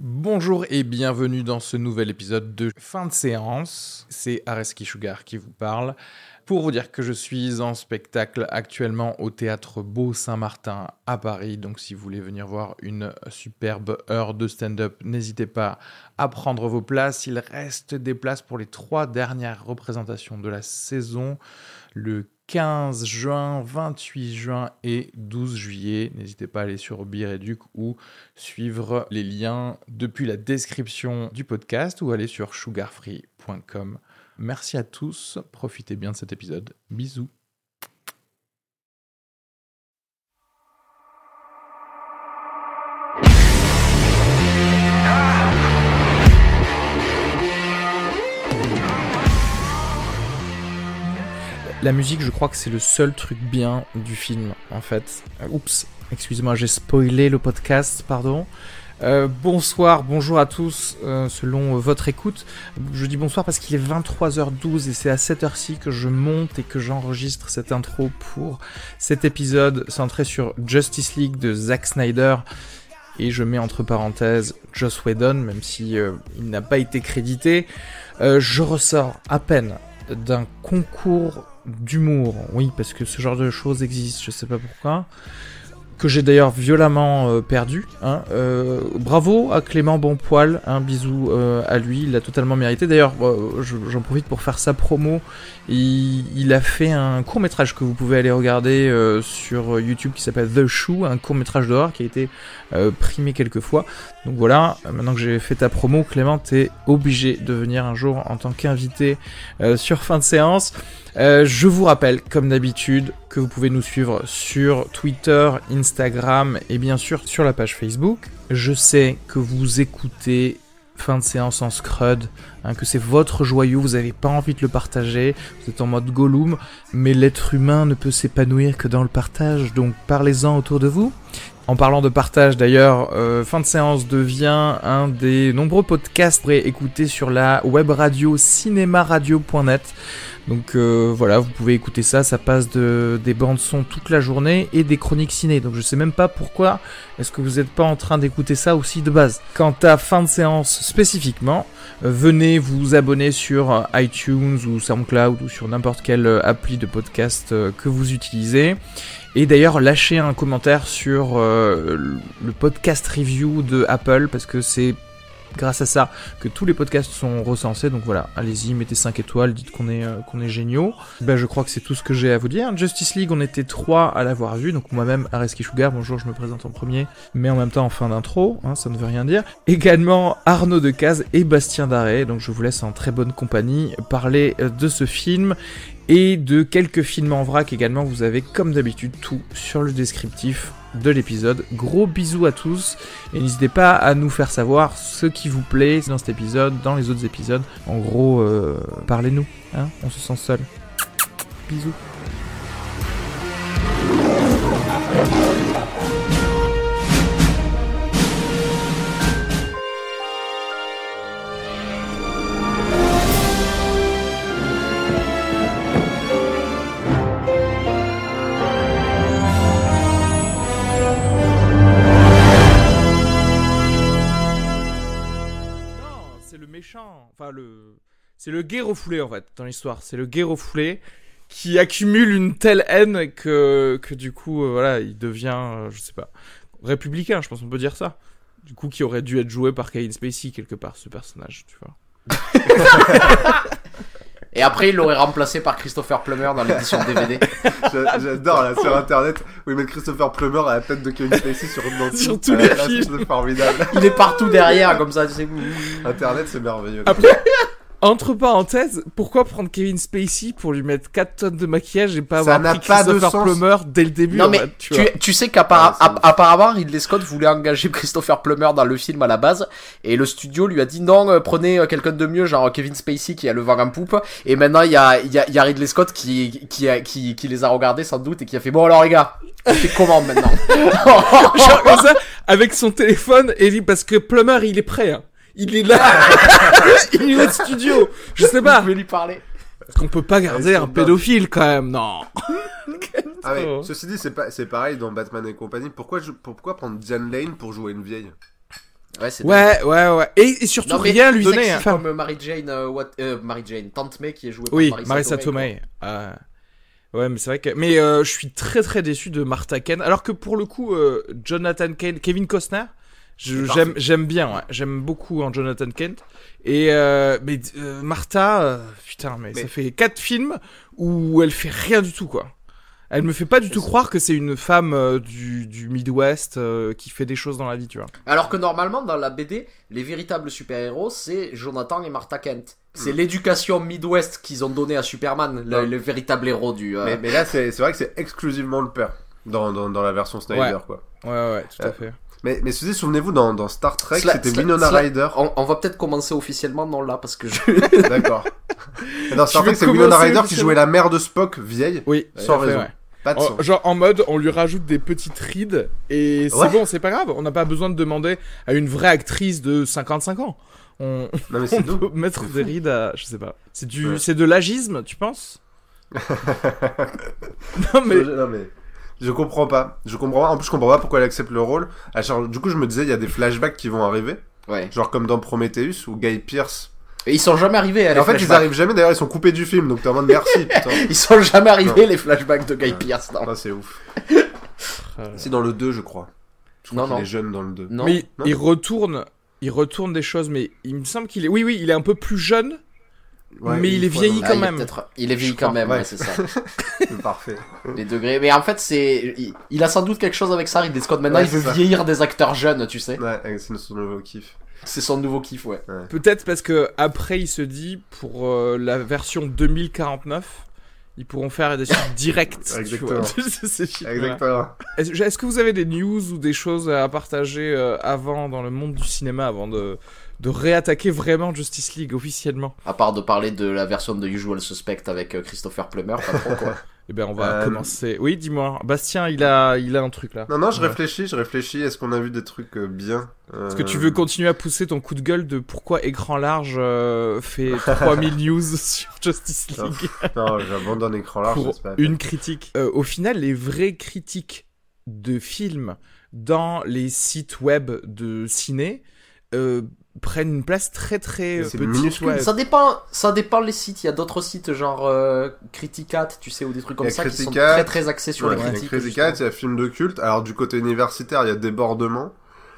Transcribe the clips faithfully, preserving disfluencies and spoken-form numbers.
Bonjour et bienvenue dans ce nouvel épisode de Fin de séance. C'est Areski Sugar qui vous parle. Pour vous dire que je suis en spectacle actuellement au Théâtre Beau Saint-Martin à Paris. Donc si vous voulez venir voir une superbe heure de stand-up, n'hésitez pas à prendre vos places. Il reste des places pour les trois dernières représentations de la saison. Le quinze juin, vingt-huit juin et douze juillet. N'hésitez pas à aller sur Bireduc ou suivre les liens depuis la description du podcast ou aller sur sugar free point com. Merci à tous, profitez bien de cet épisode. Bisous. La musique, je crois que c'est le seul truc bien du film, en fait. Euh, oups, excusez-moi, j'ai spoilé le podcast, pardon. Euh, bonsoir, bonjour à tous, euh, selon euh, votre écoute. Je dis bonsoir parce qu'il est vingt-trois heures douze et c'est à cette heure-ci que je monte et que j'enregistre cette intro pour cet épisode centré sur Justice League de Zack Snyder. Et je mets entre parenthèses Joss Whedon, même si euh, il n'a pas été crédité. Euh, je ressors à peine d'un concours d'humour, oui, parce que ce genre de choses existe, je sais pas pourquoi, que j'ai d'ailleurs violemment euh, perdu. Hein. Euh, bravo à Clément Bonpoil, un hein, bisou euh, à lui, il l'a totalement mérité. D'ailleurs, euh, je, j'en profite pour faire sa promo. Il, il a fait un court-métrage que vous pouvez aller regarder euh, sur YouTube qui s'appelle The Shoe, un court-métrage d'horreur qui a été euh, primé quelques fois. Donc voilà, maintenant que j'ai fait ta promo, Clément, t'es obligé de venir un jour en tant qu'invité euh, sur Fin de séance. Euh, je vous rappelle, comme d'habitude, que vous pouvez nous suivre sur Twitter, Instagram et bien sûr sur la page Facebook. Je sais que vous écoutez Fin de séance en scrud, hein, que c'est votre joyau, vous n'avez pas envie de le partager, vous êtes en mode Gollum, mais l'être humain ne peut s'épanouir que dans le partage, donc parlez-en autour de vous. En parlant de partage d'ailleurs, euh, Fin de séance devient un des nombreux podcasts que vous pourrez écouter sur la web radio cinéma radio point net. Donc euh, voilà, vous pouvez écouter ça, ça passe de, des bandes son toute la journée et des chroniques ciné. Donc je sais même pas pourquoi est-ce que vous n'êtes pas en train d'écouter ça aussi de base. Quant à Fin de séance spécifiquement, euh, venez vous abonner sur iTunes ou SoundCloud ou sur n'importe quelle appli de podcast euh, que vous utilisez. Et d'ailleurs, lâchez un commentaire sur euh, le podcast review de Apple, parce que c'est grâce à ça que tous les podcasts sont recensés. Donc voilà, allez-y, mettez cinq étoiles, dites qu'on est, euh, qu'on est géniaux. Ben, je crois que c'est tout ce que j'ai à vous dire. Justice League, on était trois à l'avoir vu. Donc moi-même, Areski Sugar, bonjour, je me présente en premier, mais en même temps en fin d'intro, hein, ça ne veut rien dire. Également Arnaud Decaze et Bastien Daré. Donc je vous laisse en très bonne compagnie parler de ce film. Et de quelques films en vrac également, vous avez comme d'habitude tout sur le descriptif de l'épisode. Gros bisous à tous et n'hésitez pas à nous faire savoir ce qui vous plaît dans cet épisode, dans les autres épisodes. En gros, euh, parlez-nous, hein, on se sent seul. Bisous. Enfin, le... c'est le guet refoulé en fait dans l'histoire. C'est le guet refoulé qui accumule une telle haine que, que du coup, euh, voilà, il devient, euh, je sais pas, républicain, je pense qu'on peut dire ça. Du coup, qui aurait dû être joué par Kevin Spacey quelque part, ce personnage, tu vois. Et après, il l'aurait remplacé par Christopher Plummer dans l'édition D V D. J'adore, là, sur internet, où ils mettent Christopher Plummer à la tête de Kevin Spacey sur une dentille. Sur tous les films. C'est formidable. Il est partout derrière, comme ça, tu sais. Internet, c'est merveilleux. Après, entre parenthèses, pourquoi prendre Kevin Spacey pour lui mettre quatre tonnes de maquillage et pas ça avoir pris Christopher Plummer dès le début? Non, mais fait, tu, tu, tu sais qu'apparemment, Ridley Scott voulait engager Christopher Plummer dans le film à la base, et le studio lui a dit non, euh, prenez euh, quelqu'un de mieux, genre Kevin Spacey qui a le vent en poupe, et maintenant il y a, il y a, il y a Ridley Scott qui, qui, a, qui, qui les a regardés sans doute et qui a fait bon alors les gars, on fait comment maintenant? Genre comme ça, avec son téléphone, et dit parce que Plummer il est prêt, hein. Il est là. Il est au studio. Je sais pas. Vous pouvez lui parler. Parce qu'on peut pas garder un pédophile quand même, non. Ah ouais, ceci dit, c'est, pas, c'est pareil dans Batman et compagnie. Pourquoi, je, pourquoi prendre Diane Lane pour jouer une vieille? Ouais, c'est Ouais, ouais, ouais. Et, et surtout, non, mais rien lui sexy donnait. Enfin, comme Mary Jane, euh, what, euh, Mary Jane, Tante May qui est jouée oui, par Marissa, Marissa Tomei. Tomei. Euh, ouais, mais c'est vrai que. Mais euh, je suis très très déçu de Martha Kent. Alors que pour le coup, euh, Jonathan Kent, Kevin Costner, je, j'aime, j'aime bien. Ouais. J'aime beaucoup en Jonathan Kent. Et euh, mais euh, Martha, euh, putain, mais, mais ça fait quatre films où elle fait rien du tout, quoi. Elle me fait pas du tout croire que c'est une femme euh, du, du Midwest euh, qui fait des choses dans la vie, tu vois. Alors que normalement, dans la B D, les véritables super-héros, c'est Jonathan et Martha Kent. C'est mmh. l'éducation Midwest qu'ils ont donnée à Superman, le, le véritable héros du... Euh... Mais, mais là, c'est, c'est vrai que c'est exclusivement le père, dans, dans, dans la version Snyder, ouais. quoi. Ouais, ouais, tout euh, à fait. Mais, mais souvenez-vous, dans, dans Star Trek, Sla, c'était Sla, Winona Sla, Ryder. On, on va peut-être commencer officiellement, non, là, parce que je... D'accord. Dans Star Trek, c'est Winona Ryder qui jouait la mère de Spock, vieille, oui, sans raison. Fait, ouais. Pas de en, genre en mode on lui rajoute des petites rides et c'est ouais. bon, c'est pas grave, on n'a pas besoin de demander à une vraie actrice de cinquante-cinq ans. On, non, mais on peut mettre des rides à, je sais pas. C'est du ouais. c'est de l'agisme, tu penses? Non mais non mais je comprends pas. Je comprends pas. En plus je comprends pas pourquoi elle accepte le rôle. Alors, du coup, je me disais il y a des flashbacks qui vont arriver. Ouais. Genre comme dans Prometheus où Guy Pearce. Et ils sont jamais arrivés. En fait, ils arrivent jamais. D'ailleurs, ils sont coupés du film. Donc t'es en mode merci. Putain. Ils sont jamais arrivés non. les flashbacks de Guy ouais. Pearce. Non. Ah, c'est ouf. C'est dans le deux, je crois. Je crois non, qu'il non. est jeune dans le deux. Non. Mais non. il retourne, il retourne des choses. Mais il me semble qu'il est. Oui, oui, il est un peu plus jeune. Ouais, mais il est vieilli quand ah, même. Il est, il est vieilli quand même, ouais, ouais c'est ça. C'est parfait. Les degrés. Mais en fait, c'est. Il, il a sans doute quelque chose avec ça, Ridley Scott. Maintenant, ouais, il veut ça. vieillir des acteurs jeunes, tu sais. Ouais, c'est son nouveau kiff. C'est son nouveau kiff, ouais. ouais. Peut-être parce que après, il se dit pour euh, la version deux mille quarante-neuf, ils pourront faire des suites directes. Exactement. c'est Exactement. Est-ce, est-ce que vous avez des news ou des choses à partager euh, avant dans le monde du cinéma avant de de réattaquer vraiment Justice League officiellement? À part de parler de la version de Usual Suspect avec euh, Christopher Plummer, pas trop quoi. Eh ben on va euh... commencer. Oui, dis-moi. Bastien, il a, il a un truc là. Non, non, je ouais. réfléchis, je réfléchis. Est-ce qu'on a vu des trucs euh, bien euh... Est-ce que tu veux continuer à pousser ton coup de gueule de pourquoi Écran Large euh, fait trois mille news sur Justice League? Non, non j'abandonne Écran Large. Pour pas une critique. Euh, au final, les vraies critiques de films dans les sites web de ciné euh, prennent une place très très c'est petite. Ouais. Ça dépend, ça dépend les sites. Il y a d'autres sites genre euh, Criticat, tu sais, ou des trucs comme ça Criticat, qui sont très très axés sur ouais, les critiques. Il y a Criticat, il y a film de culte. Alors du côté universitaire, il y a Débordement.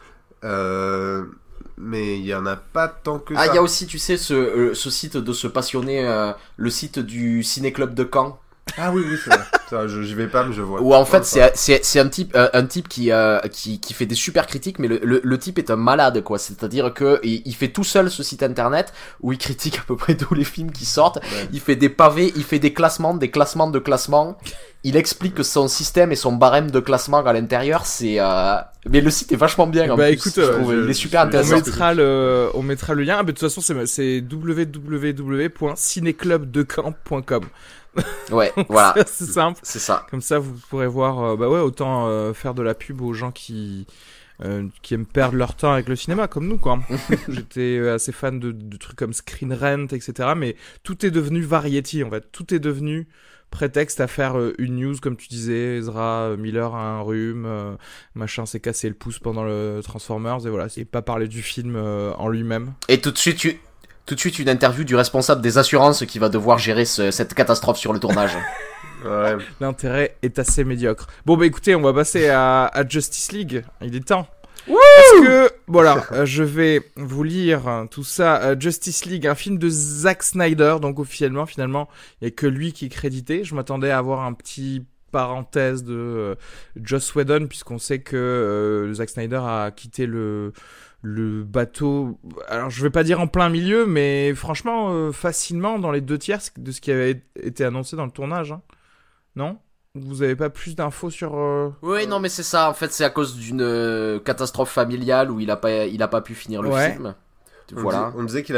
Euh, mais il y en a pas tant que ah, ça. Ah, il y a aussi, tu sais, ce, euh, ce site de se passionner, euh, le site du Ciné-Club de Caen. Ah oui, oui, c'est vrai. Ça, je, j'y vais pas, mais je vois. Ou en fait, c'est, c'est, c'est un type, euh, un type qui, euh, qui, qui fait des super critiques, mais le, le, le type est un malade, quoi. C'est-à-dire que il, il fait tout seul ce site internet où il critique à peu près tous les films qui sortent. Ouais. Il fait des pavés, il fait des classements, des classements de classements. Il explique son système et son barème de classement à l'intérieur, c'est. Euh... Mais le site est vachement bien. En bah plus, écoute, euh, je, il est super je, intéressant. On mettra le, on mettra le lien. Ah, mais de toute façon, c'est, c'est w w w point cinéclub de caen point com. Ouais, voilà. C'est simple. C'est ça. Comme ça, vous pourrez voir. Euh, bah ouais, autant euh, faire de la pub aux gens qui euh, qui aiment perdre leur temps avec le cinéma, comme nous, quoi. J'étais assez fan de, de trucs comme Screen Rant, et cetera. Mais tout est devenu Variety, en fait. Tout est devenu prétexte à faire euh, une news, comme tu disais. Ezra euh, Miller a un rhume, euh, machin s'est cassé le pouce pendant le Transformers, et voilà. Et pas parler du film euh, en lui-même. Et tout de suite, tu. Tout de suite, une interview du responsable des assurances qui va devoir gérer ce, cette catastrophe sur le tournage. Ouais. L'intérêt est assez médiocre. Bon, bah écoutez, on va passer à, à Justice League. Il est temps. Wouh Parce que, voilà, euh, je vais vous lire hein, tout ça. Euh, Justice League, un film de Zack Snyder. Donc officiellement, finalement, il n'y a que lui qui est crédité. Je m'attendais à avoir un petit parenthèse de euh, Joss Whedon, puisqu'on sait que euh, Zack Snyder a quitté le... le bateau, alors je vais pas dire en plein milieu, mais franchement, euh, facilement dans les deux tiers de ce qui avait été annoncé dans le tournage. Hein. Non ? Vous avez pas plus d'infos sur... Euh... Oui, non, mais c'est ça. En fait, c'est à cause d'une euh, catastrophe familiale où il a pas, il a pas pu finir le ouais. film. On voilà. Disait, on disait qu'il avait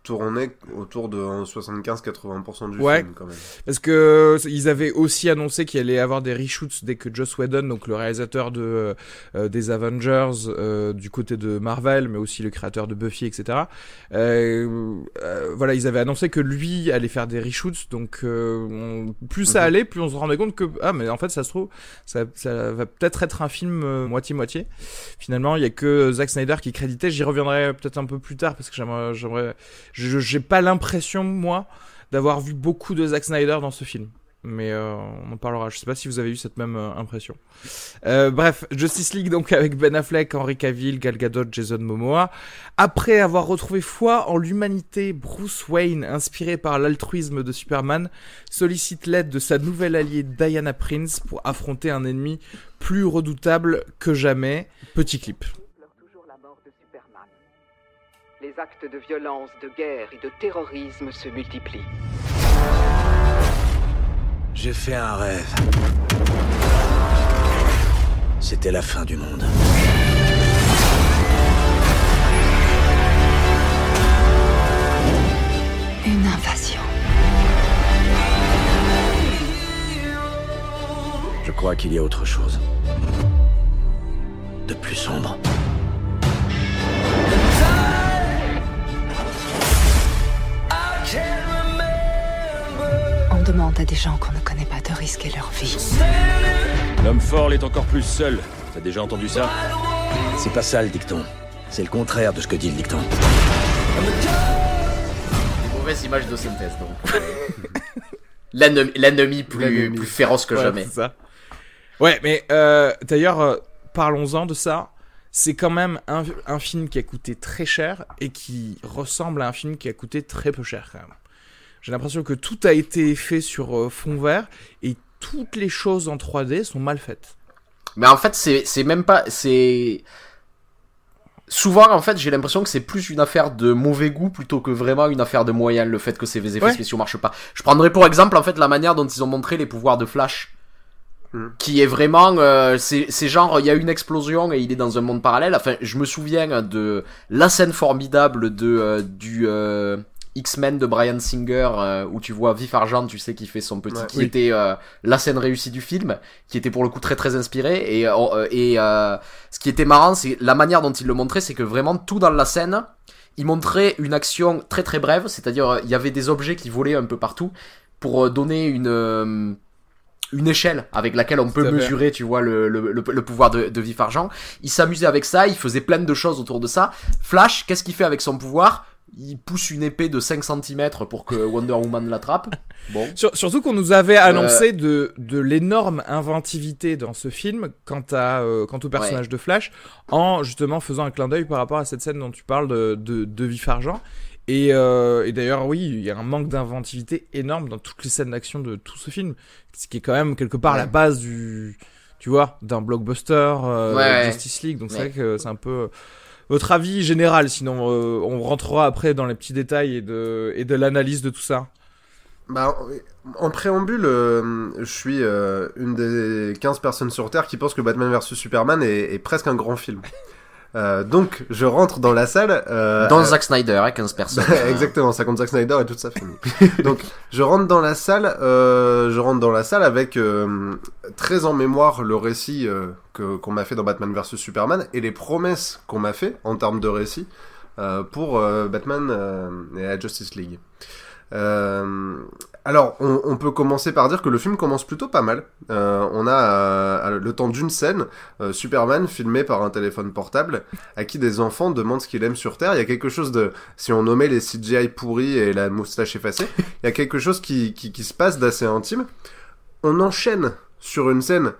tourner autour de soixante-quinze à quatre-vingts pour cent du ouais, film quand même. Parce que ils avaient aussi annoncé qu'il allait y avoir des reshoots dès que Joss Whedon, donc le réalisateur de euh, des Avengers euh, du côté de Marvel, mais aussi le créateur de Buffy, et cetera. Euh, euh, voilà, ils avaient annoncé que lui allait faire des reshoots, donc euh, on, plus ça mm-hmm. allait, plus on se rendait compte que ah mais en fait ça se trouve ça, ça va peut-être être un film euh, moitié-moitié. Finalement, il y a que Zack Snyder qui est crédité. J'y reviendrai peut-être un peu plus tard parce que j'aimerais, j'aimerais Je, j'ai pas l'impression, moi, d'avoir vu beaucoup de Zack Snyder dans ce film. Mais euh, on en parlera. Je sais pas si vous avez eu cette même euh, impression. Euh, bref, Justice League donc avec Ben Affleck, Henry Cavill, Gal Gadot, Jason Momoa. Après avoir retrouvé foi en l'humanité, Bruce Wayne, inspiré par l'altruisme de Superman, sollicite l'aide de sa nouvelle alliée Diana Prince pour affronter un ennemi plus redoutable que jamais. Petit clip. Les actes de violence, de guerre et de terrorisme se multiplient. J'ai fait un rêve. C'était la fin du monde. Une invasion. Je crois qu'il y a autre chose. De plus sombre. On demande à des gens qu'on ne connaît pas de risquer leur vie. L'homme fort l'est encore plus seul. T'as déjà entendu ça? C'est pas ça le dicton. C'est le contraire de ce que dit le dicton. Mauvaise image de synthèse, donc. L'ennemi, l'ennemi plus, l'ennemi. plus féroce que ouais, jamais. C'est ça. Ouais, mais euh, d'ailleurs, euh, parlons-en de ça. C'est quand même un, un film qui a coûté très cher et qui ressemble à un film qui a coûté très peu cher, quand même. J'ai l'impression que tout a été fait sur euh, fond vert et toutes les choses en trois D sont mal faites. Mais en fait, c'est, c'est même pas... c'est Souvent, en fait, j'ai l'impression que c'est plus une affaire de mauvais goût plutôt que vraiment une affaire de moyens, le fait que ces effets ouais. spéciaux marchent pas. Je prendrais pour exemple, en fait, la manière dont ils ont montré les pouvoirs de Flash. Mmh. Qui est vraiment... Euh, c'est, c'est genre, il y a une explosion et il est dans un monde parallèle. Enfin, je me souviens de la scène formidable de euh, du... Euh, X-Men de Bryan Singer euh, où tu vois Vif Argent, tu sais, qui fait son petit, ouais, qui oui. était euh, la scène réussie du film, qui était pour le coup très très inspiré et euh, et euh, ce qui était marrant, c'est la manière dont il le montrait, c'est que vraiment tout dans la scène, il montrait une action très très brève, c'est-à-dire il y avait des objets qui volaient un peu partout pour donner une euh, une échelle avec laquelle on peut ça mesurer, fait. tu vois, le, le, le, le pouvoir de, de Vif Argent. Il s'amusait avec ça, il faisait plein de choses autour de ça. Flash, qu'est-ce qu'il fait avec son pouvoir ? Il pousse une épée de cinq centimètres pour que Wonder Woman l'attrape. Bon. Sur, surtout qu'on nous avait annoncé euh... de, de l'énorme inventivité dans ce film quant, à, euh, quant au personnage ouais. de Flash, en justement faisant un clin d'œil par rapport à cette scène dont tu parles de, de, de Vif Argent. Et, euh, et d'ailleurs, oui, il y a un manque d'inventivité énorme dans toutes les scènes d'action de tout ce film, ce qui est quand même quelque part ouais. la base du, tu vois, d'un blockbuster euh, ouais, Justice League. Donc ouais. c'est vrai que c'est un peu... Votre avis général, sinon euh, on rentrera après dans les petits détails et de, et de l'analyse de tout ça. Bah, en préambule, euh, je suis euh, une des quinze personnes sur Terre qui pensent que Batman versus Superman est, est presque un grand film. Euh, donc, je rentre dans la salle... Euh, dans euh, Zack Snyder, hein, quinze personnes. Exactement, ça compte Zack Snyder et toute sa famille. Donc, je rentre dans la salle, euh, je rentre dans la salle avec euh, très en mémoire le récit euh, que, qu'on m'a fait dans Batman versus Superman et les promesses qu'on m'a fait en termes de récit euh, pour euh, Batman euh, et la Justice League. Euh, alors, on, on peut commencer par dire que le film commence plutôt pas mal. Euh, on a euh, le temps d'une scène, euh, Superman filmé par un téléphone portable, à qui des enfants demandent ce qu'il aime sur Terre. Il y a quelque chose de, si on nommait les C G I pourris et la moustache effacée, il y a quelque chose qui, qui, qui se passe d'assez intime. On enchaîne sur une scène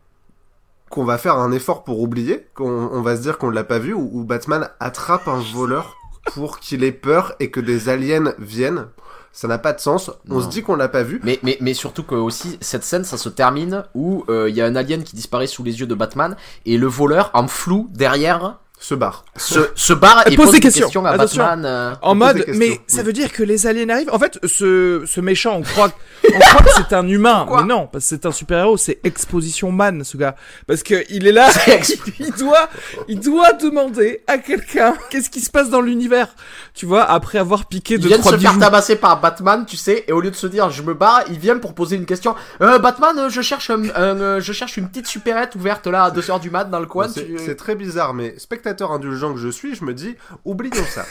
qu'on va faire un effort pour oublier, qu'on on va se dire qu'on l'a pas vu, où, où Batman attrape un voleur pour qu'il ait peur et que des aliens viennent. Ça n'a pas de sens. On non. se dit qu'on l'a pas vu. Mais, mais, mais surtout que aussi, cette scène, ça se termine où il euh, y a un alien qui disparaît sous les yeux de Batman et le voleur, en flou, derrière, se barre. Se, se barre et pose pose des des questions. questions à Attention. Batman. euh. En pose mode, des questions, mais oui. ça veut dire que les aliens arrivent. En fait, ce, ce méchant, on croit, on croit que c'est un humain, Pourquoi mais non, parce que c'est un super-héros, c'est Exposition Man, ce gars, parce que il est là, il doit, il doit demander à quelqu'un qu'est-ce qui se passe dans l'univers, tu vois, après avoir piqué Il deux vient de trois se faire bijoux. tabasser par Batman, tu sais, et au lieu de se dire je me barre, il vient pour poser une question. Euh, Batman, euh, je cherche, un, un, euh, je cherche une petite supérette ouverte là à deux heures du mat dans le coin. C'est, tu- c'est très bizarre, mais spectateur indulgent que je suis, je me dis, oublions ça.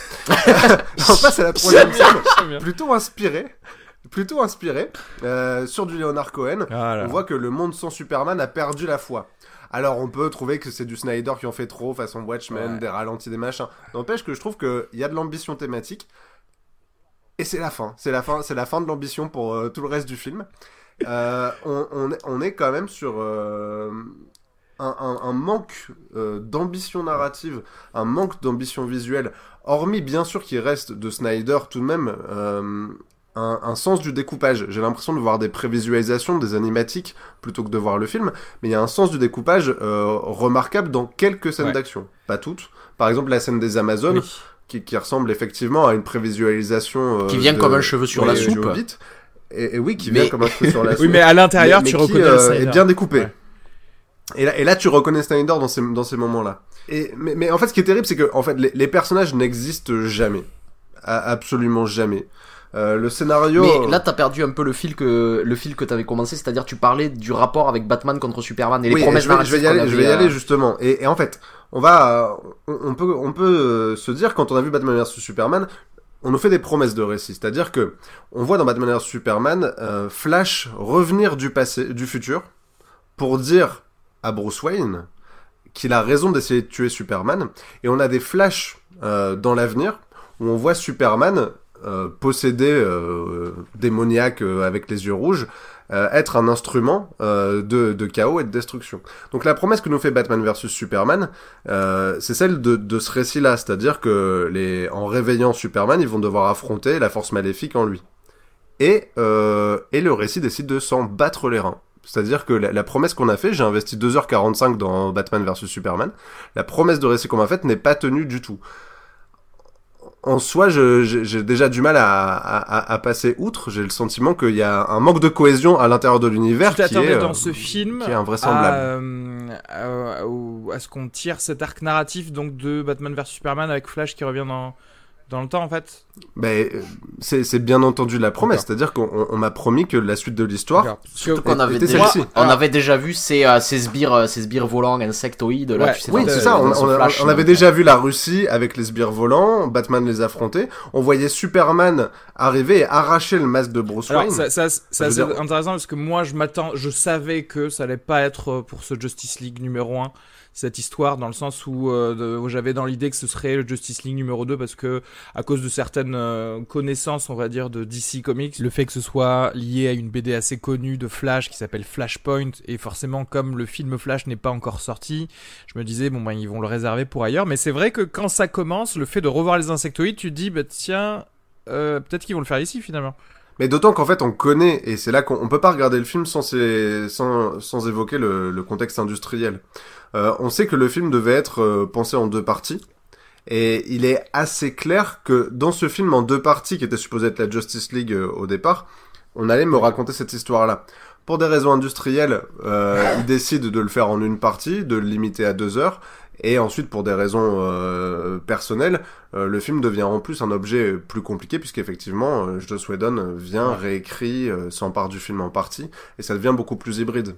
On passe à la troisième scène, plutôt inspiré, plutôt inspiré, euh, sur du Leonard Cohen. Voilà. On voit que le monde sans Superman a perdu la foi. Alors on peut trouver que c'est du Snyder qui en fait trop, façon Watchmen, Ouais. des ralentis, des machins. N'empêche que je trouve qu'il y a de l'ambition thématique. Et c'est la fin, c'est la fin, c'est la fin de l'ambition pour euh, tout le reste du film. Euh, on, on, est, on est quand même sur euh, un, un, un manque euh, d'ambition narrative, un manque d'ambition visuelle, hormis bien sûr qu'il reste de Snyder tout de même euh, un, un sens du découpage. J'ai l'impression de voir des prévisualisations, des animatiques, plutôt que de voir le film, mais il y a un sens du découpage euh, remarquable dans quelques scènes Ouais. d'action, pas toutes. Par exemple la scène des Amazones, Oui. qui, qui ressemble effectivement à une prévisualisation euh, Qui vient de- comme un cheveu sur de- la du soupe. Hobbit. Et, et oui, qui Mais- vient comme un cheveu sur la soupe. Oui, mais à l'intérieur, mais, tu mais qui, reconnais le euh, Snyder. est bien découpé. Ouais. Et là, et là, tu reconnais Snyder dans ces, dans ces moments-là. Et, mais, mais en fait, ce qui est terrible, c'est que en fait, les, les personnages n'existent jamais. A- absolument jamais. Euh, le scénario... Mais là, t'as perdu un peu le fil que le fil que t'avais commencé, c'est-à-dire tu parlais du rapport avec Batman contre Superman et les oui, promesses je vais, je vais y narratives aller, qu'on je vais y avait, aller euh, justement. Et, et en fait, on va, on, on peut, on peut euh, se dire quand on a vu Batman versus Superman, on nous fait des promesses de récit. C'est-à-dire que on voit dans Batman versus Superman euh, Flash revenir du passé, du futur, pour dire à Bruce Wayne qu'il a raison d'essayer de tuer Superman. Et on a des flashs euh, dans l'avenir où on voit Superman euh, possédé, euh, démoniaque euh, avec les yeux rouges, euh, être un instrument euh, de, de chaos et de destruction. Donc la promesse que nous fait Batman versus Superman, euh, c'est celle de, de ce récit-là, c'est-à-dire que les, en réveillant Superman, ils vont devoir affronter la force maléfique en lui. Et, euh, et le récit décide de s'en battre les reins. C'est-à-dire que la, la promesse qu'on a fait, j'ai investi deux heures quarante-cinq dans Batman versus Superman, la promesse de récit qu'on m'a faite n'est pas tenue du tout. En soi, je, j'ai, j'ai déjà du mal à, à, à passer outre. J'ai le sentiment qu'il y a un manque de cohésion à l'intérieur de l'univers Tu qui est, t'attendais euh, dans ce film qui est invraisemblable. à, euh, à, au- à ce qu'on tire cet arc narratif donc de Batman versus Superman avec Flash qui revient dans, dans le temps en fait. Ben, euh, c'est, c'est bien entendu la promesse, D'accord. c'est-à-dire qu'on on, on m'a promis que la suite de l'histoire... D'accord. Parce que- Surtout qu'on avait était déjà, celle-ci. on Alors- avait déjà vu ces, euh, ces sbires, euh, ces sbires volants insectoïdes là, Ouais, tu sais. Oui, dans c'est ce- ça, on, dans ce on a- Flash, on avait donc, déjà vu la Russie avec les sbires volants, Batman les affrontait, on voyait Superman arriver et arracher le masque de Bruce Alors Wayne. ça, ça, ça, Je veux c'est dire- intéressant parce que moi je m'attends, je savais que ça allait pas être euh, pour ce Justice League numéro un cette histoire, dans le sens où, euh, de- où j'avais dans l'idée que ce serait le Justice League numéro deux parce que à cause de certaines euh, connaissances on va dire de D C Comics, le fait que ce soit lié à une B D assez connue de Flash qui s'appelle Flashpoint, et forcément comme le film Flash n'est pas encore sorti, je me disais bon ben ils vont le réserver pour ailleurs, mais c'est vrai que quand ça commence, le fait de revoir les insectoïdes, tu te dis bah tiens euh, peut-être qu'ils vont le faire ici finalement. Mais d'autant qu'en fait on connaît, et c'est là qu'on on peut pas regarder le film sans, ces- sans, sans évoquer le, le contexte industriel. Euh, on sait que le film devait être euh, pensé en deux parties, et il est assez clair que dans ce film en deux parties, qui était supposé être la Justice League euh, au départ, on allait me raconter cette histoire-là. Pour des raisons industrielles, euh, ils décident de le faire en une partie, de le limiter à deux heures, et ensuite pour des raisons euh, personnelles, euh, le film devient en plus un objet plus compliqué, puisqu'effectivement, euh, Joss Whedon vient, Ouais. réécrit, euh, s'empare du film en partie, et ça devient beaucoup plus hybride.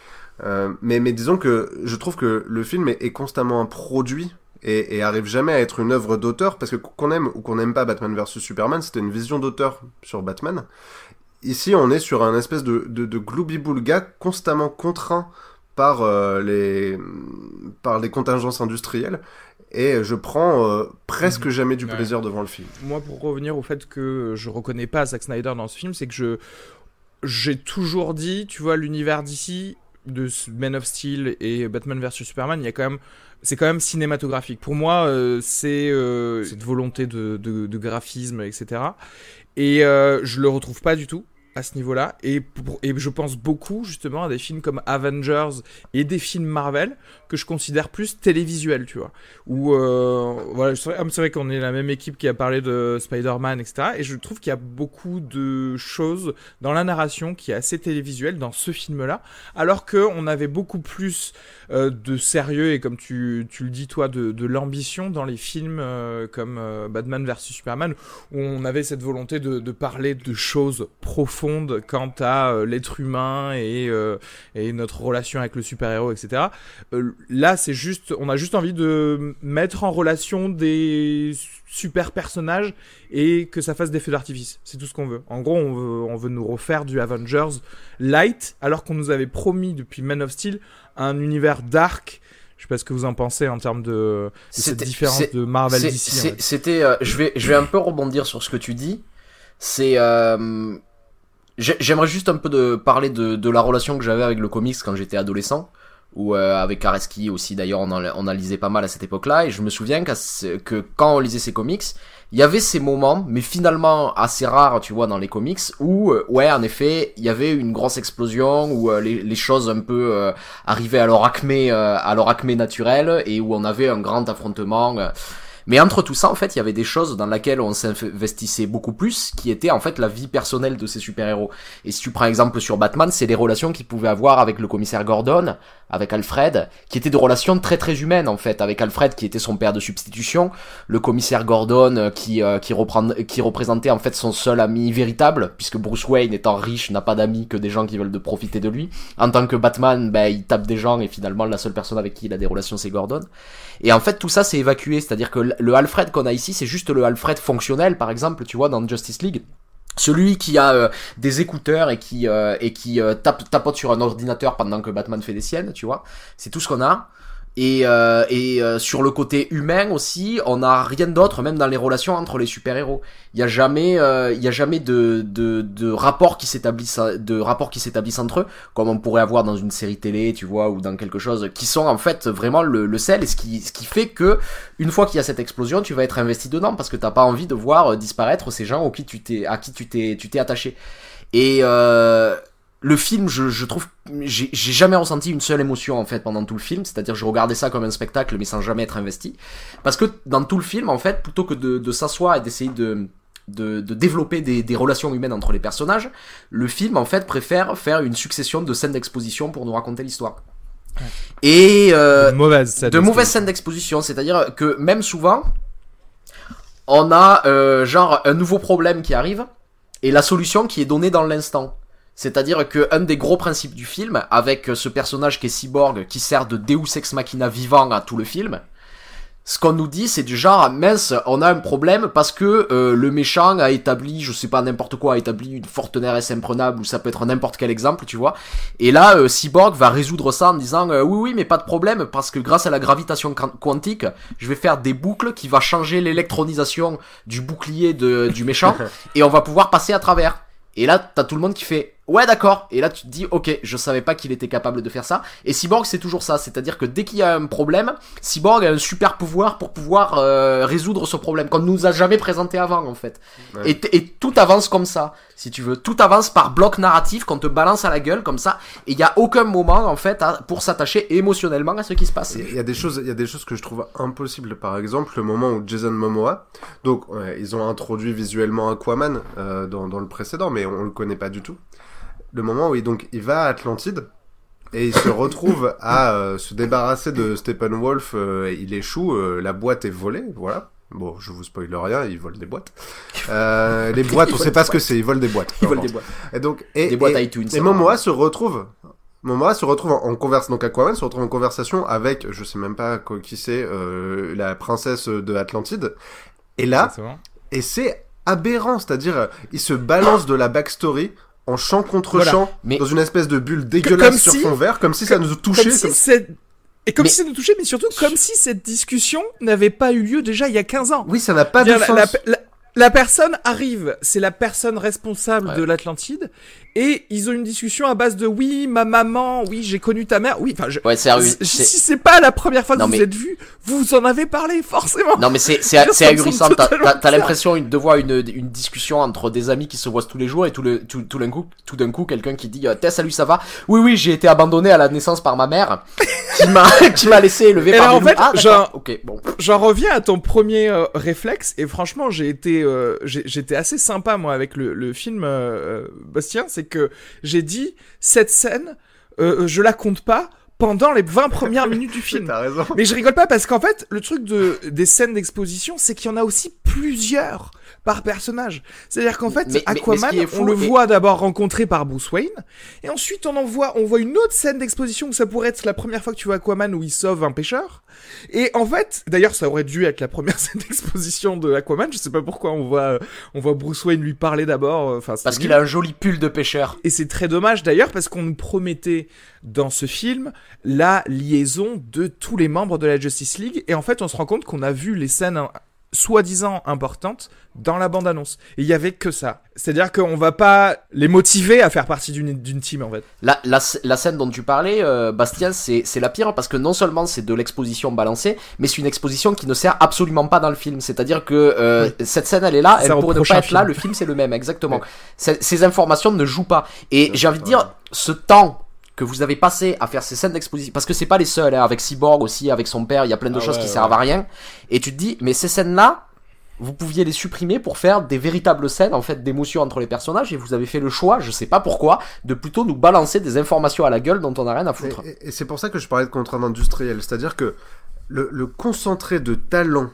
Euh, mais, mais disons que je trouve que le film est, est constamment un produit, et, et arrive jamais à être une œuvre d'auteur, parce que qu'on aime ou qu'on n'aime pas Batman versus Superman, c'était une vision d'auteur sur Batman. Ici, on est sur un espèce de, de, de gloubi-boulga constamment contraint par, euh, les, par les contingences industrielles, et je prends euh, presque jamais du Ouais. plaisir devant le film. Moi, pour revenir au fait que je reconnais pas Zack Snyder dans ce film, c'est que je j'ai toujours dit, tu vois, l'univers d'ici de Man of Steel et Batman versus Superman, il y a quand même, c'est quand même cinématographique. Pour moi, euh, c'est euh, cette volonté de, de, de graphisme, et cetera. Et euh, je le retrouve pas du tout. à ce niveau-là, et, pour, et je pense beaucoup justement à des films comme Avengers et des films Marvel que je considère plus télévisuels, tu vois. Où, euh, voilà, c'est vrai, c'est vrai qu'on est la même équipe qui a parlé de Spider-Man, et cetera. Et je trouve qu'il y a beaucoup de choses dans la narration qui est assez télévisuelle dans ce film-là, alors qu'on avait beaucoup plus euh, de sérieux et comme tu, tu le dis toi, de, de l'ambition dans les films euh, comme euh, Batman versus Superman, où on avait cette volonté de, de parler de choses profondes quant à euh, l'être humain et, euh, et notre relation avec le super-héros, et cetera. Euh, là, c'est juste, on a juste envie de mettre en relation des super personnages et que ça fasse des feux d'artifice. C'est tout ce qu'on veut. En gros, on veut, on veut nous refaire du Avengers light, alors qu'on nous avait promis depuis Man of Steel un univers dark. Je sais pas ce que vous en pensez en termes de, de cette différence de Marvel c'est, d'ici. C'est, c'était, euh, je vais, je vais un peu rebondir sur ce que tu dis. C'est, euh, j'aimerais juste un peu de parler de, de la relation que j'avais avec le comics quand j'étais adolescent, ou euh, avec Areski aussi d'ailleurs, on en, on en lisait pas mal à cette époque-là, et je me souviens que quand on lisait ces comics, il y avait ces moments, mais finalement assez rares, tu vois, dans les comics, où, euh, ouais, en effet, il y avait une grosse explosion, où euh, les, les choses un peu euh, arrivaient à leur acmé, euh, à leur acmé naturel, et où on avait un grand affrontement. Euh, Mais entre tout ça, en fait, il y avait des choses dans lesquelles on s'investissait beaucoup plus, qui étaient en fait la vie personnelle de ces super-héros. Et si tu prends exemple sur Batman, c'est les relations qu'il pouvait avoir avec le commissaire Gordon, avec Alfred, qui étaient des relations très très humaines en fait, avec Alfred qui était son père de substitution, le commissaire Gordon qui euh, qui, reprend, qui représentait en fait son seul ami véritable, puisque Bruce Wayne étant riche n'a pas d'amis que des gens qui veulent de profiter de lui. En tant que Batman, ben il tape des gens et finalement la seule personne avec qui il a des relations c'est Gordon. Et en fait tout ça c'est évacué, c'est-à-dire que le Alfred qu'on a ici, c'est juste le Alfred fonctionnel, par exemple, tu vois, dans Justice League. Celui qui a euh, des écouteurs et qui euh, et qui euh, tape, tapote sur un ordinateur pendant que Batman fait des siennes, tu vois. C'est tout ce qu'on a. Et, euh, et euh, sur le côté humain aussi, on n'a rien d'autre, même dans les relations entre les super-héros. Il y a jamais, euh, il y a jamais de de de rapports qui s'établissent, de rapports qui s'établissent entre eux, comme on pourrait avoir dans une série télé, tu vois, ou dans quelque chose, qui sont en fait vraiment le, le sel, et ce qui ce qui fait que une fois qu'il y a cette explosion, tu vas être investi dedans parce que t'as pas envie de voir disparaître ces gens auxquels tu t'es, à qui tu t'es, tu t'es attaché. Et euh, le film, je, je trouve, j'ai, j'ai jamais ressenti une seule émotion en fait pendant tout le film, c'est-à-dire je regardais ça comme un spectacle mais sans jamais être investi, parce que dans tout le film en fait, plutôt que de, de s'asseoir et d'essayer de de, de développer des, des relations humaines entre les personnages, le film en fait préfère faire une succession de scènes d'exposition pour nous raconter l'histoire. Ouais. Et euh, de mauvaises scènes, de mauvaises scènes d'exposition, c'est-à-dire que même souvent on a euh, genre un nouveau problème qui arrive et la solution qui est donnée dans l'instant. C'est-à-dire que un des gros principes du film, avec ce personnage qui est Cyborg, qui sert de Deus Ex Machina vivant à tout le film, ce qu'on nous dit, c'est du genre, mince, on a un problème parce que euh, le méchant a établi, je sais pas, n'importe quoi, a établi une forteresse imprenable, ou ça peut être n'importe quel exemple, tu vois. Et là, euh, Cyborg va résoudre ça en disant, euh, oui, oui, mais pas de problème, parce que grâce à la gravitation quantique, je vais faire des boucles qui va changer l'électronisation du bouclier de, du méchant, et on va pouvoir passer à travers. Et là, t'as tout le monde qui fait ouais d'accord, et là tu te dis ok, je savais pas qu'il était capable de faire ça. Et Cyborg c'est toujours ça, c'est-à-dire que dès qu'il y a un problème, Cyborg a un super pouvoir pour pouvoir euh, résoudre ce problème qu'on nous a jamais présenté avant en fait. Ouais. Et, et tout avance comme ça, si tu veux, tout avance par bloc narratif qu'on te balance à la gueule comme ça, et il y a aucun moment en fait à, pour s'attacher émotionnellement à ce qui se passe. Il y a des choses, il y a des choses que je trouve impossibles. Par exemple, le moment où Jason Momoa, donc ouais, ils ont introduit visuellement Aquaman euh, dans, dans le précédent, mais on le connaît pas du tout. Le moment où il, donc, il va à Atlantide et il se retrouve à euh, se débarrasser de Steppenwolf, euh, il échoue, euh, la boîte est volée, voilà. Bon, je vous spoil rien, il vole des boîtes. Euh, les boîtes, on sait pas ce que c'est, il vole des boîtes. Il vole des boîtes. Et donc, et, des boîtes et, iTunes. Et Momoa se retrouve, Momoa se retrouve en, en conversation, donc Aquaman se retrouve en conversation avec, je sais même pas qui c'est, euh, la princesse de Atlantide. Et là, et c'est aberrant, c'est-à-dire, il se balance de la backstory en chant contre voilà. chant, mais dans une espèce de bulle dégueulasse sur si, fond vert, comme si comme, ça nous touchait. Comme si comme... C'est... Et comme mais... si ça nous touchait, mais surtout comme si cette discussion n'avait pas eu lieu déjà il y a quinze ans. Oui, ça n'a pas de la, sens. La, la, la personne arrive, c'est la personne responsable ouais. de l'Atlantide, Et ils ont une discussion à base de oui, ma maman, oui, j'ai connu ta mère. Oui, enfin, je... ouais, c'est, si c'est... si c'est pas la première fois que non, vous mais... vous êtes vus, vous en avez parlé forcément. Non mais c'est c'est c'est ahurissant. T'as, t'as, t'as l'impression de voir une une discussion entre des amis qui se voient tous les jours et tout le tout, tout d'un coup tout d'un coup quelqu'un qui dit "T'es salut, ça va? Oui oui, j'ai été abandonné à la naissance par ma mère qui m'a qui m'a laissé élever et par là, des en fait, ah, genre, OK, bon. J'en reviens à ton premier euh, réflexe et franchement, j'ai été euh, j'ai, j'étais assez sympa moi avec le le film euh, Bastien, c'est que j'ai dit cette scène euh, je la compte pas pendant les vingt premières minutes du film. T'as raison. Mais je rigole pas parce qu'en fait, le truc de des scènes d'exposition, c'est qu'il y en a aussi plusieurs par personnage. C'est-à-dire qu'en fait, mais, Aquaman, mais, mais fou, on le et... voit d'abord rencontré par Bruce Wayne, et ensuite on en voit, on voit une autre scène d'exposition où ça pourrait être la première fois que tu vois Aquaman où il sauve un pêcheur. Et en fait, d'ailleurs, ça aurait dû être la première scène d'exposition de Aquaman. Je sais pas pourquoi on voit, on voit Bruce Wayne lui parler d'abord. Enfin, parce qu'il a un joli pull de pêcheur. Et c'est très dommage d'ailleurs parce qu'on nous promettait dans ce film la liaison de tous les membres de la Justice League, et en fait, on se rend compte qu'on a vu les scènes soi-disant importantes dans la bande-annonce. Et il y avait que ça. C'est-à-dire qu'on va pas les motiver à faire partie d'une, d'une team, en fait. La, la, la scène dont tu parlais, euh, Bastien, c'est, c'est la pire parce que non seulement c'est de l'exposition balancée, mais c'est une exposition qui ne sert absolument pas dans le film. C'est-à-dire que euh, oui. cette scène, elle est là, elle pourrait ne pas être film. là, le film c'est le même, exactement. Oui. Ces, ces informations ne jouent pas. Et c'est j'ai envie de dire, ouais. ce temps que vous avez passé à faire ces scènes d'exposition, parce que c'est pas les seuls, hein, avec Cyborg aussi, avec son père, il y a plein de ah choses ouais, qui ouais. servent à rien, et tu te dis, mais ces scènes-là, vous pouviez les supprimer pour faire des véritables scènes, en fait, d'émotion entre les personnages, et vous avez fait le choix, je sais pas pourquoi, de plutôt nous balancer des informations à la gueule dont on a rien à foutre. Et, et, et c'est pour ça que je parlais de contrainte industrielle, c'est-à-dire que le, le concentré de talent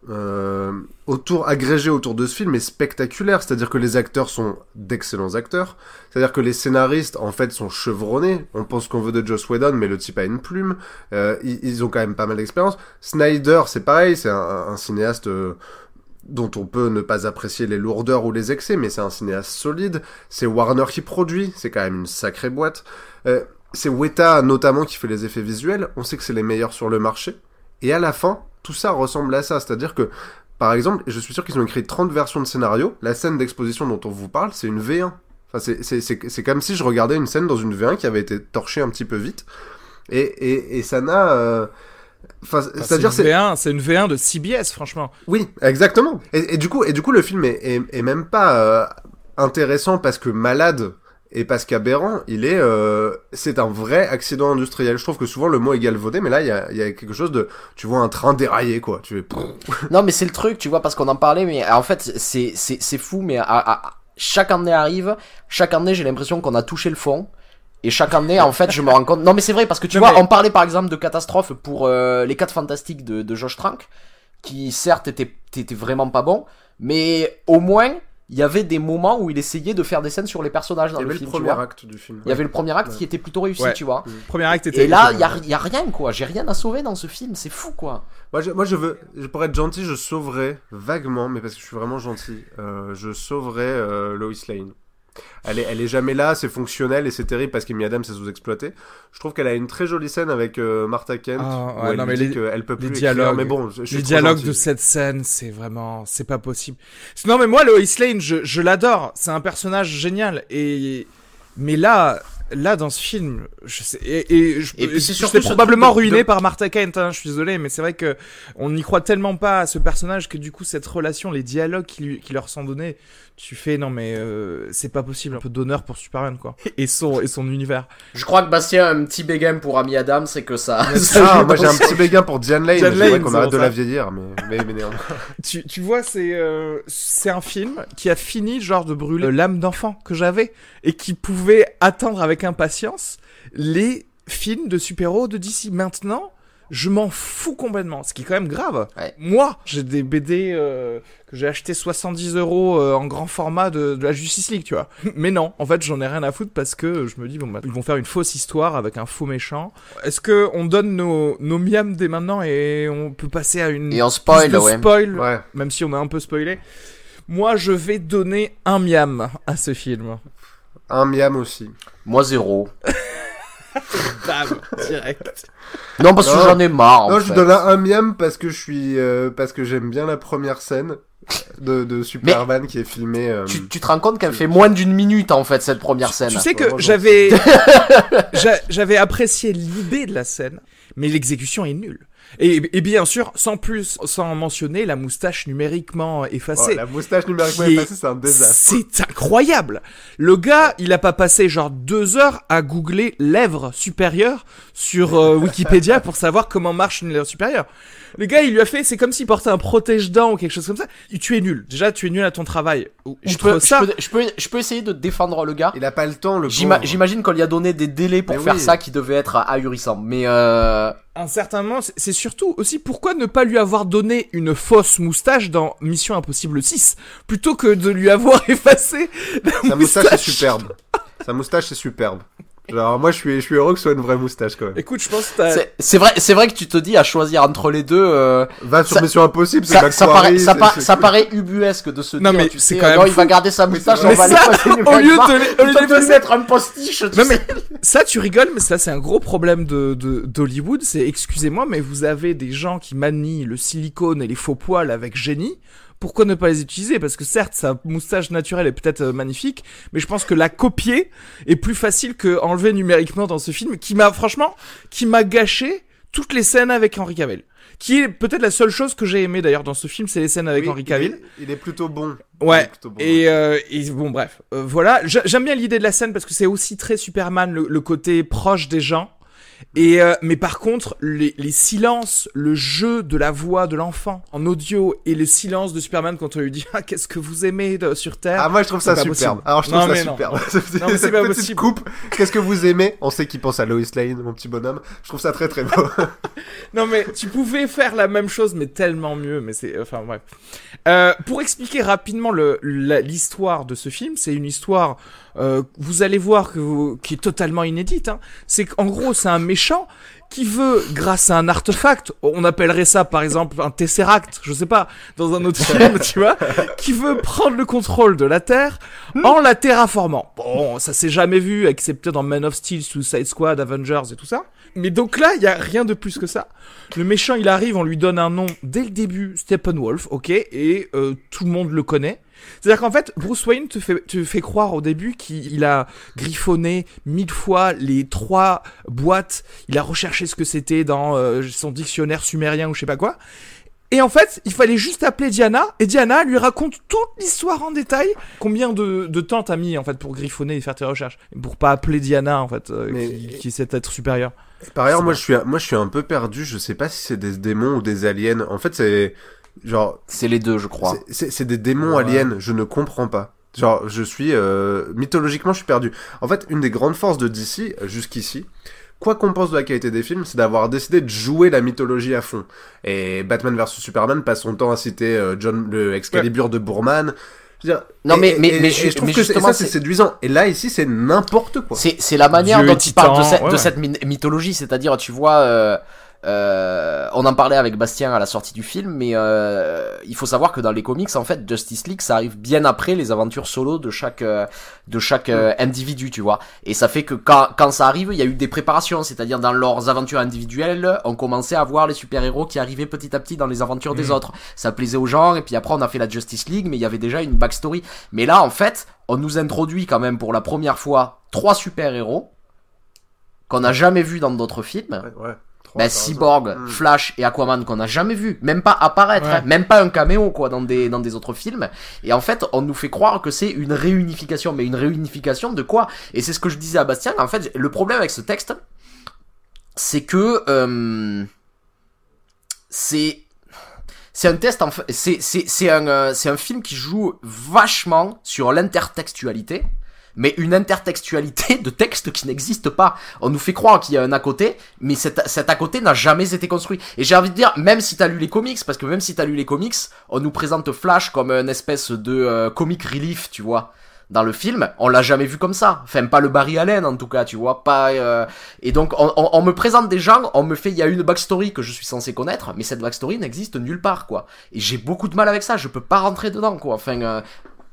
Euh, autour, agrégé autour de ce film est spectaculaire, c'est-à-dire que les acteurs sont d'excellents acteurs, c'est-à-dire que les scénaristes en fait sont chevronnés, on pense qu'on veut de Joss Whedon mais le type a une plume, euh, ils, ils ont quand même pas mal d'expérience. Snyder c'est pareil, c'est un, un cinéaste euh, dont on peut ne pas apprécier les lourdeurs ou les excès, mais c'est un cinéaste solide, c'est Warner qui produit, c'est quand même une sacrée boîte, euh, c'est Weta notamment qui fait les effets visuels, on sait que c'est les meilleurs sur le marché, et à la fin tout ça ressemble à ça, c'est-à-dire que, par exemple, je suis sûr qu'ils ont écrit trente versions de scénario, la scène d'exposition dont on vous parle, c'est une V un. Enfin, c'est, c'est, c'est, c'est comme si je regardais une scène dans une V un qui avait été torchée un petit peu vite, et, et, et ça n'a... Euh... Enfin, enfin, c'est-à-dire c'est une, V un, c'est une V un de C B S, franchement. Oui, exactement. Et, et, du, coup, et du coup, le film est, est, est même pas euh, intéressant parce que malade... Et parce qu'aberrant, il est, euh, c'est un vrai accident industriel. Je trouve que souvent le mot est galvaudé, mais là il y a, il y a quelque chose de, tu vois un train déraillé quoi. Tu fais. Non mais c'est le truc, tu vois, parce qu'on en parlait, mais en fait c'est c'est c'est fou, mais à, à, chaque année arrive, chaque année j'ai l'impression qu'on a touché le fond. Et chaque année, en fait, je me rends compte. Non mais c'est vrai parce que tu non, vois, mais... on parlait par exemple de catastrophe pour euh, les quatre fantastiques de, de Josh Trank, qui certes étaient étaient vraiment pas bons, mais au moins il y avait des moments où il essayait de faire des scènes sur les personnages dans le film. Il y avait le premier acte du film. Il y avait le premier acte ouais. qui était plutôt réussi, ouais. tu vois. Le premier acte était. Et là, il y a, y a rien, quoi. J'ai rien à sauver dans ce film. C'est fou, quoi. Moi, je, moi, je veux, pour être gentil, je sauverais vaguement, mais parce que je suis vraiment gentil, euh, je sauverais euh, Lois Lane. Elle est, elle est jamais là, c'est fonctionnel et c'est terrible parce qu'Amy Adams est sous-exploitée. Je trouve qu'elle a une très jolie scène avec euh, Martha Kent oh, où ouais, elle non, lui mais dit les, qu'elle peut plus les écrire, dialogues, mais bon, je, je les dialogues de cette scène, c'est vraiment, c'est pas possible. Non mais moi, Lois Lane, je, je l'adore, c'est un personnage génial et mais là. Là, dans ce film, je sais, et, et je, et puis c'est je suis probablement ruiné de... par Martha Kent, hein, je suis désolé, mais c'est vrai que on n'y croit tellement pas à ce personnage que du coup, cette relation, les dialogues qui, lui, qui leur sont donnés, tu fais, non mais euh, c'est pas possible, un peu d'honneur pour Superman, quoi, et son, et son univers. Je crois que Bastien a un petit béguin pour Amy Adams, c'est que ça... Ah, moi j'ai un petit béguin pour Diane Lane, Diane je Lane, qu'on arrête de la vieillir, mais, mais, mais néanmoins. tu, tu vois, c'est, euh, c'est un film qui a fini, genre, de brûler euh, l'âme d'enfant que j'avais, et qui pouvait attendre avec impatience les films de super-héros de D C. Maintenant, je m'en fous complètement, ce qui est quand même grave. Ouais. Moi, j'ai des B D euh, que j'ai acheté soixante-dix euros euh, en grand format de, de la Justice League, tu vois. Mais non, en fait, j'en ai rien à foutre parce que je me dis, bon, bah, ils vont faire une fausse histoire avec un faux méchant. Est-ce que on donne nos, nos miams dès maintenant et on peut passer à une... Et on spoil, ouais. spoil, ouais. Même si on a un peu spoilé. Moi, je vais donner un miam à ce film. Un miam aussi. Moi, zéro. Bam, direct. Non, parce que non, j'en ai marre. Non, en je fait. donne un, un miam parce que je suis, euh, parce que j'aime bien la première scène de, de Superman mais qui est filmé. Euh... Tu, tu te rends compte qu'elle fait moins d'une minute en fait cette première scène. Tu sais que j'avais j'avais apprécié l'idée de la scène, mais l'exécution est nulle. Et, et bien sûr, sans plus, sans mentionner la moustache numériquement effacée. Oh, la moustache numériquement effacée, c'est un désastre. C'est incroyable. Le gars, il a pas passé genre deux heures à googler lèvres supérieures sur euh, Wikipédia pour savoir comment marche une lèvre supérieure. Le gars, il lui a fait, c'est comme s'il portait un protège-dents ou quelque chose comme ça. Tu es nul. Déjà, tu es nul à ton travail. Je peux, ça, je peux, je peux, je peux essayer de défendre le gars. Il a pas le temps, le J'ima- J'imagine qu'on lui a donné des délais pour mais faire oui. ça qui devaient être ahurissants. Mais euh... un certain moment, c'est surtout aussi pourquoi ne pas lui avoir donné une fausse moustache dans Mission Impossible six plutôt que de lui avoir effacé la Sa moustache. moustache est superbe. Sa moustache est superbe. Alors moi je suis je suis heureux que ce soit une vraie moustache quand même. Écoute, je pense que t'as... c'est, c'est vrai c'est vrai que tu te dis à choisir entre les deux euh, va sur ça, Mission Impossible, c'est ça, ça paraît ça, par, ça paraît ubuesque de se non, dire mais tu c'est sais quand même non, il va garder sa moustache, on va ça, aller au lieu de au lieu de mettre un postiche. Non mais ça tu rigoles mais ça c'est un gros problème de de d'Hollywood, c'est excusez-moi mais vous avez des gens qui manient le silicone et les faux poils avec génie. Pourquoi ne pas les utiliser ? Parce que certes, sa moustache naturelle est peut-être euh, magnifique, mais je pense que la copier est plus facile que enlever numériquement dans ce film, qui m'a, franchement, qui m'a gâché toutes les scènes avec Henry Cavill. Qui est peut-être la seule chose que j'ai aimé d'ailleurs dans ce film, c'est les scènes avec oui, Henry Cavill. Il est, il est plutôt bon. Ouais. Plutôt bon, et, euh, et bon, bref, euh, voilà. J'aime bien l'idée de la scène parce que c'est aussi très Superman, le, le côté proche des gens. Et euh, mais par contre, les, les silences, le jeu de la voix de l'enfant en audio et le silence de Superman quand on lui dit ah qu'est-ce que vous aimez de, sur Terre. Ah moi je trouve ça superbe. Alors je trouve non, ça superbe. Non, mais c'est pas petite possible. coupe. Qu'est-ce que vous aimez ? On sait qu'il pense à Lois Lane, mon petit bonhomme. Je trouve ça très très beau. Non mais tu pouvais faire la même chose mais tellement mieux. Mais c'est enfin bref. Euh, pour expliquer rapidement le la, l'histoire de ce film, c'est une histoire. Euh, vous allez voir que vous, qui est totalement inédite. Hein. C'est qu'en gros, c'est un méchant qui veut, grâce à un artefact, on appellerait ça par exemple un Tesseract, je sais pas, dans un autre film, tu vois, qui veut prendre le contrôle de la Terre en la terraformant. Bon, ça s'est jamais vu, excepté dans Man of Steel, Suicide Squad, Avengers et tout ça. Mais donc là, il y a rien de plus que ça. Le méchant, il arrive, on lui donne un nom dès le début, Steppenwolf, ok, et euh, tout le monde le connaît. C'est-à-dire qu'en fait, Bruce Wayne te fait, te fait croire au début qu'il a griffonné mille fois les trois boîtes, il a recherché ce que c'était dans euh, son dictionnaire sumérien ou je sais pas quoi. Et en fait, il fallait juste appeler Diana, et Diana lui raconte toute l'histoire en détail. Combien de, de temps t'as mis, en fait, pour griffonner et faire tes recherches ? Pour pas appeler Diana, en fait, euh, Mais... qui, qui est cet être supérieur. Par ailleurs, moi je, suis, moi je suis un peu perdu, je sais pas si c'est des démons ou des aliens. En fait, c'est... Genre, c'est les deux, je crois. C'est, c'est, c'est des démons ouais. aliens, je ne comprends pas. Genre, je suis euh, mythologiquement, je suis perdu. En fait, une des grandes forces de D C jusqu'ici, quoi qu'on pense de la qualité des films, c'est d'avoir décidé de jouer la mythologie à fond. Et Batman versus Superman passe son temps à citer euh, John le Excalibur ouais. de Boorman. Je veux dire, non et, mais mais et, mais, et je, je trouve mais que justement ça c'est, c'est séduisant. Et là ici c'est n'importe quoi. C'est c'est la manière Dieu dont il parle de cette ouais. de cette mythologie, c'est-à-dire tu vois. Euh... Euh, on en parlait avec Bastien à la sortie du film, mais euh, il faut savoir que dans les comics, en fait, Justice League, ça arrive bien après les aventures solo de chaque euh, de chaque euh, individu, tu vois. Et ça fait que quand quand ça arrive, il y a eu des préparations, c'est-à-dire dans leurs aventures individuelles, on commençait à voir les super-héros qui arrivaient petit à petit dans les aventures mmh. des autres. Ça plaisait aux gens, et puis après on a fait la Justice League, mais il y avait déjà une backstory. Mais là, en fait, on nous introduit quand même pour la première fois trois super-héros qu'on n'a jamais vus dans d'autres films. Ouais, ouais. Ben, Cyborg, mmh. Flash et Aquaman qu'on n'a jamais vu, même pas apparaître, ouais. hein, même pas un caméo quoi dans des dans des autres films. Et en fait, on nous fait croire que c'est une réunification, mais une réunification de quoi ? Et c'est ce que je disais à Bastien. En fait, le problème avec ce texte, c'est que euh, c'est c'est un test. En fait, c'est c'est c'est un euh, c'est un film qui joue vachement sur l'intertextualité. Mais une intertextualité de texte qui n'existe pas. On nous fait croire qu'il y a un à côté, mais cet, cet à côté n'a jamais été construit. Et j'ai envie de dire, même si t'as lu les comics, parce que même si t'as lu les comics, on nous présente Flash comme une espèce de euh, comic relief, tu vois. Dans le film, on l'a jamais vu comme ça. Enfin, pas le Barry Allen, en tout cas, tu vois. Pas. Euh... Et donc, on, on, on me présente des gens, on me fait, il y a une backstory que je suis censé connaître, mais cette backstory n'existe nulle part, quoi. Et j'ai beaucoup de mal avec ça. Je peux pas rentrer dedans, quoi. Enfin. Euh...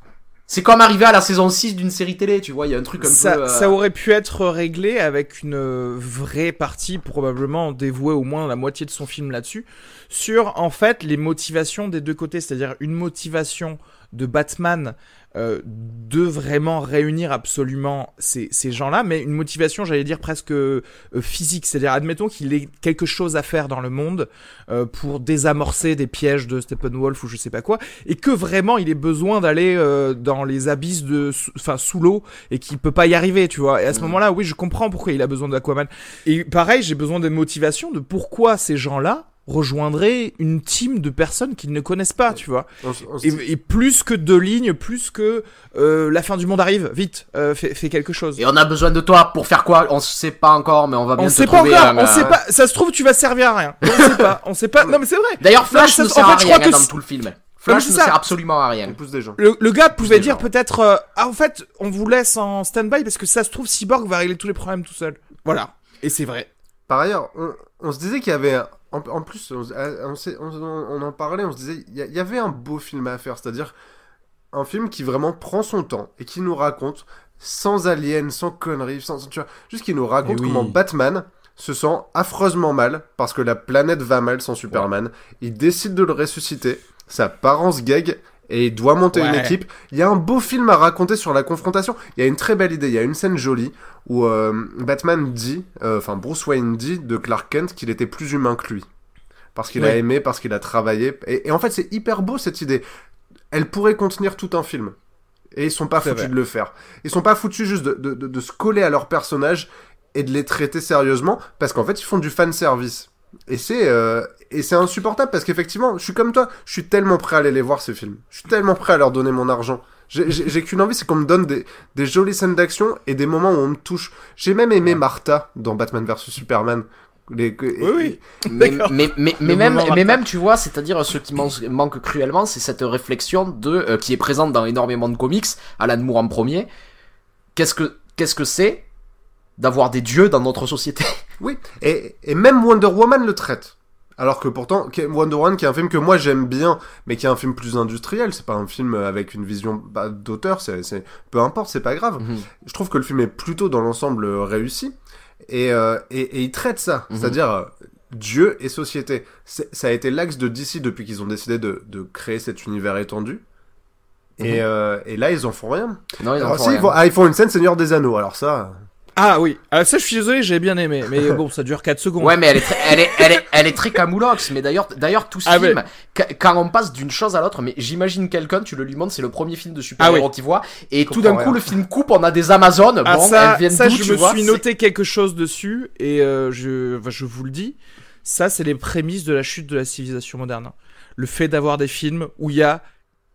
C'est comme arriver à la saison six d'une série télé, tu vois, il y a un truc un ça, peu... Euh... Ça aurait pu être réglé avec une vraie partie, probablement dévouée au moins la moitié de son film là-dessus, sur, en fait, les motivations des deux côtés, c'est-à-dire une motivation de Batman euh, de vraiment réunir absolument ces, ces gens-là, mais une motivation, j'allais dire, presque euh, physique, c'est-à-dire, admettons qu'il ait quelque chose à faire dans le monde euh, pour désamorcer des pièges de Steppenwolf ou je sais pas quoi, et que vraiment il ait besoin d'aller euh, dans les abysses de, enfin, sous l'eau, et qu'il peut pas y arriver, tu vois. Et à ce mmh. moment-là, oui, je comprends pourquoi il a besoin d'Aquaman. Et pareil, j'ai besoin de motivation de pourquoi ces gens-là rejoindrait une team de personnes qu'ils ne connaissent pas, tu vois. On, on et, et plus que deux lignes, plus que euh, la fin du monde arrive, vite, euh, fais, fais quelque chose. Et on a besoin de toi pour faire quoi? On sait pas encore, mais on va bien on te sait trouver. Pas encore, un, on sait pas. Ça se trouve, tu vas servir à rien. On sait pas. On sait pas. Non, mais c'est vrai. D'ailleurs, Flash non, ne ça, sert en à fait, rien que dans c'est... tout le film. Flash ne sert absolument à rien. On pousse des gens. Le, le gars pouvait dire gens. peut-être, euh, ah, en fait, on vous laisse en stand-by parce que ça se trouve, Cyborg va régler tous les problèmes tout seul. Voilà. Et c'est vrai. Par ailleurs, on, on se disait qu'il y avait un... En, en plus, on, on, on, on en parlait, on se disait, il y, y avait un beau film à faire, c'est-à-dire un film qui vraiment prend son temps et qui nous raconte, sans aliens, sans conneries, sans, tu vois, juste qui nous raconte oui. comment Batman se sent affreusement mal parce que la planète va mal sans Superman. Ouais. Il décide de le ressusciter, sa parence gag et il doit monter ouais. une équipe. Il y a un beau film à raconter sur la confrontation. Il y a une très belle idée, il y a une scène jolie où euh, Batman dit, enfin euh, Bruce Wayne dit de Clark Kent qu'il était plus humain que lui. Parce qu'il oui. a aimé, parce qu'il a travaillé. Et, et en fait, c'est hyper beau cette idée. Elle pourrait contenir tout un film. Et ils sont pas c'est foutus vrai. de le faire. Ils sont pas foutus juste de, de, de, de se coller à leurs personnages et de les traiter sérieusement, parce qu'en fait, ils font du fanservice. Et c'est, euh, et c'est insupportable, parce qu'effectivement, je suis comme toi, je suis tellement prêt à aller les voir, ces films. Je suis tellement prêt à leur donner mon argent. J'ai, j'ai, j'ai qu'une envie, c'est qu'on me donne des, des jolies scènes d'action et des moments où on me touche. J'ai même aimé ouais. Martha dans Batman versus Superman. Les... Oui, oui. Mais, mais, mais, mais, même, mais même, tu vois, c'est-à-dire, ce qui man- manque cruellement, c'est cette réflexion de, euh, qui est présente dans énormément de comics, Alan Moore en premier. Qu'est-ce que, qu'est-ce que c'est d'avoir des dieux dans notre société? Oui, et, et même Wonder Woman le traite. Alors que pourtant, Wonder Woman, qui est un film que moi j'aime bien, mais qui est un film plus industriel, c'est pas un film avec une vision bah, d'auteur, c'est, c'est, peu importe, c'est pas grave. Mm-hmm. Je trouve que le film est plutôt dans l'ensemble réussi. Et, euh, et, et ils traitent ça, mmh. c'est-à-dire euh, Dieu et société. C'est, ça a été l'axe de D C depuis qu'ils ont décidé de, de créer cet univers étendu. Mmh. Et, euh, et là, ils en font rien. Non, ils en alors, font si, rien. Ils font, ah, ils font une scène Seigneur des Anneaux, alors ça... Ah oui, alors ça je suis désolé, j'ai bien aimé, mais bon, ça dure quatre secondes. Ouais, mais elle est très, elle est, elle est, elle est très camoulox. Mais d'ailleurs, d'ailleurs, tout ce ah film, ouais. qu- quand on passe d'une chose à l'autre, mais j'imagine quelqu'un, tu le lui montres, c'est le premier film de super-héros ah oui. qu'il voit, et tout d'un coup, rien. le film coupe, on a des Amazones, ah, bon, ça, elles viennent ça, d'où, je tu me vois, suis c'est... noté quelque chose dessus, et euh, je, je vous le dis, ça, c'est les prémices de la chute de la civilisation moderne. Le fait d'avoir des films où il y a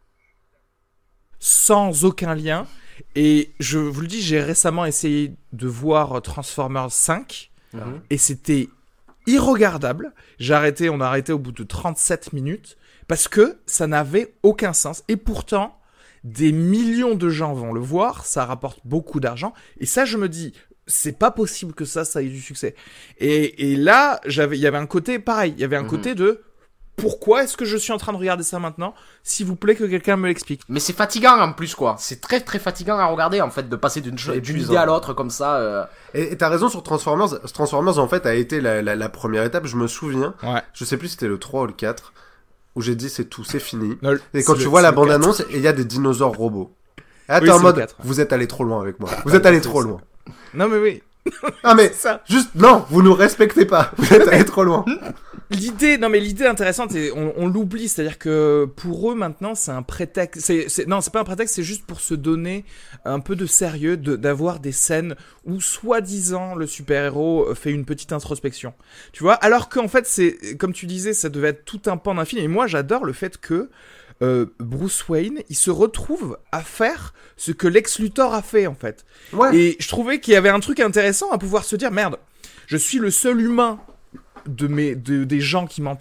sans aucun lien. Et je vous le dis, j'ai récemment essayé de voir Transformers cinq mmh. et c'était irregardable. J'ai arrêté, on a arrêté au bout de trente-sept minutes parce que ça n'avait aucun sens. Et pourtant, des millions de gens vont le voir, ça rapporte beaucoup d'argent. Et ça, je me dis, c'est pas possible que ça, ça ait du succès. Et, et là, j'avais, il y avait un côté pareil. Il y avait un mmh. côté de... Pourquoi est-ce que je suis en train de regarder ça maintenant? S'il vous plaît, que quelqu'un me l'explique. Mais c'est fatigant en plus, quoi. C'est très très fatigant à regarder, en fait, de passer d'une, ch- d'une idée à l'autre comme ça. Euh... Et, et t'as raison sur Transformers. Transformers, en fait, a été la, la, la première étape. Je me souviens. Ouais. Je sais plus si c'était le trois ou le quatre. Où j'ai dit c'est tout, c'est fini. Non, et quand tu le, vois la bande-annonce, et il y a des dinosaures robots. Et là, t'es oui, en mode, quatre, ouais. vous êtes allé trop loin avec moi. Vous êtes allé trop loin. Non, mais oui. Ah, mais ça. Juste, non, vous nous respectez pas. Vous êtes allé trop loin. L'idée, non mais l'idée intéressante, et on, on l'oublie, c'est-à-dire que pour eux maintenant c'est un prétexte, c'est, c'est, non c'est pas un prétexte, c'est juste pour se donner un peu de sérieux, de, d'avoir des scènes où soi-disant le super-héros fait une petite introspection, tu vois, alors qu'en fait c'est, comme tu disais, ça devait être tout un pan d'un film, et moi j'adore le fait que euh, Bruce Wayne, il se retrouve à faire ce que Lex Luthor a fait en fait, ouais. Et je trouvais qu'il y avait un truc intéressant à pouvoir se dire, merde, je suis le seul humain de mes de, des gens qui m'entourent,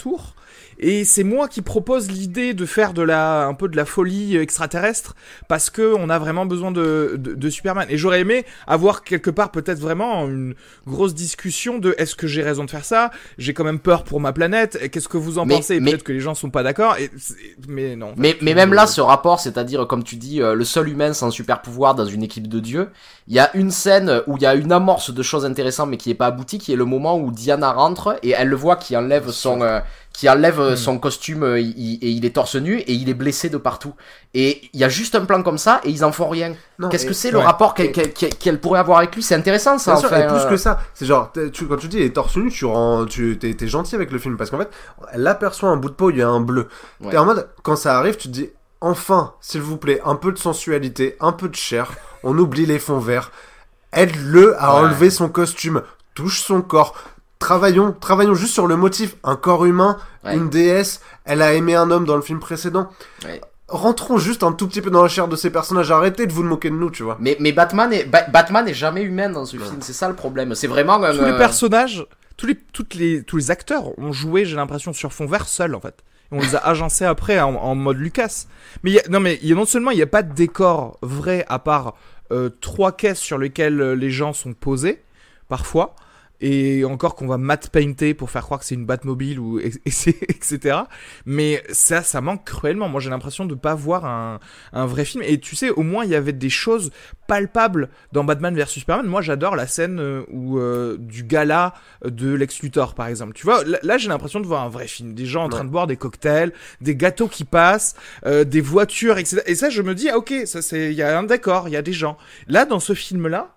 Et c'est moi qui propose l'idée de faire de la, un peu de la folie extraterrestre parce que on a vraiment besoin de, de, de Superman. Et j'aurais aimé avoir quelque part peut-être vraiment une grosse discussion de est-ce que j'ai raison de faire ça? J'ai quand même peur pour ma planète. Et qu'est-ce que vous en mais, pensez? mais... Peut-être que les gens sont pas d'accord. Et mais non. Mais, mais même là, ce rapport, c'est-à-dire, comme tu dis, euh, le seul humain sans super pouvoir dans une équipe de dieux, il y a une scène où il y a une amorce de choses intéressantes mais qui est pas aboutie, qui est le moment où Diana rentre et elle le voit qui enlève son... Euh, qui enlève mmh. son costume euh, il, et il est torse nu et il est blessé de partout. Et il y a juste un plan comme ça et ils en font rien. Non, Qu'est-ce et, que c'est ouais. le rapport qu'elle, qu'elle, qu'elle pourrait avoir avec lui? C'est intéressant ça. Bien enfin, sûr, et plus euh... que ça, c'est genre tu, quand tu dis il est torse nu, tu rends, tu t'es, t'es gentil avec le film parce qu'en fait, elle aperçoit un bout de peau, il y a un bleu. Ouais. T'es en mode quand ça arrive, tu te dis enfin, s'il vous plaît, un peu de sensualité, un peu de chair. On oublie les fonds verts. Aide-le à ouais. enlever son costume, touche son corps. Travaillons, travaillons juste sur le motif. Un corps humain, ouais. une déesse, elle a aimé un homme dans le film précédent. Ouais. Rentrons juste un tout petit peu dans la chair de ces personnages. Arrêtez de vous moquer de nous, tu vois. Mais, mais Batman est, ba- Batman est jamais humain dans ce ouais. film. C'est ça le problème. C'est vraiment un, tous les personnages, tous les, toutes les, tous les acteurs ont joué, j'ai l'impression, sur fond vert seuls, en fait. Et on les a agencés après en, en mode Lucas. Mais il y a, non, mais il y a non seulement il y a pas de décor vrai à part euh, trois caisses sur lesquelles les gens sont posés parfois. Et encore qu'on va matte painter pour faire croire que c'est une Batmobile ou et, et etc. Mais ça, ça manque cruellement. Moi, j'ai l'impression de pas voir un, un vrai film. Et tu sais, au moins, il y avait des choses palpables dans Batman versus Superman. Moi, j'adore la scène où euh, du gala de Lex Luthor, par exemple. Tu vois, là, là j'ai l'impression de voir un vrai film. Des gens en ouais. train de boire des cocktails, des gâteaux qui passent, euh, des voitures, et cetera. Et ça, je me dis, ah, ok, ça, c'est, il y a un décor, il y a des gens. Là, dans ce film-là,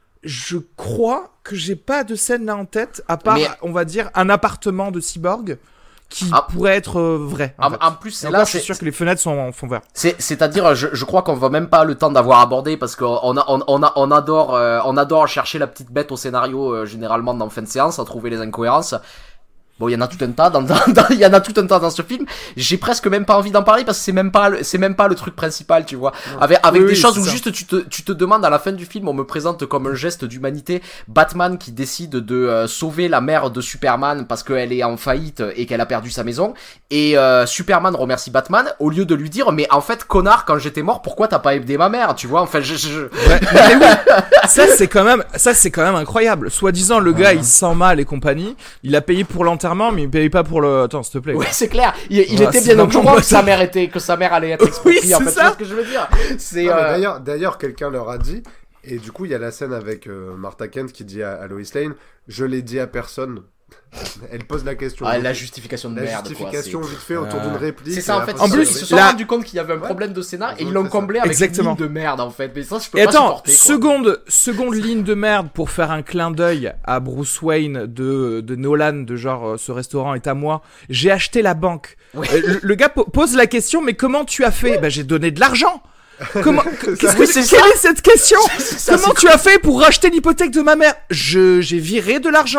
je crois que j'ai pas de scène là en tête, à part, mais... on va dire, un appartement de Cyborg qui ah. pourrait être euh, vrai. En, en, en plus, c'est là, là, je suis c'est... sûr que les fenêtres sont en fond vert. C'est, c'est-à-dire, je, je crois qu'on va même pas le temps d'avoir abordé parce qu'on a, on, on a, on adore, euh, on adore chercher la petite bête au scénario euh, généralement dans fin de séance, à trouver les incohérences. Bon, il y en a tout un tas dans, dans, dans il y en a tout un tas dans ce film. J'ai presque même pas envie d'en parler parce que c'est même pas, le, c'est même pas le truc principal, tu vois. Non. Avec, avec oui, des oui, choses où ça. juste tu te, tu te demandes à la fin du film, on me présente comme un geste d'humanité Batman qui décide de euh, sauver la mère de Superman parce qu'elle est en faillite et qu'elle a perdu sa maison. Et euh, Superman remercie Batman au lieu de lui dire, mais en fait, connard, quand j'étais mort, pourquoi t'as pas aidé ma mère, tu vois? Enfin, je, je... Ouais, mais oui. Ça, c'est quand même, ça, c'est quand même incroyable. Soi-disant, le gars, il se sent mal et compagnie. Il a payé pour l'enterrement, mais il paye pas pour le. Attends, s'il te plaît. Ouais, c'est clair. Il, il ouais, était bien au courant que sa mère était, que sa mère allait être expropriée. Oui, en fait, c'est ça. Ce que je veux dire. C'est. Non, euh... d'ailleurs, d'ailleurs, quelqu'un leur a dit. Et du coup, il y a la scène avec euh, Martha Kent qui dit à, à Lois Lane, je l'ai dit à personne. Elle pose la question. Ah, la justification de la merde. La justification quoi, vite fait autour euh... d'une réplique. C'est ça en fait. En plus, ils se sont rendus compte qu'il y avait un problème de scénar et ils l'ont comblé avec Exactement. une ligne de merde en fait. Mais ça, je peux et pas attends, supporter. Seconde, seconde ligne de merde pour faire un clin d'œil à Bruce Wayne de de Nolan, de genre euh, ce restaurant est à moi. J'ai acheté la banque. Oui. Euh, le, le gars po- pose la question, mais comment tu as fait? Bah j'ai donné de l'argent. Comment qu'est-ce que c'est Quelle est cette question? C'est ça, comment tu cool. as fait pour racheter l'hypothèque de ma mère? Je j'ai viré de l'argent.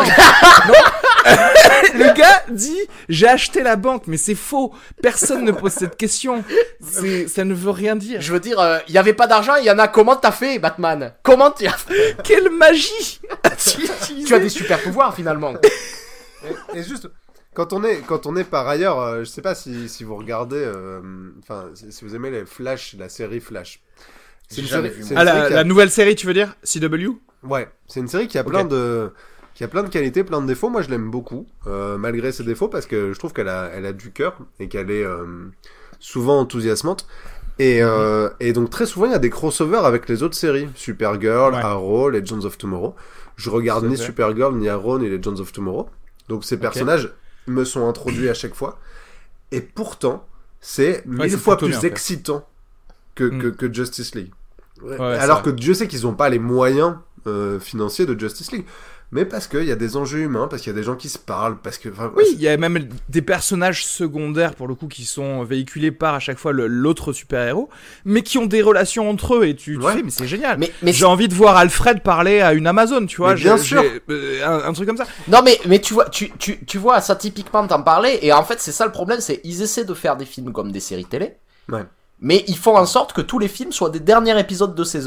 Le gars dit j'ai acheté la banque, mais c'est faux. Personne ne pose cette question. C'est, ça ne veut rien dire. Je veux dire, il euh, y avait pas d'argent, il y en a. Comment t'as fait, Batman? Comment tu as fait? Quelle magie tu, tu as des super pouvoirs finalement. et, et juste. Quand on est, quand on est par ailleurs, euh, je sais pas si, si vous regardez, enfin, euh, si vous aimez les Flash, la série Flash. C'est une série, c'est une ah, série la, a... la nouvelle série, tu veux dire C W? Ouais, c'est une série qui a plein okay. de, qui a plein de qualités, plein de défauts. Moi, je l'aime beaucoup, euh, malgré ses défauts, parce que je trouve qu'elle a, elle a du cœur et qu'elle est euh, souvent enthousiasmante. Et, euh, et donc très souvent, il y a des crossovers avec les autres séries, Supergirl, ouais. Arrow, Legends of Tomorrow. Je regarde c'est ni vrai. Supergirl, ni Arrow, ni Legends of Tomorrow. Donc ces personnages okay. me sont introduits à chaque fois. Et pourtant, c'est mille ouais, c'est fois plus bien, excitant que, mm. que, que Justice League. Ouais, ouais, alors que Dieu sait qu'ils n'ont pas les moyens euh, financiers de Justice League. Mais parce qu'il y a des enjeux humains, parce qu'il y a des gens qui se parlent, parce que... Oui, il y a même des personnages secondaires, pour le coup, qui sont véhiculés par, à chaque fois, le, l'autre super-héros, mais qui ont des relations entre eux, et tu, tu ouais. sais, mais c'est génial. Mais, mais J'ai c'est... envie de voir Alfred parler à une Amazon, tu vois. Mais bien j'ai, sûr. J'ai, euh, un, un truc comme ça. Non, mais, mais tu vois, tu, tu, tu vois, ça, typiquement, t'en parlais, et en fait, c'est ça le problème, c'est ils essaient de faire des films comme des séries télé, ouais. mais ils font en sorte que tous les films soient des derniers épisodes de saison.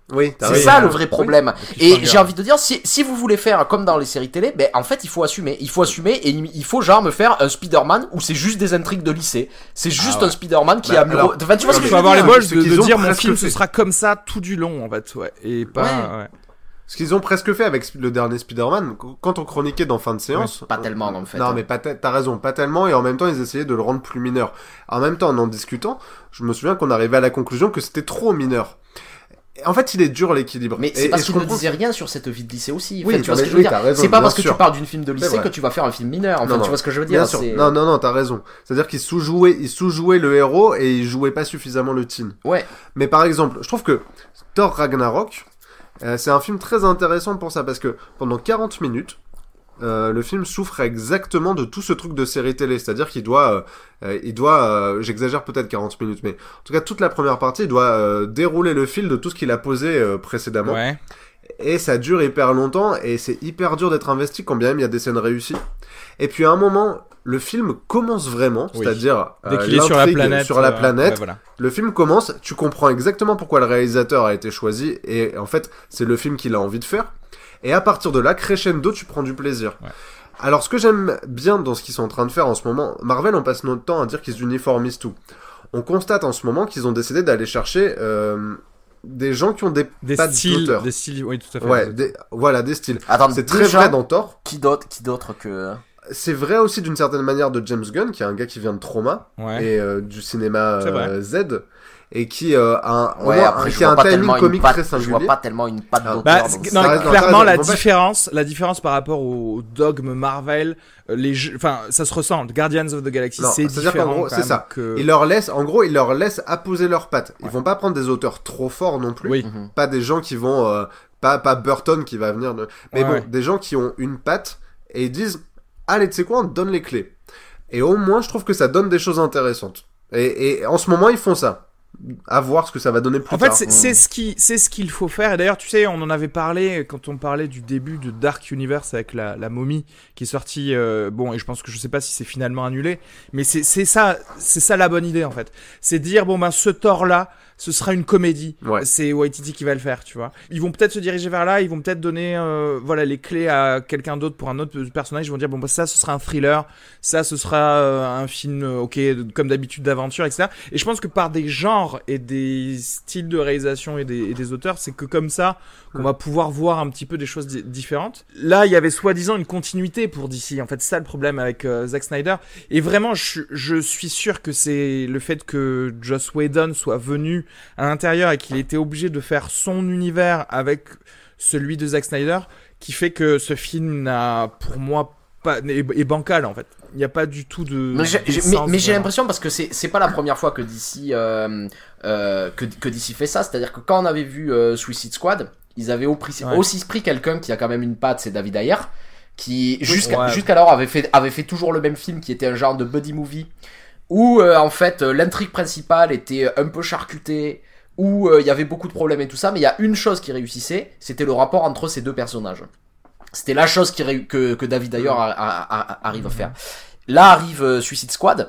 Oui, t'as C'est raison. ça le vrai problème. Oui. Et Cliffhanger. j'ai envie de dire, si, si vous voulez faire comme dans les séries télé, ben en fait il faut assumer. Il faut assumer et il il faut genre me faire un Spider-Man où c'est juste des intrigues de lycée. C'est juste ouais. un Spider-Man qui Bah, a... alors, Enfin, tu vois ce que Il je faut veux avoir les dire balles Ce de, qu'ils de ont dire mon presque film fait. ce sera comme ça tout du long en fait, ouais. Et pas. Ouais. Ouais. Ce qu'ils ont presque fait avec le dernier Spider-Man, quand on chroniquait dans fin de séance. Pas tellement, en fait. Non, mais pas te- t'as raison, pas tellement, et en même temps, ils essayaient de le rendre plus mineur. En même temps, en en discutant, je me souviens qu'on arrivait à la conclusion que c'était trop mineur. Et en fait, il est dur l'équilibre. Mais Et- c'est et parce je qu'il ne comprends- disait rien sur cette vie de lycée aussi. Oui, Enfin, tu vois mais ce que je veux oui, dire. t'as raison, C'est pas bien parce que sûr. tu parles d'une film de lycée vrai. que tu vas faire un film mineur. Enfin, Non, tu non. vois ce que je veux dire. Bien sûr. c'est- Non, non, non, t'as raison. C'est-à-dire qu'il sous-jouait, il sous-jouait le héros et il jouait pas suffisamment le teen. Ouais. Mais par exemple, je trouve que Thor Ragnarok, euh, c'est un film très intéressant pour ça parce que pendant quarante minutes, euh, le film souffre exactement de tout ce truc de série télé, c'est-à-dire qu'il doit, euh, euh, il doit, euh, j'exagère peut-être quarante minutes, mais en tout cas toute la première partie, il doit euh, dérouler le fil de tout ce qu'il a posé euh, précédemment. Ouais. Et ça dure hyper longtemps et c'est hyper dur d'être investi quand bien même il y a des scènes réussies. Et puis à un moment, le film commence vraiment, Oui. c'est-à-dire Dès euh, qu'il est sur la l'intrigue planète. sur la euh, planète, ouais, voilà. le film commence, tu comprends exactement pourquoi le réalisateur a été choisi et en fait, c'est le film qu'il a envie de faire. Et à partir de là, crescendo, tu prends du plaisir. Ouais. Alors ce que j'aime bien dans ce qu'ils sont en train de faire en ce moment, Marvel on passe notre temps à dire qu'ils uniformisent tout. On constate en ce moment qu'ils ont décidé d'aller chercher euh, des gens qui ont des, Des pattes styles, d'auteur. des styles, oui, tout à fait. Ouais, des- voilà, des styles. Attends, C'est très déjà, vrai dans Thor. Qui d'autre, qui d'autre que. C'est vrai aussi d'une certaine manière de James Gunn, qui est un gars qui vient de Trauma Ouais. et euh, du cinéma C'est euh, Z, et qui euh, a un, au Ouais, moins, après, qui je a vois un pas timing tellement une comique patte, très je vois singulier. pas tellement une patte Ah. d'auteur. Bah, dans c'est- le non, t'as cinéma. raison, t'as clairement, raison, la ils vont pas- différence, la différence par rapport au dogme Marvel, euh, les jeux, enfin, ça se ressent. Guardians of the Galaxy, Non, c'est c'est-à-dire différent. qu'en gros, quand c'est même ça. Que... Il leur laisse, en gros, il leur laisse apposer leurs pattes. Ils vont pas prendre des auteurs trop forts non plus. Oui. Mhm. Pas des gens qui vont, euh, pas, pas Burton qui va venir de, mais Ouais, bon, ouais. des gens qui ont une patte et ils disent, allez, tu sais quoi, on te donne les clés. Et au moins, je trouve que ça donne des choses intéressantes. Et, et en ce moment, ils font ça. À voir ce que ça va donner plus En fait, tard. c'est c'est ce qui, c'est ce qu'il faut faire. Et d'ailleurs, tu sais, on en avait parlé quand on parlait du début de Dark Universe avec la, la momie qui est sortie. Euh, bon, et je pense que je sais pas si c'est finalement annulé, mais c'est c'est ça, c'est ça la bonne idée en fait. C'est dire bon ben ce Thor là, ce sera une comédie. Ouais. C'est Waititi qui va le faire, tu vois. Ils vont peut-être se diriger vers là, ils vont peut-être donner euh, voilà les clés à quelqu'un d'autre pour un autre personnage. Ils vont dire bon bah ça ce sera un thriller, ça ce sera euh, un film euh, ok comme d'habitude d'aventure, et cetera. Et je pense que par des genres et des styles de réalisation et des, et des auteurs, c'est que comme ça qu'on va pouvoir voir un petit peu des choses di- différentes. Là, il y avait soi-disant une continuité pour D C. En fait, c'est ça le problème avec euh, Zack Snyder. Et vraiment, je, je suis sûr que c'est le fait que Joss Whedon soit venu à l'intérieur et qu'il était obligé de faire son univers avec celui de Zack Snyder qui fait que ce film n'a, pour moi, pas, est, est bancal en fait. Il n'y a pas du tout de. Mais j'ai, j'ai- mais, d'essence, mais j'ai vraiment. l'impression parce que c'est c'est pas la première fois que D C euh, euh, que, que D C fait ça, c'est-à-dire que quand on avait vu euh, Suicide Squad, ils avaient au pris- Ouais. aussi pris quelqu'un qui a quand même une patte, c'est David Ayer, qui jusqu'à ouais. jusqu'alors avait fait avait fait toujours le même film qui était un genre de buddy movie où euh, en fait euh, l'intrigue principale était un peu charcutée, où euh, il y avait beaucoup de problèmes et tout ça, mais il y a une chose qui réussissait, c'était le rapport entre ces deux personnages. C'était la chose qui ré- que, que David Ayer a- a- a- arrive à faire. Là arrive euh, Suicide Squad,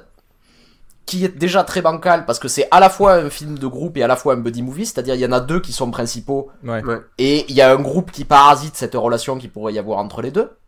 qui est déjà très bancal parce que c'est à la fois un film de groupe et à la fois un buddy movie, c'est-à-dire il y en a deux qui sont principaux Ouais. Ouais. et il y a un groupe qui parasite cette relation qu'il pourrait y avoir entre les deux.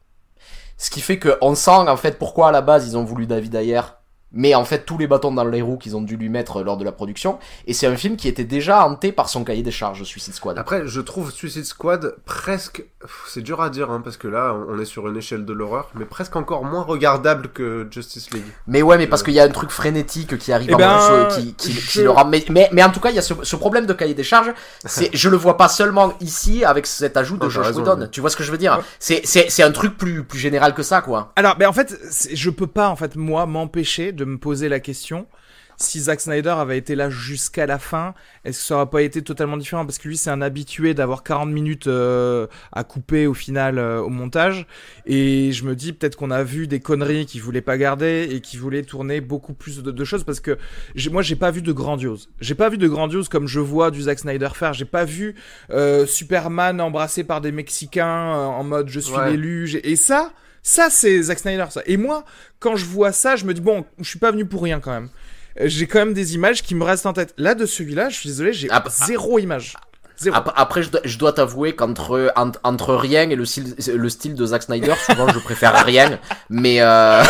Ce qui fait qu'on sent en fait pourquoi à la base ils ont voulu David Ayer, mais en fait tous les bâtons dans les roues qu'ils ont dû lui mettre lors de la production. Et c'est un film qui était déjà hanté par son cahier des charges, Suicide Squad. Après, je trouve Suicide Squad presque, pff, c'est dur à dire, hein, parce que là, on est sur une échelle de l'horreur, mais presque encore moins regardable que Justice League. Mais ouais, mais parce qu'il y a un truc frénétique qui arrive Eh en ben, plus, qui, qui, je- qui le rend. Mais, mais, mais en tout cas, il y a ce, ce problème de cahier des charges. C'est, je le vois pas seulement ici avec cet ajout de Non, t'as Josh raison, Whedon. mais- Tu vois ce que je veux dire? Ouais. C'est, c'est, c'est un truc plus, plus général que ça, quoi. Alors, ben en fait, c'est- je peux pas en fait moi m'empêcher de me poser la question si Zack Snyder avait été là jusqu'à la fin, est-ce que ça aurait pas été totalement différent parce que lui c'est un habitué d'avoir quarante minutes euh, à couper au final euh, au montage et je me dis peut-être qu'on a vu des conneries qu'il voulait pas garder et qu'il voulait tourner beaucoup plus de, de choses parce que j'ai, moi j'ai pas vu de grandiose. J'ai pas vu de grandiose comme je vois du Zack Snyder faire. J'ai pas vu euh, Superman embrassé par des Mexicains euh, en mode je suis Ouais. l'élu j'ai- et ça Ça, c'est Zack Snyder, ça. Et moi, quand je vois ça, je me dis, bon, je suis pas venu pour rien, quand même. Euh, J'ai quand même des images qui me restent en tête. Là, de celui-là, je suis désolé, j'ai Ah bah, zéro image. Zéro. Après, après je, dois, je dois t'avouer qu'entre entre, entre rien et le style, le style de Zack Snyder, souvent je préfère rien. Mais euh...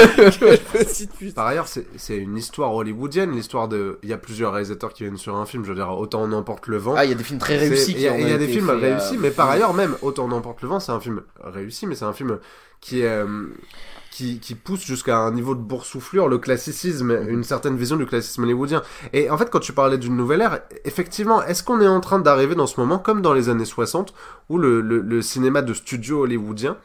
par ailleurs, c'est, c'est une histoire hollywoodienne, l'histoire de. Il y a plusieurs réalisateurs qui viennent sur un film. Je veux dire, Autant on emporte le vent. Ah, il y a des films très réussis. Il y a, y a des films fait, réussis, euh... mais par ailleurs même Autant on emporte le vent, c'est un film réussi, mais c'est un film qui est. Euh... Qui, qui pousse jusqu'à un niveau de boursouflure le classicisme, mmh. une certaine vision du classicisme hollywoodien. Et en fait, quand tu parlais d'une nouvelle ère, effectivement, est-ce qu'on est en train d'arriver dans ce moment, comme dans les années soixante, où le, le, le cinéma de studio hollywoodien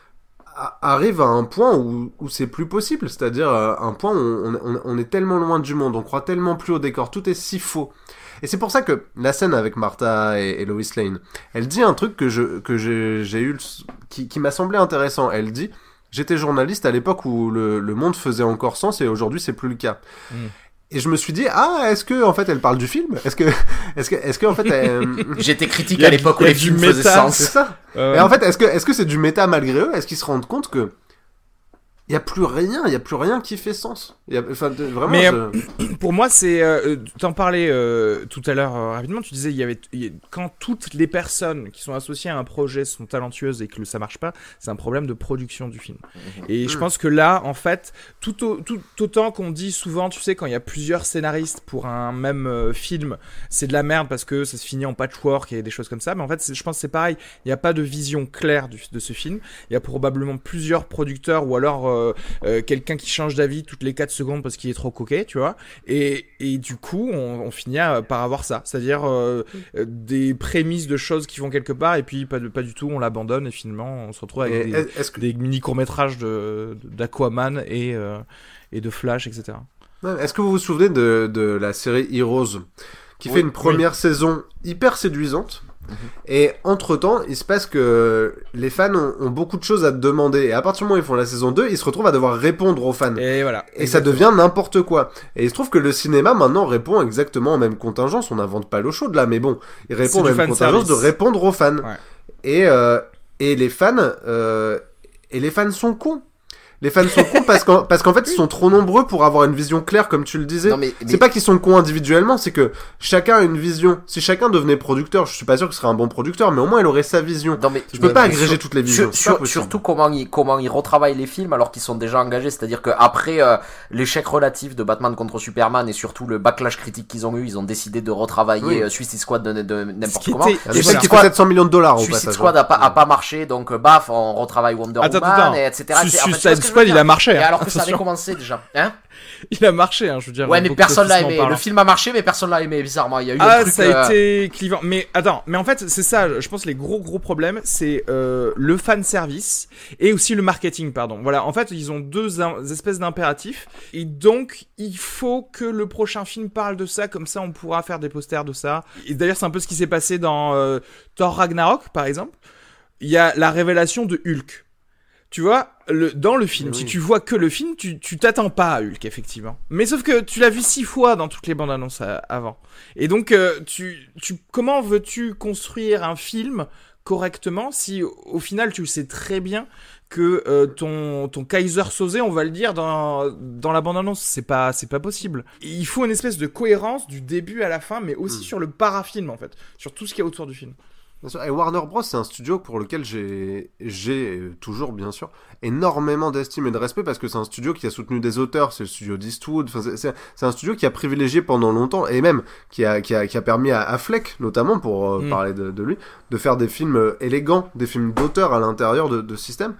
a, arrive à un point où, où c'est plus possible, c'est-à-dire à un point où on, on, on est tellement loin du monde, on croit tellement plus au décor, tout est si faux. Et c'est pour ça que la scène avec Martha et, et Lois Lane, elle dit un truc que, je, que j'ai, j'ai eu, qui, qui m'a semblé intéressant. Elle dit... J'étais journaliste à l'époque où le, le monde faisait encore sens et aujourd'hui c'est plus le cas. Mm. Et je me suis dit, ah, est-ce que en fait elle parle du film ? Est-ce que, est-ce que, est-ce que en fait elle... J'étais critique à l'époque où les films faisaient sens. C'est ça. Euh... Et en fait, est-ce que, est-ce que c'est du méta malgré eux ? Est-ce qu'ils se rendent compte que il y a plus rien, il y a plus rien qui fait sens. Il y a, enfin, de, vraiment. Mais je... pour moi, c'est. Euh, t'en parlais euh, tout à l'heure euh, rapidement. Tu disais, il y avait il y a, quand toutes les personnes qui sont associées à un projet sont talentueuses et que ça marche pas, c'est un problème de production du film. Mmh. Et mmh. je pense que là, en fait, tout, au, tout autant qu'on dit souvent, tu sais, quand il y a plusieurs scénaristes pour un même euh, film, c'est de la merde parce que ça se finit en patchwork et des choses comme ça. Mais en fait, c'est, je pense que c'est pareil. Il n'y a pas de vision claire du, de ce film. Il y a probablement plusieurs producteurs ou alors euh, Euh, quelqu'un qui change d'avis toutes les quatre secondes parce qu'il est trop coquet, tu vois, et, et du coup on, on finit à, par avoir ça, c'est-à-dire euh, euh, des prémices de choses qui vont quelque part et puis pas, de, pas du tout, on l'abandonne et finalement on se retrouve avec et, des, que... des mini courts-métrages de, de, d'Aquaman et, euh, et de Flash, et cetera. Est-ce que vous vous souvenez de, de la série Heroes qui oui, fait une première oui. saison hyper séduisante? Et entre-temps, il se passe que les fans ont, ont beaucoup de choses à te demander. Et à partir du moment où ils font la saison deux, ils se retrouvent à devoir répondre aux fans. Et voilà. Et exactement. Ça devient n'importe quoi. Et il se trouve que le cinéma, maintenant, répond exactement aux mêmes contingences. On n'invente pas l'eau chaude, là, mais bon. Il répond aux mêmes contingences de répondre aux fans. Ouais. Et, euh, et les fans... Euh, et les fans sont cons. Les fans sont cons parce qu'en, parce qu'en fait, ils sont trop nombreux pour avoir une vision claire, comme tu le disais. Non, mais, mais... C'est pas qu'ils sont cons individuellement, c'est que chacun a une vision. Si chacun devenait producteur, je suis pas sûr que ce serait un bon producteur, mais au moins il aurait sa vision. Non, mais, je peux mais, pas mais agréger sur, toutes les visions. Sur, surtout comment ils, comment ils retravaillent les films alors qu'ils sont déjà engagés. C'est-à-dire qu'après euh, l'échec relatif de Batman contre Superman et surtout le backlash critique qu'ils ont eu, ils ont décidé de retravailler oui. euh, Suicide Squad de, de, de n'importe comment. Était... Suicide Squad, sept cents millions de dollars. Suicide Squad a pas, a pas marché, donc baf, on retravaille Wonder attends, Woman, attends. Et et cetera. Suicide Squad, il a marché. Et alors que ça avait commencé déjà, hein? Il a marché, hein, je veux dire. Ouais, mais personne l'a aimé. Parlant. Le film a marché, mais personne l'a aimé, bizarrement. Il y a eu ah, un truc. ça a euh... été clivant. Mais attends, mais en fait, c'est ça. Je pense les gros gros problèmes, c'est euh, le fan service et aussi le marketing, pardon. Voilà, en fait, ils ont deux in- espèces d'impératifs et donc il faut que le prochain film parle de ça, comme ça on pourra faire des posters de ça. Et d'ailleurs, c'est un peu ce qui s'est passé dans euh, Thor Ragnarok, par exemple. Il y a la révélation de Hulk. Tu vois, le, dans le film, oui. si tu vois que le film, tu, tu t'attends pas à Hulk, effectivement. Mais sauf que tu l'as vu six fois dans toutes les bandes annonces à, avant. Et donc, euh, tu, tu, comment veux-tu construire un film correctement si, au, au final, tu sais très bien que euh, ton, ton Kaiser Soze, on va le dire, dans, dans la bande annonce, c'est pas, c'est pas possible. Il faut une espèce de cohérence du début à la fin, mais aussi mmh. sur le parafilm, en fait. Sur tout ce qu'il y a autour du film. Bien sûr. Et Warner Bros, c'est un studio pour lequel j'ai, j'ai toujours, bien sûr, énormément d'estime et de respect parce que c'est un studio qui a soutenu des auteurs, c'est le studio d'Eastwood, enfin, c'est, c'est, c'est un studio qui a privilégié pendant longtemps et même qui a, qui a, qui a permis à Affleck, notamment pour euh, mmh. parler de, de lui, de faire des films élégants, des films d'auteur à l'intérieur de, de système.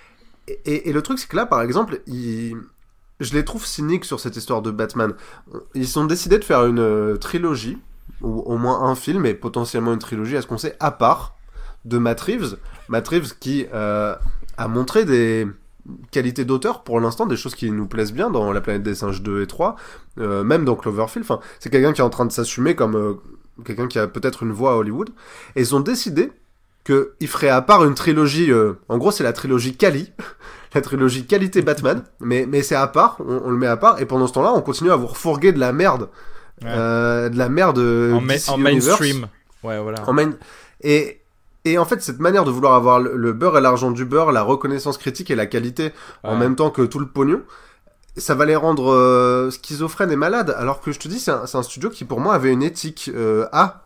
Et, et, et le truc, c'est que là, par exemple, il... je les trouve cyniques sur cette histoire de Batman. Ils ont décidé de faire une euh, trilogie, ou au moins un film et potentiellement une trilogie à ce qu'on sait à part de Matt Reeves Matt Reeves qui euh, a montré des qualités d'auteur pour l'instant, des choses qui nous plaisent bien dans La Planète des Singes deux et trois, euh, même dans Cloverfield. Enfin, c'est quelqu'un qui est en train de s'assumer comme euh, quelqu'un qui a peut-être une voix à Hollywood, et ils ont décidé qu'il ferait à part une trilogie, euh, en gros c'est la trilogie Cali la trilogie qualité Batman, mais, mais c'est à part, on, on le met à part, et pendant ce temps-là on continue à vous refourguer de la merde. Ouais. Euh, de la merde en, ma- en mainstream, ouais, voilà. En main... et et en fait cette manière de vouloir avoir le, le beurre et l'argent du beurre, la reconnaissance critique et la qualité ouais. en même temps que tout le pognon, ça va les rendre euh, schizophrènes et malades. Alors que je te dis, c'est un, c'est un studio qui pour moi avait une éthique euh, A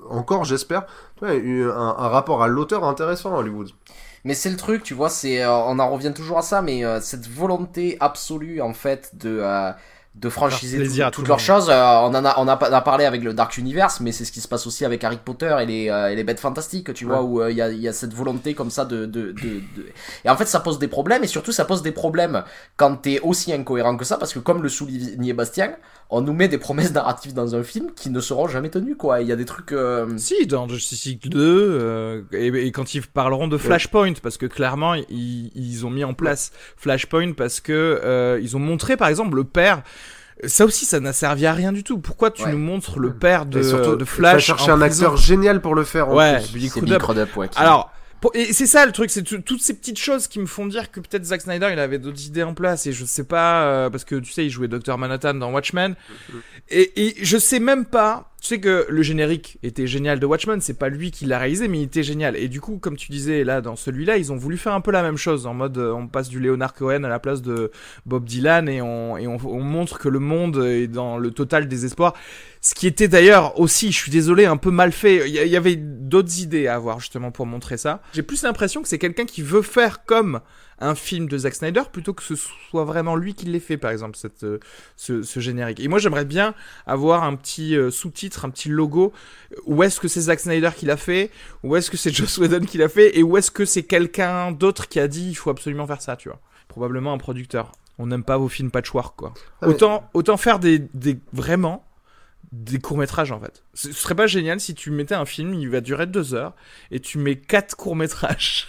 encore, j'espère, ouais, un, un rapport à l'auteur intéressant à Hollywood. Mais c'est le truc, tu vois, c'est, euh, on en revient toujours à ça, mais euh, cette volonté absolue, en fait, de... Euh, de franchiser tout, toutes leurs choses. Euh, on en a, on a, on a parlé avec le Dark Universe, mais c'est ce qui se passe aussi avec Harry Potter et les, euh, et les Bêtes Fantastiques, tu vois, ouais. où il euh, y a, il y a cette volonté comme ça de, de, de, de, et en fait, ça pose des problèmes, et surtout, ça pose des problèmes quand t'es aussi incohérent que ça, parce que comme le soulignait Bastien, on nous met des promesses narratives dans un film qui ne seront jamais tenues, quoi. Il y a des trucs, euh... Si, dans Justice League deux, euh, et, et quand ils parleront de Flashpoint, parce que clairement, ils, ils ont mis en place Flashpoint parce que, euh, ils ont montré, par exemple, le père. Ça aussi, ça n'a servi à rien du tout. Pourquoi tu ouais. nous montres le père de, surtout, de Flash? Tu vas chercher un prison. Acteur génial pour le faire. En ouais, plus. Billy Billy Crudup, ouais. Qui... Alors, pour, et c'est ça le truc, c'est t- toutes ces petites choses qui me font dire que peut-être Zack Snyder, il avait d'autres idées en place, et je sais pas, euh, parce que tu sais, il jouait docteur Manhattan dans Watchmen, mm-hmm. et, et je sais même pas. Tu sais que le générique était génial de Watchmen, c'est pas lui qui l'a réalisé, mais il était génial. Et du coup, comme tu disais, là, dans celui-là, ils ont voulu faire un peu la même chose, en mode, euh, on passe du Leonard Cohen à la place de Bob Dylan, et on, et on, on montre que le monde est dans le total désespoir. Ce qui était d'ailleurs aussi, je suis désolé, un peu mal fait. Il y, y avait d'autres idées à avoir, justement, pour montrer ça. J'ai plus l'impression que c'est quelqu'un qui veut faire comme un film de Zack Snyder plutôt que ce soit vraiment lui qui l'ait fait, par exemple, cette, euh, ce, ce générique. Et moi, j'aimerais bien avoir un petit euh, sous-titre, un petit logo. Où est-ce que c'est Zack Snyder qui l'a fait? Où est-ce que c'est Joss Whedon qui l'a fait? Et où est-ce que c'est quelqu'un d'autre qui a dit il faut absolument faire ça, tu vois? Probablement un producteur. On n'aime pas vos films patchwork, quoi. Ah, autant, mais... autant faire des, des vraiment des courts-métrages, en fait. Ce serait pas génial si tu mettais un film, il va durer deux heures, et tu mets quatre courts-métrages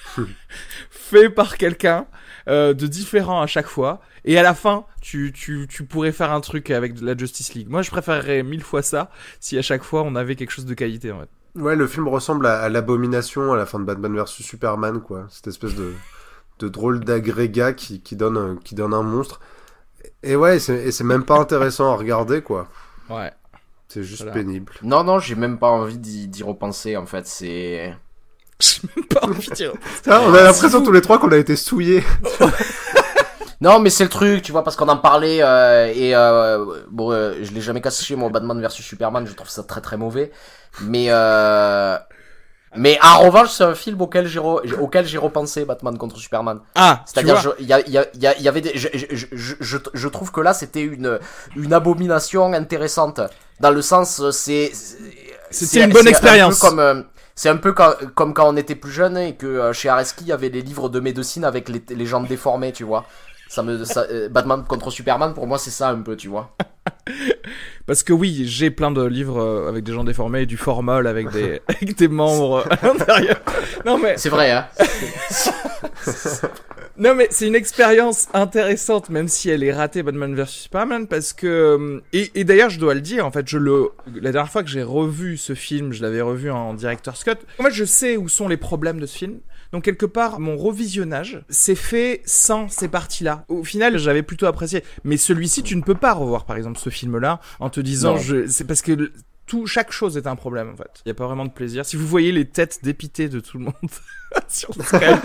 faits par quelqu'un euh, de différent à chaque fois, et à la fin, tu, tu, tu pourrais faire un truc avec de la Justice League. Moi, je préférerais mille fois ça, si à chaque fois, on avait quelque chose de qualité, en fait. Ouais, le film ressemble à, à l'abomination à la fin de Batman versus Superman, quoi. Cette espèce de, de drôle d'agrégat qui, qui, donne, qui donne un monstre. Et ouais, c'est, et c'est même pas intéressant à regarder, quoi. Ouais. C'est juste voilà. Pénible. Non, non, j'ai même pas envie d'y, d'y repenser, en fait, c'est... J'ai même pas envie d'y repenser. Ah, on a l'impression tous les trois qu'on a été souillés. Non, mais c'est le truc, tu vois, parce qu'on en parlait, euh, et euh, bon, euh, je l'ai jamais caché, mon Batman versus Superman, je trouve ça très très mauvais. Mais, euh... Mais en revanche, c'est un film auquel j'ai, re... auquel j'ai repensé, Batman contre Superman. Ah, c'est-à-dire, il y, a, y, a, y, a, y avait des, je, je, je, je, je trouve que là, c'était une, une abomination intéressante. Dans le sens, c'est, c'est c'était une bonne c'est expérience. Un peu comme, euh, c'est un peu comme, comme quand on était plus jeune et que euh, chez Areski, il y avait les livres de médecine avec les, les jambes déformées, tu vois. Ça me, ça, euh, Batman contre Superman, pour moi, c'est ça un peu, tu vois. Parce que oui, j'ai plein de livres euh, avec des gens déformés, du formol avec des, avec des membres à l'intérieur. Non mais c'est vrai, hein. Non mais c'est une expérience intéressante, même si elle est ratée, Batman versus Superman, parce que et, et d'ailleurs je dois le dire, en fait, je le la dernière fois que j'ai revu ce film, je l'avais revu en director's cut. En fait, je sais où sont les problèmes de ce film. Donc quelque part, mon revisionnage s'est fait sans ces parties-là. Au final, j'avais plutôt apprécié. Mais celui-ci, tu ne peux pas revoir, par exemple, ce film-là, en te disant, je... c'est parce que tout, chaque chose est un problème, en fait. Il n'y a pas vraiment de plaisir. Si vous voyez les têtes dépitées de tout le monde sur Skype.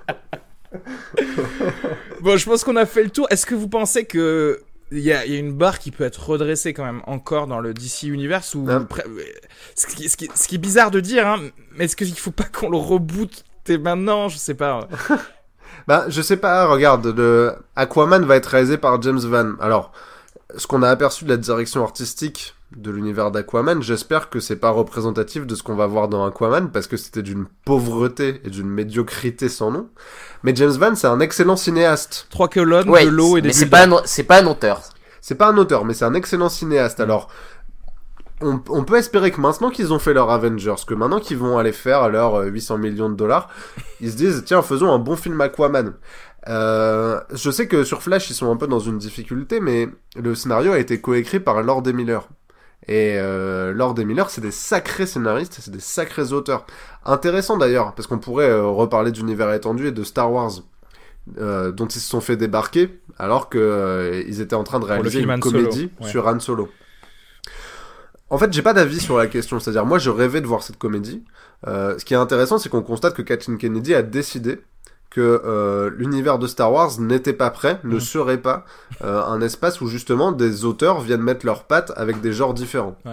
Bon, je pense qu'on a fait le tour. Est-ce que vous pensez que il y a, y a une barre qui peut être redressée quand même encore dans le D C Universe ou ah. ce, qui, ce, qui, ce qui est bizarre de dire, hein, mais est-ce qu'il faut pas qu'on le reboote maintenant, je sais pas. Bah, je sais pas, regarde, le Aquaman va être réalisé par James Wan. Alors, ce qu'on a aperçu de la direction artistique de l'univers d'Aquaman, j'espère que c'est pas représentatif de ce qu'on va voir dans Aquaman, parce que c'était d'une pauvreté et d'une médiocrité sans nom. Mais James Wan, c'est un excellent cinéaste. Trois colonnes, ouais, de l'eau et des mais c'est pas, un, c'est pas un auteur. C'est pas un auteur, mais c'est un excellent cinéaste. Alors, On, on peut espérer que maintenant qu'ils ont fait leur Avengers, que maintenant qu'ils vont aller faire leurs huit cents millions de dollars, ils se disent, tiens, faisons un bon film Aquaman. Euh, je sais que sur Flash, ils sont un peu dans une difficulté, mais le scénario a été coécrit par Lord et Miller. Et euh, Lord et Miller, c'est des sacrés scénaristes, c'est des sacrés auteurs. Intéressant d'ailleurs, parce qu'on pourrait euh, reparler d'univers étendu et de Star Wars, euh, dont ils se sont fait débarquer, alors qu'ils euh, étaient en train de réaliser une comédie ouais. sur Han Solo. En fait, j'ai pas d'avis sur la question. C'est-à-dire, moi, je rêvais de voir cette comédie. Euh, ce qui est intéressant, c'est qu'on constate que Kathleen Kennedy a décidé que euh, l'univers de Star Wars n'était pas prêt, ne mmh. serait pas euh, un espace où, justement, des auteurs viennent mettre leurs pattes avec des genres différents. Ouais.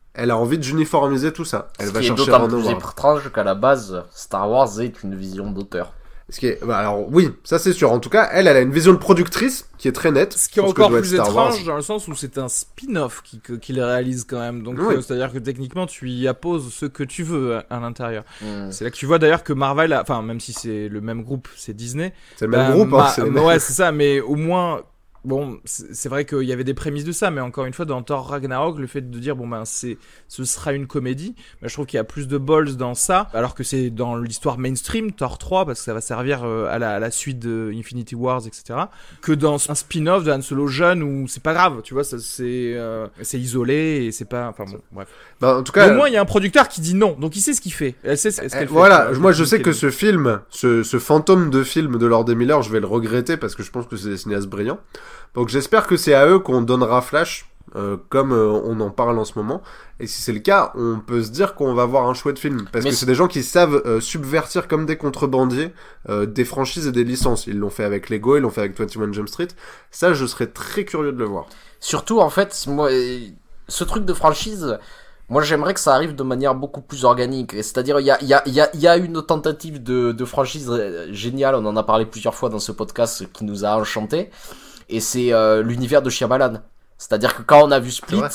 elle a envie d'uniformiser tout ça. Elle Ce va qui est chercher d'autant un plus nombre. étrange qu'à la base, Star Wars est une vision d'auteur. Ce qui est, bah alors oui, ça c'est sûr. En tout cas, elle, elle a une vision de productrice qui est très nette. Ce qui est sur encore que doit plus être Star Wars. étrange dans le sens où c'est un spin-off qui, que- qu'il réalise quand même. Donc, Oui. euh, c'est-à-dire que techniquement, tu y apposes ce que tu veux à, à l'intérieur. Mm. C'est là que tu vois d'ailleurs que Marvel, a- enfin, même si c'est le même groupe, c'est Disney. C'est le même bah, groupe, hein, Ma- c'est les mêmes. Ouais, c'est ça, mais au moins. Bon, c'est c'est vrai qu'il y avait des prémices de ça, mais encore une fois, dans Thor Ragnarok, le fait de dire, bon ben, c'est, ce sera une comédie, ben, je trouve qu'il y a plus de balls dans ça, alors que c'est dans l'histoire mainstream, Thor trois, parce que ça va servir euh, à, la, à la suite de Infinity Wars, et cetera, que dans un spin-off de Han Solo jeune où c'est pas grave, tu vois, ça, c'est, euh, c'est isolé et c'est pas, enfin bon, bref. Bah, en tout Mais cas, au moins, il y a un producteur qui dit non, donc il sait ce qu'il fait. Elle sait ce ce qu'elle Eh, fait. voilà, tu vois, moi je sais qu'elle- que ce film, ce, ce fantôme de film de Lord et Miller, je vais le regretter parce que je pense que c'est des cinéastes brillants. Donc j'espère que c'est à eux qu'on donnera Flash, euh, comme euh, on en parle en ce moment. Et si c'est le cas, on peut se dire qu'on va voir un chouette film. Parce Mais que c'est- c'est des gens qui savent euh, subvertir comme des contrebandiers euh, des franchises et des licences. Ils l'ont fait avec Lego, ils l'ont fait avec vingt et un Jump Street. Ça, je serais très curieux de le voir. Surtout, en fait, moi, euh, ce truc de franchise, moi, j'aimerais que ça arrive de manière beaucoup plus organique. Et c'est-à-dire, il y a, il y a, il y a, il y a une tentative de, de franchise euh, géniale, on en a parlé plusieurs fois dans ce podcast qui nous a enchanté. Et c'est euh, l'univers de Shyamalan. C'est-à-dire que quand on a vu Split, C'est vrai.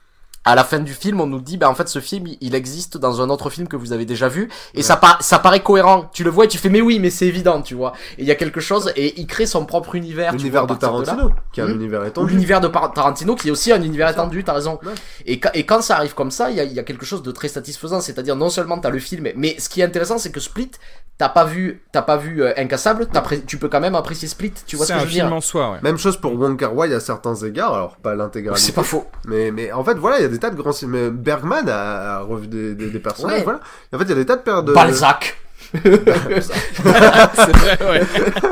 à la fin du film, on nous dit, bah en fait, ce film, il- il existe dans un autre film que vous avez déjà vu, et ça, pa- ça paraît cohérent. Tu le vois et tu fais, mais oui, mais c'est évident, tu vois. Et il y a quelque chose, et il crée son propre univers. tu L'univers vois, de à partir là. Tarantino, qui est un Hmm. univers Ou étendu. l'univers de Par- Tarantino, qui est aussi un univers étendu, t'as raison. Ouais. Et, quand- et quand ça arrive comme ça, il y a, il y a quelque chose de très satisfaisant, c'est-à-dire non seulement t'as le film, mais ce qui est intéressant, c'est que Split, t'as pas vu, t'as pas vu euh, Incassable, t'as pré- tu peux quand même apprécier Split, tu vois ce c'est que un je veux dire. film en soi, ouais. Même chose pour Wong Kar-wai à certains égards, alors pas l'intégralité. C'est pas faux. Mais, mais en fait, voilà, il y a des tas de grands... mais Bergman a, a revu des, des, des personnages, Ouais. voilà. Et en fait, il y a des tas de paires de... Balzac. c'est vrai, ouais.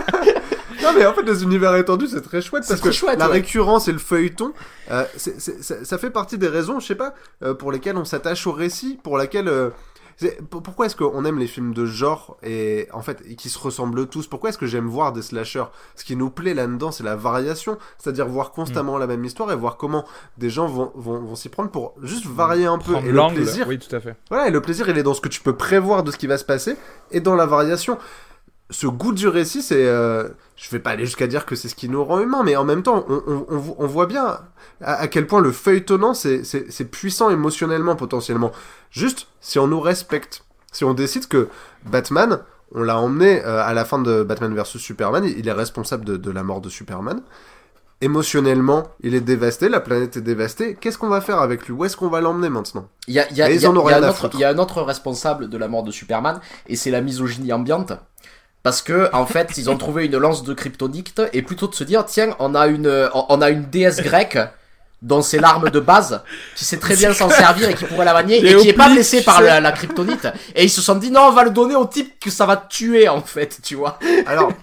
Non, mais en fait, les univers étendus, c'est très chouette, C'est parce très que chouette, la ouais. récurrence et le feuilleton, euh, c'est, c'est, ça, ça fait partie des raisons, je sais pas, euh, pour lesquelles on s'attache au récit, pour laquelle... euh, c'est- p- pourquoi est-ce qu'on aime les films de genre et en fait et qui se ressemblent tous? Pourquoi est-ce que j'aime voir des slashers? Ce qui nous plaît là-dedans, c'est la variation, c'est-à-dire voir constamment la même histoire et voir comment des gens vont, vont, vont s'y prendre pour juste varier un peu. Prendre Et le l'angle, plaisir, oui, tout à fait. voilà, et le plaisir, il est dans ce que tu peux prévoir de ce qui va se passer et dans la variation. Ce goût du récit, c'est... Euh, je vais pas aller jusqu'à dire que c'est ce qui nous rend humains, mais en même temps, on, on, on, on voit bien à, à quel point le feuilletonnant, c'est, c'est, c'est puissant émotionnellement, potentiellement. Juste, si on nous respecte, si on décide que Batman, on l'a emmené euh, à la fin de Batman versus Superman, il est responsable de, de la mort de Superman. Émotionnellement, il est dévasté, la planète est dévastée. Qu'est-ce qu'on va faire avec lui? Où est-ce qu'on va l'emmener maintenant? Il y a, il y a, Et ils il y a- en ont il y a rien un à autre, foutre. il y a un autre responsable de la mort de Superman, et c'est la misogynie ambiante. Parce que, en fait, ils ont trouvé une lance de kryptonite, et plutôt de se dire, tiens, on a une, on a une déesse grecque, dont c'est l'arme de base, qui sait très bien s'en servir et qui pourrait la manier, et qui est pas Léopold, blessé tu par sais. la, la kryptonite. Et ils se sont dit, non, on va le donner au type que ça va tuer, en fait, tu vois. Alors,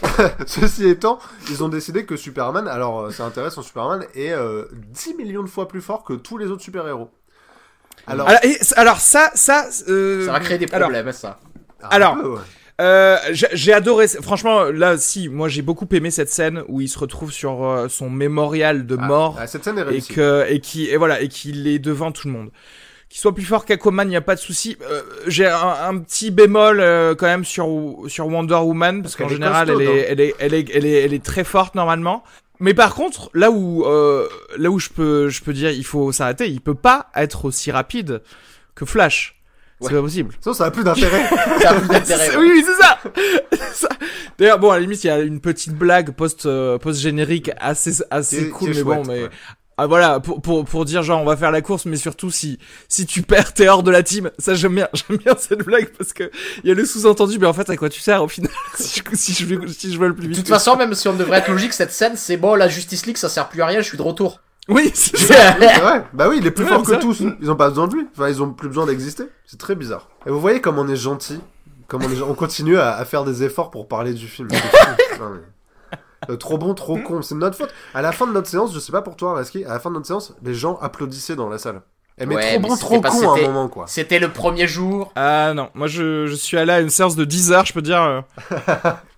ceci étant, ils ont décidé que Superman, alors euh, c'est intéressant, Superman est euh, dix millions de fois plus fort que tous les autres super-héros. Alors, Alors, et- alors ça, ça, euh, Ça va créer des alors, problèmes, ça. un alors, peu, ouais. Euh, j'ai j'ai adoré, franchement, là, si, moi j'ai beaucoup aimé cette scène où il se retrouve sur euh, son mémorial de Ah, mort ah, cette scène est et réussie. que et qui et voilà et qu'il est devant tout le monde. Qu'il soit plus fort qu'Aquaman, il n'y a pas de souci. Euh, j'ai un, un petit bémol euh, quand même sur sur Wonder Woman parce, Parce qu'en qu'elle est général costaud, elle, est, elle est elle est elle est elle est très forte normalement. Mais par contre, là où euh, là où je peux je peux dire il faut s'arrêter, il peut pas être aussi rapide que Flash. C'est Ouais. pas possible. Sinon, ça a plus d'intérêt. Ça a plus d'intérêt. C'est- ouais. Oui, oui, c'est ça. C'est ça. D'ailleurs, bon, à la limite, il y a une petite blague post euh, post générique assez assez Qui est- cool, qui est mais bon, chouette, mais ouais. ah voilà, pour pour pour dire genre on va faire la course, mais surtout si si tu perds, t'es hors de la team. Ça j'aime bien, j'aime bien cette blague parce que il y a le sous-entendu, mais en fait à quoi tu sers au final si je si je veux si je veux le plus De vite. toute façon, même si on devrait être logique, cette scène, c'est bon, la Justice League, ça sert plus à rien, je suis de retour. Oui, c'est ça. C'est vrai. Bah oui, il est plus Ouais, fort c'est que ça. tous. Ils ont pas besoin de lui. Enfin, ils ont plus besoin d'exister. C'est très bizarre. Et vous voyez comme on est gentil, comme on est, on continue à, à faire des efforts pour parler du film. C'est fou. Non, mais- Euh, trop bon, trop con. C'est de notre faute. À la fin de notre séance, je sais pas pour toi, Reski, à la fin de notre séance, les gens applaudissaient dans la salle. Eh, mais Ouais, trop mais bon, c'était trop pas- con à un c'était- moment, quoi. C'était le premier jour. Ah non, moi je je suis allé à une séance de dix heures, je peux dire. euh,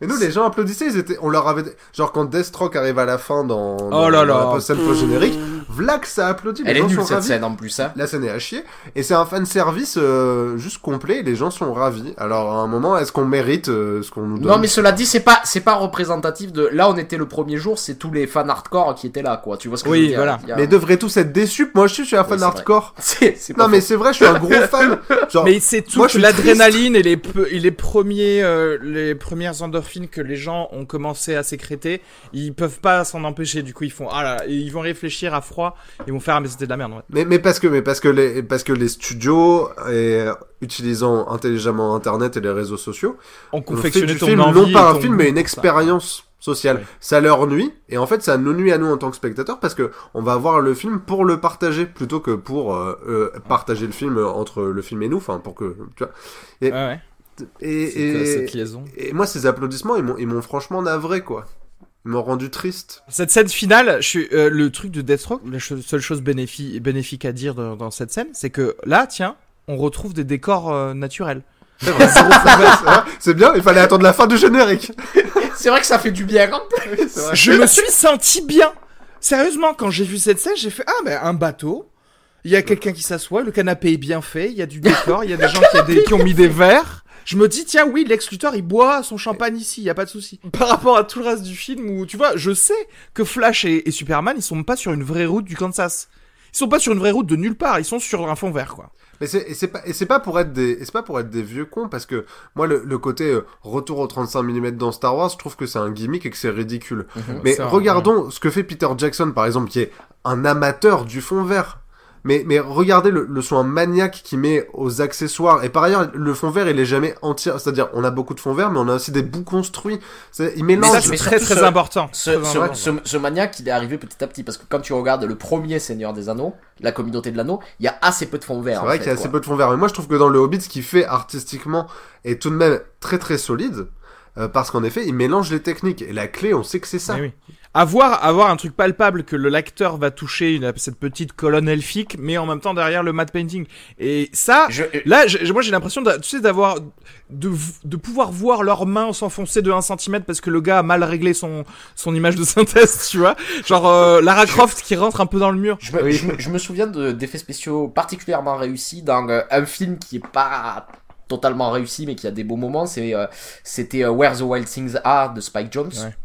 Et nous, les gens applaudissaient, ils étaient, on leur avait, genre quand Deathstroke arrive à la fin dans, dans, oh là dans là. la post-scène post-générique, vlac, ça applaudit. Elle les est gens nulle sont cette ravis. scène en plus, hein. La scène est à chier. Et c'est un fan service euh, juste complet. Et les gens sont ravis. Alors à un moment, est-ce qu'on mérite euh, ce qu'on nous donne? Non, mais cela dit, c'est pas, c'est pas représentatif de. Là, on était le premier jour, c'est tous les fans hardcore qui étaient là, quoi. Tu vois ce que Oui, je veux dire? voilà. Il y a- Mais ils devraient tous être déçus. Moi, je suis, je suis un fan Oui, c'est hardcore. C'est, c'est pas Non, mais faux. c'est vrai, je suis un gros fan. Genre, Mais c'est moi, je toute suis l'adrénaline et les, pe- et les premiers, euh, les premières endorphines que les gens ont commencé à sécréter, ils peuvent pas s'en empêcher. Du coup, ils font, ah là, et ils vont réfléchir à froid, ils vont faire, ah, mais c'était de la merde, ouais. Mais, mais parce que, mais parce que les, parce que les studios, et, euh, utilisant intelligemment Internet et les réseaux sociaux, On on fait confectionnait du ton film, envie non pas et un ton film, mais goût une pour ça. expérience sociale. Oui. Ça leur nuit, et en fait, ça nous nuit à nous en tant que spectateurs, parce que on va voir le film pour le partager, plutôt que pour euh, euh, partager le film entre le film et nous, enfin, pour que, tu vois. Et, Ouais, ouais. et, Cette, et, cette liaison. et moi, ces applaudissements, ils m'ont, ils m'ont franchement navré, quoi. Ils m'ont rendu triste. Cette scène finale, je suis, euh, le truc de Deathstroke, la cho- seule chose bénéfi- bénéfique à dire dans, dans cette scène, c'est que là, tiens, on retrouve des décors euh, naturels. C'est vrai, c'est vrai, c'est vrai. C'est bien, il fallait attendre la fin du générique. C'est vrai que ça fait du bien, hein. C'est vrai. Je me suis senti bien. Sérieusement, quand j'ai vu cette scène, j'ai fait, ah ben un bateau, il y a quelqu'un qui s'assoit, le canapé est bien fait, il y a du décor, il y a des gens qui, a des- qui ont mis des verres. Je me dis, tiens, oui, Lex Luthor, il boit son champagne ici, il y a pas de souci. Par rapport à tout le reste du film où, tu vois, je sais que Flash et, et Superman, ils sont pas sur une vraie route du Kansas. Ils sont pas sur une vraie route de nulle part, ils sont sur un fond vert, quoi. Mais c'est, et c'est pas, et c'est pas pour être des, et c'est pas pour être des vieux cons, parce que moi, le, le côté euh, retour au trente-cinq millimètres dans Star Wars, je trouve que c'est un gimmick et que c'est ridicule. Mais C'est vrai, regardons ce que fait Peter Jackson, par exemple, qui est un amateur du fond vert. Mais, mais regardez le, le soin maniaque qu'il met aux accessoires. Et par ailleurs, le fond vert, il est jamais entier. C'est-à-dire, on a beaucoup de fonds verts, mais on a aussi des bouts construits. C'est, il Mais mélange. ça, c'est mais très surtout très ce- important. Ce, Très ce, important. ce, ce maniaque, il est arrivé petit à petit, parce que quand tu regardes le premier Seigneur des Anneaux, la communauté de l'anneau, il y a assez peu de fond vert. C'est en vrai fait, qu'il y a quoi. assez peu de fonds verts. Mais moi, je trouve que dans le Hobbit, ce qu'il fait artistiquement est tout de même très très solide. Euh, parce qu'en effet, il mélange les techniques. Et la clé, on sait que c'est ça. Mais oui. Avoir, avoir un truc palpable que le l'acteur va toucher une, cette petite colonne elfique, mais en même temps derrière le matte painting. Et ça, Je- là, j'ai- moi j'ai l'impression, de, tu sais, d'avoir, de, de pouvoir voir leurs mains s'enfoncer de un centimètre parce que le gars a mal réglé son, son image de synthèse, tu vois. Genre euh, Lara Croft qui rentre un peu dans le mur. Je me, je me, je me souviens de, d'effets spéciaux particulièrement réussis dans euh, un film qui est pas totalement réussi mais qui a des beaux moments. C'est, euh, c'était euh, Where the Wild Things Are de Spike Jonze. Ouais.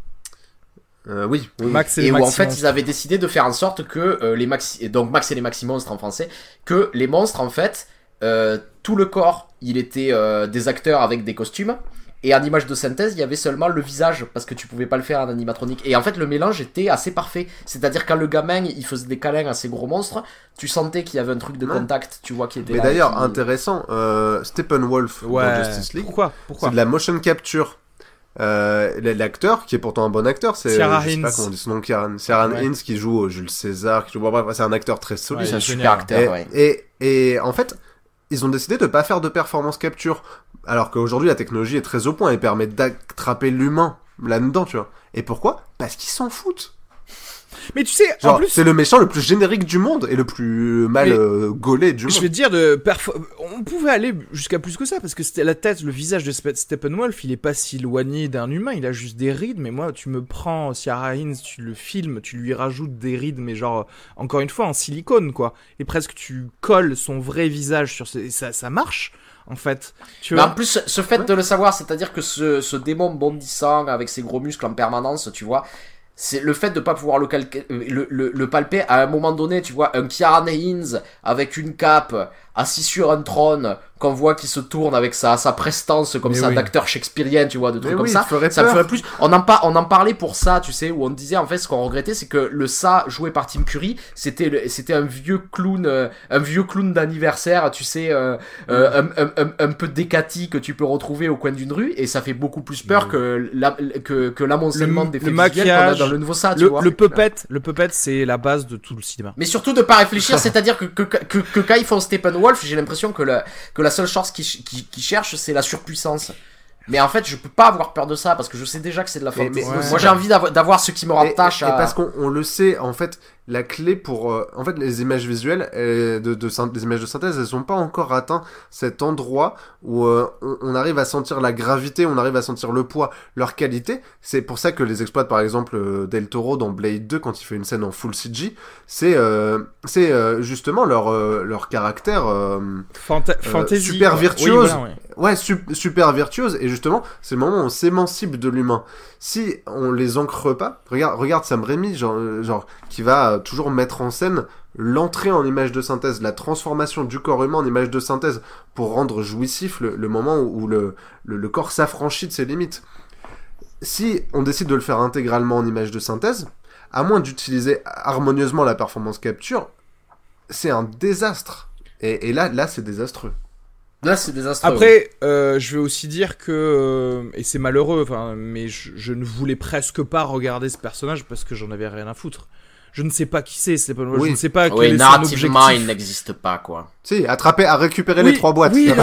Euh, oui. oui. Max et, Et les où en Maxi fait Monstres. ils avaient décidé de faire en sorte que euh, les maxi donc Max et les Maxi Monstres en français, que les monstres en fait euh, tout le corps il était euh, des acteurs avec des costumes, et en image de synthèse il y avait seulement le visage parce que tu pouvais pas le faire en animatronique. Et en fait le mélange était assez parfait, c'est-à-dire quand le gamin il faisait des câlins à ces gros monstres, tu sentais qu'il y avait un truc de Ouais. contact, tu vois, qui était Mais là, d'ailleurs, qui- intéressant, euh, Steppenwolf Ouais. dans Justice League, Pourquoi Pourquoi c'est de la motion capture. Euh, l'acteur, qui est pourtant un bon acteur, c'est Ciara euh, je sais pas Hinds. comment on dit son nom, Ciaran Ciaran Ouais. Hinds, qui joue euh, Jules César, qui joue, bon, bref, c'est un acteur très solide. c'est un Ouais, super génial. acteur, et, ouais. et, et en fait, ils ont décidé de pas faire de performance capture, alors qu'aujourd'hui la technologie est très au point et permet d'attraper l'humain là-dedans, tu vois. Et pourquoi ? Parce qu'ils s'en foutent. Mais tu sais, Genre, en plus, c'est le méchant le plus générique du monde et le plus mal Mais- euh, gaulé du je monde. vais te dire, de perfo- on pouvait aller jusqu'à plus que ça, parce que c'était la tête, le visage de Spe- Steppenwolf, il est pas si éloigné d'un humain, il a juste des rides, mais moi, tu me prends Ciara Hinds, tu le filmes, tu lui rajoutes des rides, mais genre, encore une fois, en silicone, quoi. Et presque tu colles son vrai visage sur ce... et ça, ça marche, en fait. Tu Mais vois en plus, ce fait de le savoir, c'est-à-dire que ce, ce démon bondissant avec ses gros muscles en permanence, tu vois, c'est le fait de pas pouvoir le, calquer, le, le, le palper à un moment donné, tu vois, un Ciaran Hinds avec une cape, assis sur un trône, qu'on voit qui se tourne avec sa, sa prestance comme Mais ça oui. d'acteur shakespearien, tu vois, de trucs Mais comme oui, ça. il ferait Ça me peur. ferait plus. On en, par... on en parlait pour ça, tu sais, où on disait en fait ce qu'on regrettait, c'est que le ça joué par Tim Curry, c'était le... c'était un vieux clown, euh, un vieux clown d'anniversaire, tu sais, euh, euh, un, un, un, un peu décati que tu peux retrouver au coin d'une rue, et ça fait beaucoup plus peur Mm. que la... que, que l'amoncellement Le- des le visuels qu'on a maquillage, dans le nouveau ça, tu le, vois. le puppet, le puppet, c'est la base de tout le cinéma. Mais surtout de pas réfléchir, c'est-à-dire que, que, que, que quand ils font Steppenwolf, j'ai l'impression que la, que la seule chose qu'ils qui, qui cherchent, c'est la surpuissance. Mais en fait, je peux pas avoir peur de ça parce que je sais déjà que c'est de la Mais- fantaisie. mais ouais. Moi, j'ai envie d'avoir, d'avoir ce qui me Et, rattache et à. parce qu'on on le sait, en fait, la clé pour, euh, en fait, les images visuelles, euh, de, de, syn- des images de synthèse, elles sont pas encore atteint cet endroit où euh, on, on arrive à sentir la gravité, on arrive à sentir le poids, leur qualité. C'est pour ça que les exploits, par exemple, euh, Del Toro dans Blade deux, quand il fait une scène en full C G, c'est, euh, c'est euh, justement leur, euh, leur caractère. Euh, Fanta- fantasy, super quoi. virtuose. Oui, voilà, ouais. Ouais, su- super virtuose, et justement, c'est le moment où on s'émancipe de l'humain. Si on les ancre pas, regarde, regarde Sam Raimi, genre, euh, genre, qui va euh, toujours mettre en scène l'entrée en image de synthèse, la transformation du corps humain en image de synthèse, pour rendre jouissif le, le moment où, où le, le, le corps s'affranchit de ses limites. Si on décide de le faire intégralement en image de synthèse, à moins d'utiliser harmonieusement la performance capture, c'est un désastre. Et, et là, là, c'est désastreux. Là, c'est désastreux. Après, euh, je vais aussi dire que, euh, et c'est malheureux, enfin, mais je, je ne voulais presque pas regarder ce personnage parce que j'en avais rien à foutre. Je ne sais pas qui c'est, c'est pas, Oui. je ne sais pas quel Oui, est son narrativement, objectif. il n'existe pas, quoi. Si, attraper, à récupérer Oui, les trois boîtes. oui, Ça le...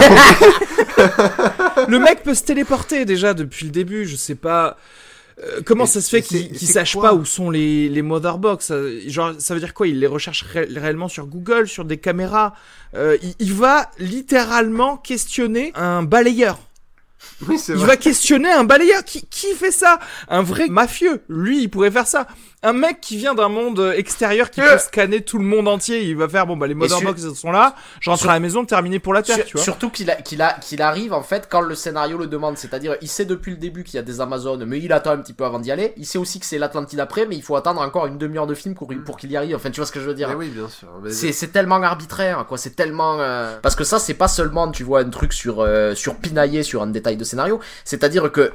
va. le mec peut se téléporter déjà depuis le début, je sais pas. Euh, comment Mais ça se fait c'est- qu'il, qu'il c'est sache quoi pas où sont les, les motherbox? Genre, ça veut dire quoi? Il les recherche ré- réellement sur Google, sur des caméras. Euh, il, il va littéralement questionner un balayeur. Oui, c'est Il vrai. va questionner un balayeur. Qui, qui fait ça? Un vrai mafieux. Lui, il pourrait faire ça. Un mec qui vient d'un monde extérieur qui Euh. peut scanner tout le monde entier. Il va faire, bon, bah, les motherbox elles sont là. Je rentre sur- à la maison, terminé pour la Terre, Sur- tu vois. surtout qu'il, a, qu'il, a, qu'il arrive en fait quand le scénario le demande, c'est-à-dire il sait depuis le début qu'il y a des Amazones, mais il attend un petit peu avant d'y aller. Il sait aussi que c'est l'Atlantide après, mais il faut attendre encore une demi-heure de film pour, pour qu'il y arrive. Enfin, tu vois ce que je veux dire? Mais oui, bien sûr. Mais- C'est, c'est tellement arbitraire, quoi. C'est tellement euh, parce que ça, c'est pas seulement, tu vois, un truc sur euh, sur pinailler sur un détail de scénario. C'est-à-dire que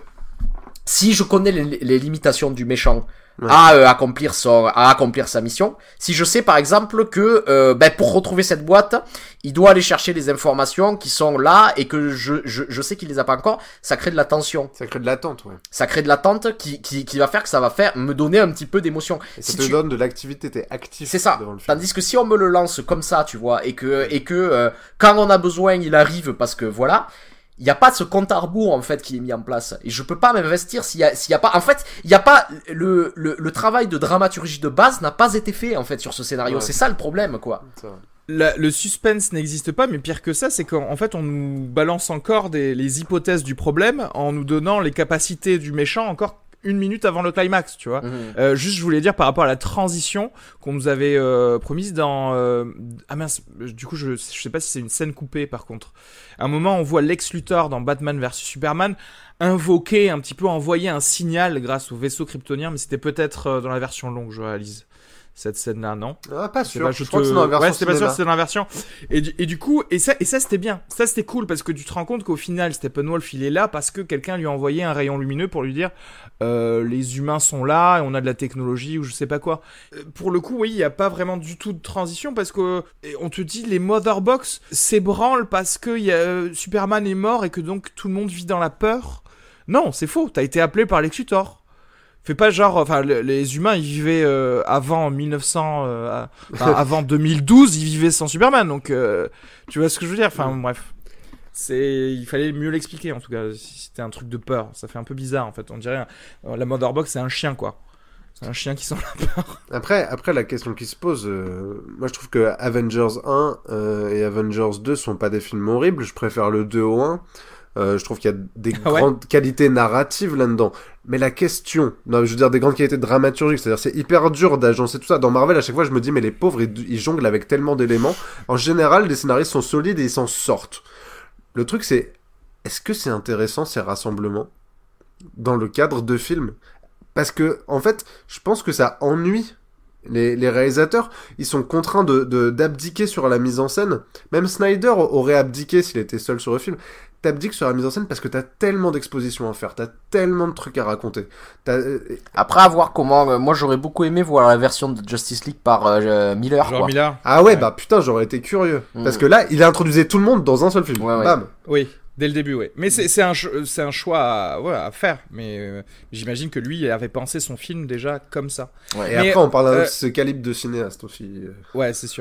si je connais les, les limitations du méchant Ouais. à euh, accomplir son, à accomplir sa mission, si je sais par exemple que euh, ben, pour retrouver cette boîte, il doit aller chercher les informations qui sont là et que je je, je sais qu'il les a pas encore, ça crée de la tension, Ça crée de l'attente, ouais. ça crée de l'attente qui qui qui va faire que ça va faire me donner un petit peu d'émotion. Et ça Si te tu- donne de l'activité, t'es actif. C'est ça. devant le film. Tandis que si on me le lance comme ça, tu vois, et que et que euh, quand on a besoin, il arrive parce que voilà, il y a pas ce compte à rebours en fait qui est mis en place. Et je peux pas m'investir s'il y a s'il y a pas en fait, il y a pas le le le travail de dramaturgie de base n'a pas été fait en fait sur ce scénario. Ouais. C'est ça le problème, quoi. Ça va. La- le suspense n'existe pas, mais pire que ça, c'est qu'en en fait, on nous balance encore des, les hypothèses du problème en nous donnant les capacités du méchant encore une minute avant le climax, tu vois. Mhm. Euh, juste, je voulais dire par rapport à la transition qu'on nous avait euh, promise dans... euh, Ah mince, du coup, je, je sais pas si c'est une scène coupée, par contre. À un moment, on voit Lex Luthor dans Batman versus Superman invoquer, un petit peu envoyer un signal grâce au vaisseau kryptonien, mais c'était peut-être euh, dans la version longue, je réalise. Cette scène-là, non? Ah, pas C'est sûr. pas, je je crois te- que c'est dans la version ouais, c'était pas sûr, cinéma. c'était dans la version. Et du, et du coup, et ça, et ça c'était bien. Ça c'était cool parce que tu te rends compte qu'au final, Steppenwolf, il est là parce que quelqu'un lui a envoyé un rayon lumineux pour lui dire euh, les humains sont là et on a de la technologie ou je sais pas quoi. Euh, pour le coup, oui, il y a pas vraiment du tout de transition parce que et on te dit les Motherbox s'ébranlent parce que y a, euh, Superman est mort et que donc tout le monde vit dans la peur. Non, c'est faux. T'as été appelé par Lex Luthor. Fais pas genre, enfin, le- les humains, ils vivaient euh, avant mille neuf cents, euh, enfin, avant deux mille douze, ils vivaient sans Superman, donc euh, tu vois ce que je veux dire. Enfin, bref, c'est, il fallait mieux l'expliquer en tout cas. Si c'était un truc de peur, ça fait un peu bizarre en fait. On dirait euh, la Motherbox, c'est un chien quoi. C'est un chien qui sent la peur. Après, après, la question qui se pose, euh, moi je trouve que Avengers un euh, et Avengers deux sont pas des films horribles, je préfère le deux au un. Euh, je trouve qu'il y a des Ah ouais grandes qualités narratives là-dedans. Mais la question, non, je veux dire des grandes qualités dramaturgiques, c'est-à-dire c'est hyper dur d'agencer tout ça. Dans Marvel, à chaque fois, je me dis, mais les pauvres, ils, ils jonglent avec tellement d'éléments. En général, les scénaristes sont solides et ils s'en sortent. Le truc, c'est, est-ce que c'est intéressant ces rassemblements dans le cadre de films? Parce que, en fait, je pense que ça ennuie les, les réalisateurs. Ils sont contraints de, de, d'abdiquer sur la mise en scène. Même Snyder aurait abdiqué s'il était seul sur le film. T'abdiques sur la mise en scène parce que t'as tellement d'expositions à faire, t'as tellement de trucs à raconter. T'as... Après, à voir comment. euh, moi, j'aurais beaucoup aimé voir la version de Justice League par euh, Miller, Genre quoi. Miller. Ah ouais, Ouais. bah putain, j'aurais été curieux. Mm. Parce que là, il a introduisé tout le monde dans un seul film. Ouais, ouais. Bam. Oui, dès le début, oui. Mais c'est, c'est un, cho- c'est un choix à, ouais, à faire. Mais euh, j'imagine que lui, il avait pensé son film déjà comme ça. Ouais. Et Mais, après, on parle d'un euh, autre ce calibre de cinéaste aussi. Ouais, c'est sûr.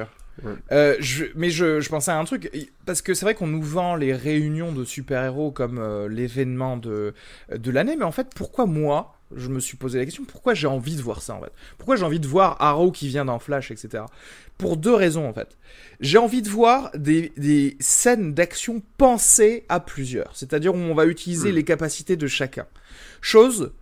Ouais. Euh, je, mais je, je pensais à un truc, parce que c'est vrai qu'on nous vend les réunions de super-héros comme euh, l'événement de, de l'année, mais en fait, pourquoi moi, je me suis posé la question, pourquoi j'ai envie de voir ça, en fait? Pourquoi j'ai envie de voir Arrow qui vient dans Flash, et cetera. Pour deux raisons, en fait. J'ai envie de voir des, des scènes d'action pensées à plusieurs, c'est-à-dire où on va utiliser mmh. les capacités de chacun. Chose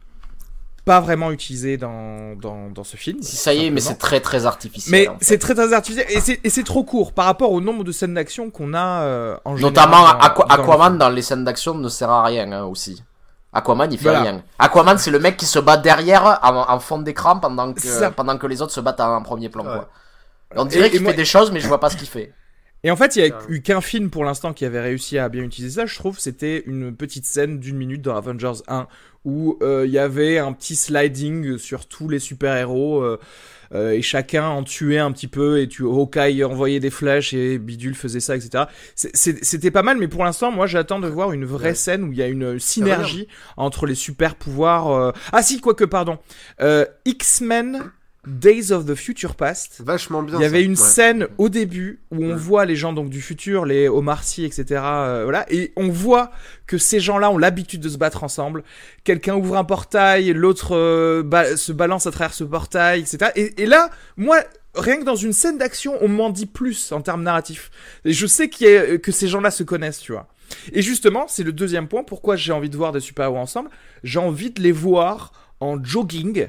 pas vraiment utilisé dans, dans, dans ce film. Si ça y est, mais c'est très très artificiel. Mais en fait. c'est très très artificiel et c'est, et c'est trop court par rapport au nombre de scènes d'action qu'on a euh, en général. Notamment dans, Aqu- dans Aquaman dans les scènes d'action ne sert à rien hein, aussi. Aquaman il fait voilà. rien. Aquaman c'est le mec qui se bat derrière en, en fond d'écran pendant que, pendant que les autres se battent en premier plan. Ouais. Quoi. On dirait et, qu'il et fait moi... des choses mais je vois pas ce qu'il fait. Et en fait, il y a eu qu'un film pour l'instant qui avait réussi à bien utiliser ça, je trouve, c'était une petite scène d'une minute dans Avengers un où il euh, y avait un petit sliding sur tous les super-héros euh, euh, et chacun en tuait un petit peu et tu Hawkeye envoyait des flèches et Bidule faisait ça, et cetera. C'est, c'est, c'était pas mal, mais pour l'instant, moi, j'attends de voir une vraie ouais. scène où il y a une synergie entre les super-pouvoirs. Euh... Ah si, quoique, pardon. Euh, X-Men... Days of the Future Past. Vachement bien. Il y avait ça. une ouais. scène au début où on ouais. voit les gens donc du futur, les Omar Sy, et cetera. Euh, voilà, et on voit que ces gens-là ont l'habitude de se battre ensemble. Quelqu'un ouvre un portail, l'autre euh, ba- se balance à travers ce portail, et cetera. Et, et là, moi, rien que dans une scène d'action, on m'en dit plus en termes narratifs. Et je sais qu'il y a, que ces gens-là se connaissent, tu vois. Et justement, c'est le deuxième point. Pourquoi j'ai envie de voir des super-héros ensemble ? J'ai envie de les voir en jogging.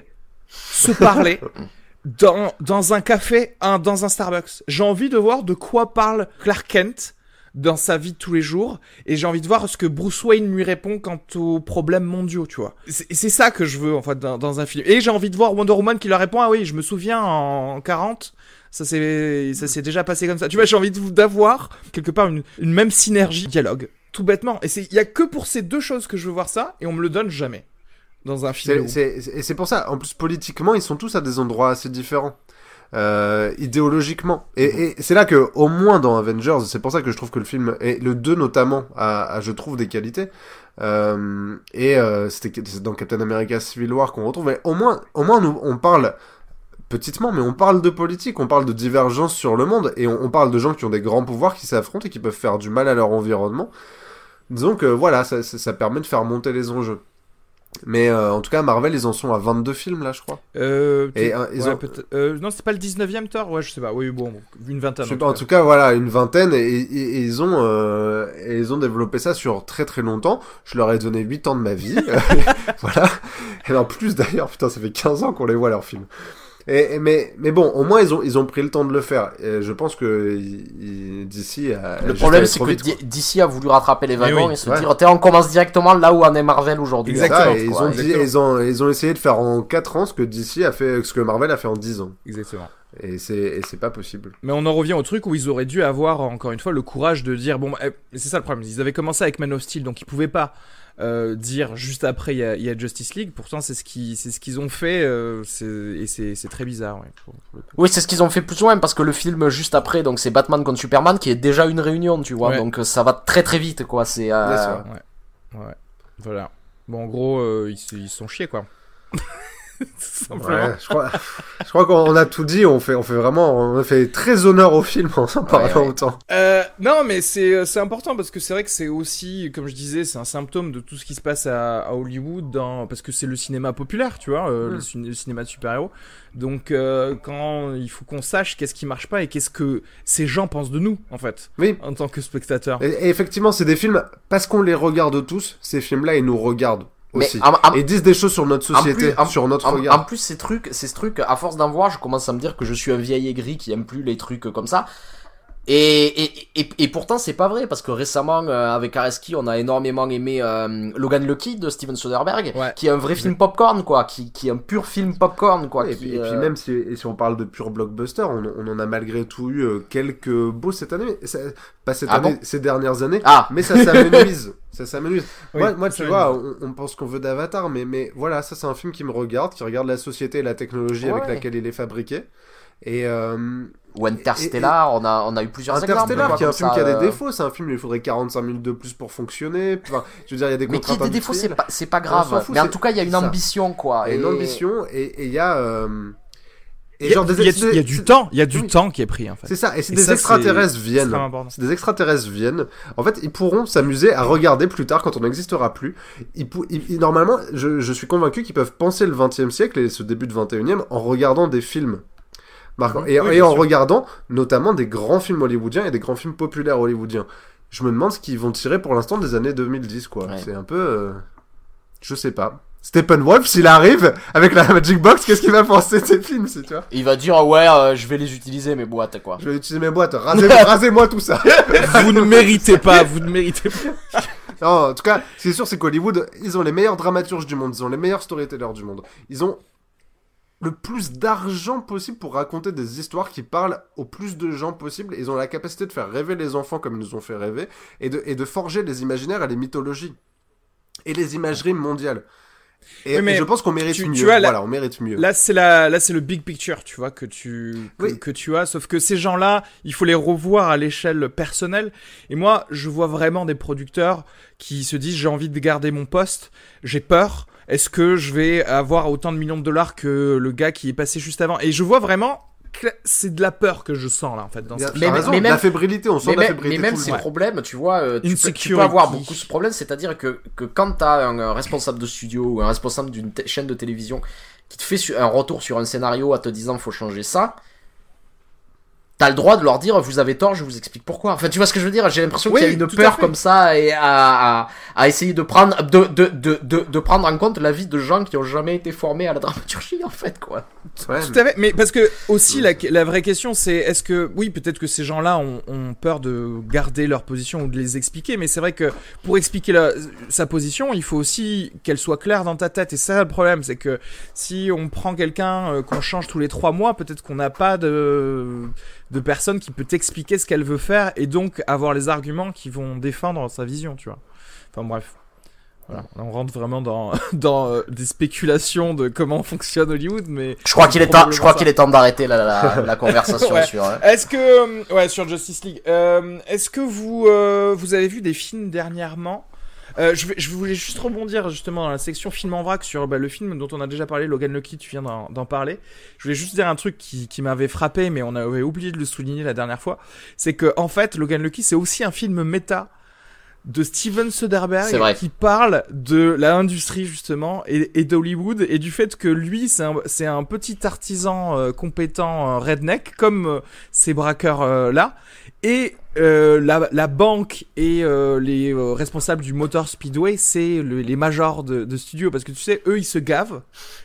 Se parler dans, dans un café, un, dans un Starbucks. J'ai envie de voir de quoi parle Clark Kent dans sa vie de tous les jours et j'ai envie de voir ce que Bruce Wayne lui répond quant aux problèmes mondiaux, tu vois. C'est, c'est ça que je veux en fait dans, dans un film. Et j'ai envie de voir Wonder Woman qui leur répond « Ah oui, je me souviens en quarante, ça s'est, ça s'est déjà passé comme ça. » Tu vois, j'ai envie de, d'avoir quelque part une, une même synergie dialogue, tout bêtement. Et il y a que pour ces deux choses que je veux voir ça et on me le donne jamais. Dans un film. C'est, c'est, et c'est pour ça, en plus politiquement, ils sont tous à des endroits assez différents, euh, idéologiquement. Et, et c'est là que, au moins dans Avengers, c'est pour ça que je trouve que le film, et le deux notamment, a, a je trouve des qualités. Euh, et euh, c'était c'est dans Captain America Civil War qu'on retrouve. Mais au moins, au moins nous, on parle petitement, mais on parle de politique, on parle de divergence sur le monde, et on, on parle de gens qui ont des grands pouvoirs, qui s'affrontent et qui peuvent faire du mal à leur environnement. Disons que voilà, ça, ça, ça permet de faire monter les enjeux. Mais euh, en tout cas, Marvel, ils en sont à vingt-deux films, là, je crois. Euh, et, euh, ils ouais, ont... euh, non, c'est pas le dix-neuvième Thor ? Ouais, je sais pas. Oui, bon, une vingtaine. En, en tout cas, voilà, une vingtaine. Et, et, et ils, ont, euh, et ils ont développé ça sur très très longtemps. Je leur ai donné huit ans de ma vie. Voilà. Et en plus, d'ailleurs, putain, ça fait quinze ans qu'on les voit, leurs films. Et, et, mais, mais bon, au moins, ils ont, ils ont pris le temps de le faire. Et je pense que il, D C a... Le problème, c'est que vite, D C a voulu rattraper les wagons oui, et se ouais. dire, on commence directement là où en est Marvel aujourd'hui. Exactement. Et ils, ont dit, ils, ont, ils ont essayé de faire en quatre ans ce que D C a fait, ce que Marvel a fait en dix ans. Exactement. Et c'est, et c'est pas possible. Mais on en revient au truc où ils auraient dû avoir, encore une fois, le courage de dire, bon, bah, c'est ça le problème. Ils avaient commencé avec Man of Steel, donc ils pouvaient pas Euh, dire juste après il y, y a Justice League. Pourtant c'est ce qui c'est ce qu'ils ont fait euh, c'est, et c'est c'est très bizarre. Ouais, pour, pour oui, c'est ce qu'ils ont fait plus ou moins parce que le film juste après donc c'est Batman contre Superman qui est déjà une réunion, tu vois. Ouais. Donc ça va très très vite quoi. C'est euh... ouais. ouais. Voilà. Bon en gros euh, ils ils sont chiés quoi. Ouais, je crois, je crois qu'on a tout dit. On fait, on fait vraiment, on a fait très honneur au film en s'en parlant ouais, ouais. autant. Euh, non, mais c'est, c'est important parce que c'est vrai que c'est aussi, comme je disais, c'est un symptôme de tout ce qui se passe à, à Hollywood, dans, parce que c'est le cinéma populaire, tu vois, euh, mmh. le, le cinéma de super-héros. Donc, euh, quand il faut qu'on sache qu'est-ce qui marche pas et qu'est-ce que ces gens pensent de nous, en fait, oui. en tant que spectateurs. Et, et effectivement, c'est des films parce qu'on les regarde tous. Ces films-là, ils nous regardent. Aussi. Mais, en, en, et disent des choses sur notre société, en plus, en, sur notre en, regard. En plus, ces trucs, ces trucs, à force d'en voir, je commence à me dire que je suis un vieil aigri qui aime plus les trucs comme ça. Et, et, et, et pourtant, c'est pas vrai, parce que récemment, euh, avec Areski, on a énormément aimé euh, Logan Lucky de Steven Soderbergh, ouais. qui est un vrai film popcorn, quoi, qui, qui est un pur film popcorn, quoi. Ouais, qui, et, puis, euh... et puis même si, et si on parle de pur blockbuster, on, on en a malgré tout eu euh, quelques beaux cette année, mais ça, pas cette ah année, bon ces dernières années, ah. mais ça s'amenuise. Ça s'amenuise. Oui, moi, moi tu vois, on, on pense qu'on veut d'Avatar, mais, mais voilà, ça c'est un film qui me regarde, qui regarde la société et la technologie ouais. avec laquelle il est fabriqué. Et euh, ou Interstellar, et, et, on a on a eu plusieurs Interstellar, exemples. Interstellar, qui est un film ça, qui a des euh... défauts, c'est un film où il faudrait quarante-cinq minutes de plus pour fonctionner. Enfin, je veux dire, il y a des contraintes. Mais qui a des défauts, c'est pas c'est pas grave. Fout, mais en tout cas, il y a une ça. ambition, quoi. Et... une ambition, et il y a euh, Et il y a, genre des il y a, ex- il y a du c'est- temps, il y a du oui. temps qui est pris en fait. C'est ça, et si Et des ça, extraterrestres c'est viennent, extrêmement important. si des extraterrestres viennent, en fait, ils pourront s'amuser à regarder plus tard quand on n'existera plus. Ils, pou- ils- ils- normalement, je, je suis convaincu qu'ils peuvent penser le vingtième siècle et ce début de vingt et unième en regardant des films. Marquant. Et, Oui, et bien en sûr. regardant notamment des grands films hollywoodiens et des grands films populaires hollywoodiens. Je me demande ce qu'ils vont tirer pour l'instant des années deux mille dix, quoi. Ouais. C'est un peu... euh, Je sais pas. Steppenwolf, s'il arrive avec la Magic Box, qu'est-ce qu'il va penser de ces films, si tu vois? Il va dire ouais, euh, je vais les utiliser mes boîtes quoi. Je vais utiliser mes boîtes, rasez- rasez-moi tout ça. Vous ne méritez pas, vous ne méritez pas. Non, en tout cas, ce qui est sûr, c'est qu'Hollywood, ils ont les meilleurs dramaturges du monde, ils ont les meilleurs storytellers du monde. Ils ont le plus d'argent possible pour raconter des histoires qui parlent au plus de gens possible. Ils ont la capacité de faire rêver les enfants comme ils nous ont fait rêver, et de, et de forger les imaginaires et les mythologies. Et les imageries mondiales. Et, Oui, mais et je pense qu'on mérite tu- mieux. tu vois, là- voilà, on mérite mieux. Là, c'est la, là, c'est le big picture, tu vois, que tu, que, Oui. que tu as. Sauf que ces gens-là, il faut les revoir à l'échelle personnelle. Et moi, je vois vraiment des producteurs qui se disent, j'ai envie de garder mon poste, j'ai peur. Est-ce que je vais avoir autant de millions de dollars que le gars qui est passé juste avant? Et je vois vraiment que c'est de la peur que je sens là, en fait, dans Il y a- ce t'as mais- raison, mais de même- la fébrilité, on sent Mais, de la même- fébrilité mais même tout le ces temps. problèmes, tu vois, euh, tu, peux, tu peux Insecurity. avoir beaucoup ce problème, c'est-à-dire que, que quand t'as un, un responsable de studio ou un responsable d'une t- chaîne de télévision qui te fait su- un retour sur un scénario en te disant faut changer ça, t'as le droit de leur dire vous avez tort, je vous explique pourquoi. Enfin, tu vois ce que je veux dire? J'ai l'impression Oui, qu'il y a une tout à peur fait. comme ça et à, à, à essayer de prendre de, de, de, de, de prendre en compte la vie de gens qui ont jamais été formés à la dramaturgie en fait quoi. Ouais, Tout à fait, mais parce que aussi la, la vraie question c'est est-ce que oui peut-être que ces gens-là ont, ont peur de garder leur position ou de les expliquer, mais c'est vrai que pour expliquer la- sa position il faut aussi qu'elle soit claire dans ta tête, et ça le problème c'est que si on prend quelqu'un euh, qu'on change tous les trois mois, peut-être qu'on n'a pas de de personne qui peut t'expliquer ce qu'elle veut faire et donc avoir les arguments qui vont défendre sa vision, tu vois. Enfin bref. Voilà, là, on rentre vraiment dans, dans euh, des spéculations de comment fonctionne Hollywood, mais Je crois qu'il est temps, je crois probablement qu'il est temps d'arrêter la, la, la conversation Ouais. sur. hein. est-ce que euh, ouais sur Justice League, euh, est-ce que vous euh, vous avez vu des films dernièrement? Euh, je, vais, je voulais juste rebondir justement dans la section film en vrac sur bah, le film dont on a déjà parlé, Logan Lucky, tu viens d'en, d'en parler. Je voulais juste dire un truc qui, qui m'avait frappé, mais on avait oublié de le souligner la dernière fois, c'est que en fait Logan Lucky c'est aussi un film méta de Steven C'est Soderbergh vrai. qui parle de la industrie justement et, et d'Hollywood et du fait que lui c'est un, c'est un petit artisan euh, compétent euh, redneck comme euh, ces braqueurs euh, là, et euh, la, la banque et euh, les euh, responsables du Motor Speedway c'est le, les majors de, de studio, parce que tu sais eux ils se gavent.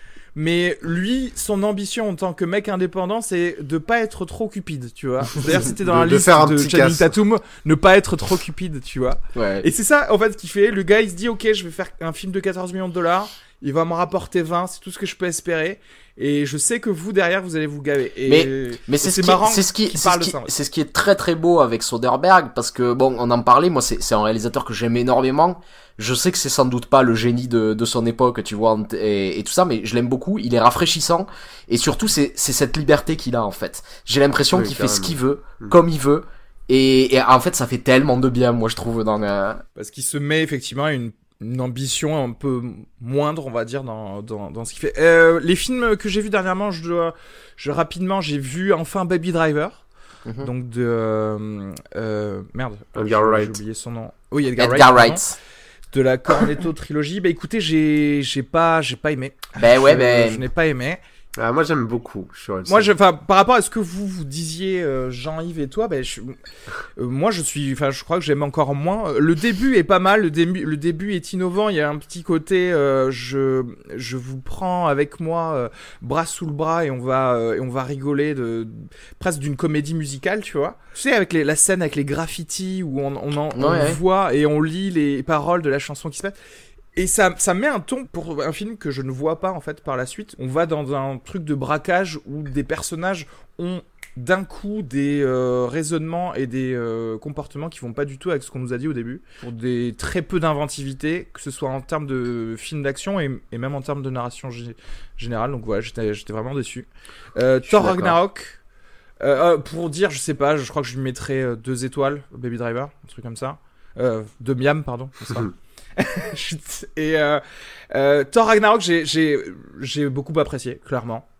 Mais lui, son ambition en tant que mec indépendant, c'est de pas être trop cupide, tu vois. D'ailleurs, c'était dans De- la de liste faire un de petit Channing casse. Tatum, ne pas être trop cupide, tu vois. Ouais. Et c'est ça, en fait, qui fait. Le gars, il se dit, ok, je vais faire un film de quatorze millions de dollars. Il va me rapporter vingt, c'est tout ce que je peux espérer. Et je sais que vous, derrière, vous allez vous gaver. Et Mais- Mais et c'est ce qui, marrant c'est ce qui, qu'il c'est ce parle de qui, ça, ouais. c'est ce qui est très très beau avec Soderbergh, parce que bon, on en parlait, moi c'est, c'est un réalisateur que j'aime énormément. Je sais que c'est sans doute pas le génie de, de son époque, tu vois, et, et tout ça, mais je l'aime beaucoup. Il est rafraîchissant, et surtout c'est, c'est cette liberté qu'il a en fait. J'ai l'impression Oui, qu'il fait carrément. ce qu'il veut, Mm. comme il veut, et, et en fait ça fait tellement de bien, moi je trouve dans. Euh... Parce qu'il se met effectivement une, une ambition un peu moindre, on va dire, dans, dans, dans ce qu'il fait. Euh, les films que j'ai vus dernièrement, je dois, je, rapidement, j'ai vu enfin Baby Driver. Mhm. Donc de euh, euh, merde, Edgar j'ai- Wright. j'ai oublié son nom. Oui, Edgar, Edgar Wright. Wright. pardon. De la Cornetto trilogie. Bah écoutez, j'ai j'ai pas j'ai pas aimé. Ben ouais, je, ben. je n'ai pas aimé. Ah, moi j'aime beaucoup. Je suis Moi, je, enfin, par rapport à ce que vous vous disiez, euh, Jean-Yves et toi, ben, je, euh, moi, je suis, enfin, je crois que j'aime encore moins. Euh, Le début est pas mal. Le début, le début est innovant. Il y a un petit côté, euh, je, je vous prends avec moi, euh, bras sous le bras, et on va, euh, et on va rigoler de, presque d'une comédie musicale, tu vois. Tu sais, avec les, la scène avec les graffitis où on, on, en, on Ouais, ouais. voit et on lit les paroles de la chanson qui se passe. Et ça, ça met un ton pour un film que je ne vois pas en fait par la suite. On va dans un truc de braquage où des personnages ont d'un coup des euh, raisonnements et des euh, comportements qui vont pas du tout avec ce qu'on nous a dit au début. Pour des très peu d'inventivité, que ce soit en termes de film d'action et, et même en termes de narration gé- générale. Donc voilà, j'étais, j'étais vraiment déçu. Euh, suis Thor d'accord. Ragnarok. Euh, euh, pour dire, je sais pas, je crois que je lui mettrais euh, deux étoiles, Baby Driver, un truc comme ça. Euh, deux miam, pardon. c'est ça. Chut. Et euh, euh, Thor Ragnarok, j'ai, j'ai, j'ai beaucoup apprécié, clairement.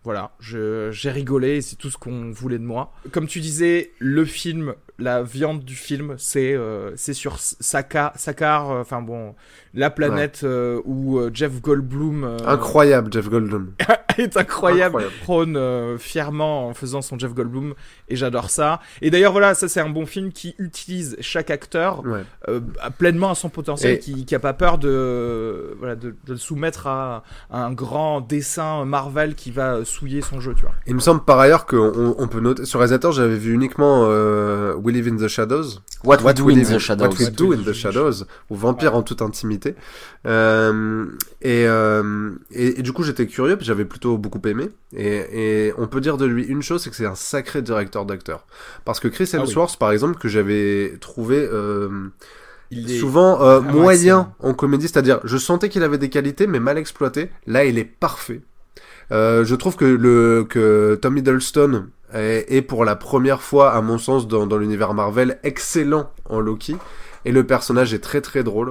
Voilà, je, j'ai rigolé et c'est tout ce qu'on voulait de moi. Comme tu disais, le film, la viande du film, c'est, euh, c'est sur Sakaar, Sakaar, enfin bon, la planète ouais. euh, où euh, Jeff Goldblum... Euh, incroyable, Jeff Goldblum. est incroyable, incroyable. prône euh, fièrement en faisant son Jeff Goldblum, et j'adore ça. Et d'ailleurs, voilà, ça c'est un bon film qui utilise chaque acteur ouais. euh, pleinement à son potentiel, et... qui, qui a pas peur de, voilà, de, de le soumettre à, à un grand dessin Marvel qui va souiller son jeu, tu vois. Il me semble par ailleurs qu'on on peut noter, sur réalisateur, j'avais vu uniquement euh, We Live in the Shadows. What, What We Do in the Shadows. What We Do in the Shadows, ou Vampire ouais. en toute intimité. Euh, et, euh, et, et du coup, j'étais curieux, puis j'avais plutôt beaucoup aimé. Et, et on peut dire de lui une chose, c'est que c'est un sacré directeur d'acteur. Parce que Chris Hemsworth, ah oui. par exemple, que j'avais trouvé euh, il est souvent euh, moyen en comédie, c'est-à-dire, je sentais qu'il avait des qualités, mais mal exploitées. Là, il est parfait. Euh, je trouve que le que Tom Hiddleston est, est pour la première fois, à mon sens, dans, dans l'univers Marvel, excellent en Loki. Et le personnage est très très drôle.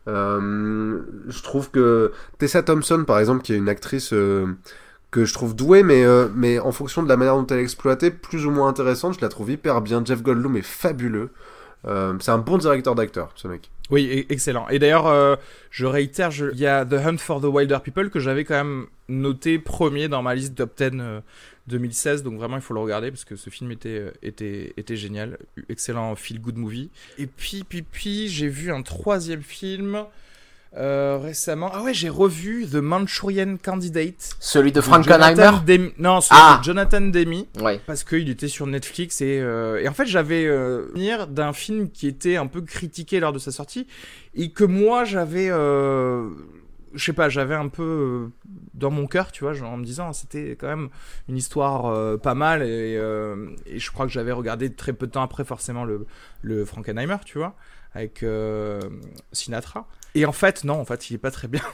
Euh, je trouve que Tessa Thompson, par exemple, qui est une actrice euh, que je trouve douée, mais, euh, mais en fonction de la manière dont elle est exploitée, plus ou moins intéressante, je la trouve hyper bien. Jeff Goldblum est fabuleux. Euh, c'est un bon directeur d'acteur, ce mec. Oui, excellent. Et d'ailleurs, euh, je réitère, je... il y a The Hunt for the Wilder People que j'avais quand même noté premier dans ma liste top dix euh, deux mille seize, donc vraiment il faut le regarder parce que ce film était, était, était génial. Excellent feel-good movie. Et puis, puis, puis, j'ai vu un troisième film... Euh, récemment, ah ouais, j'ai revu The Manchurian Candidate. Celui de Frankenheimer. Dem... Non, celui ah. de Jonathan Demme. Ouais. Parce qu'il était sur Netflix et euh... et en fait j'avais euh, venir d'un film qui était un peu critiqué lors de sa sortie et que moi j'avais, euh... je sais pas, j'avais un peu euh, dans mon cœur, tu vois, genre, en me disant c'était quand même une histoire euh, pas mal et, euh... et je crois que j'avais regardé très peu de temps après forcément le le Frankenheimer, tu vois, avec euh... Sinatra. Et en fait, non, en fait, il est pas très bien.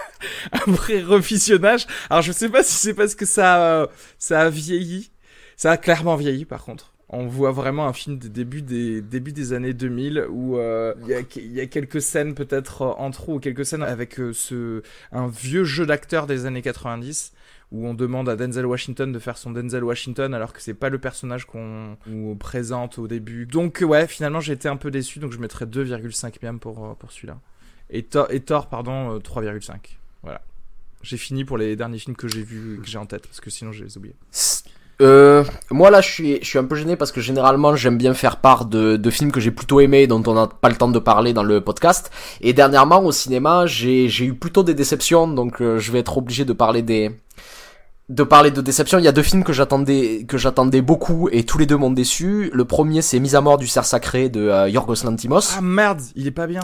Après revisionnage, alors je sais pas si c'est parce que ça, euh, ça a vieilli. Ça a clairement vieilli, par contre. On voit vraiment un film des débuts des, début des années deux mille où il euh, y, a, y a quelques scènes peut-être euh, en trop, ou quelques scènes avec euh, ce, un vieux jeu d'acteur des années quatre-vingt-dix où on demande à Denzel Washington de faire son Denzel Washington alors que c'est pas le personnage qu'on nous présente au début. Donc ouais, finalement j'ai été un peu déçu, donc je mettrais deux virgule cinq miam pour, pour celui-là. Et Thor, et Thor pardon, euh, trois virgule cinq. Voilà. J'ai fini pour les derniers films que j'ai vus, que j'ai en tête, parce que sinon je les ai oubliés. Euh, moi là je suis, je suis un peu gêné parce que généralement j'aime bien faire part de, de films que j'ai plutôt aimés, dont on n'a pas le temps de parler dans le podcast. Et dernièrement au cinéma, j'ai, j'ai eu plutôt des déceptions, donc euh, je vais être obligé de parler des... de parler de déception. Il y a deux films que j'attendais que j'attendais beaucoup et tous les deux m'ont déçu. Le premier c'est Mise à mort du cerf sacré de euh, Yorgos Lanthimos. Ah merde, il est pas bien.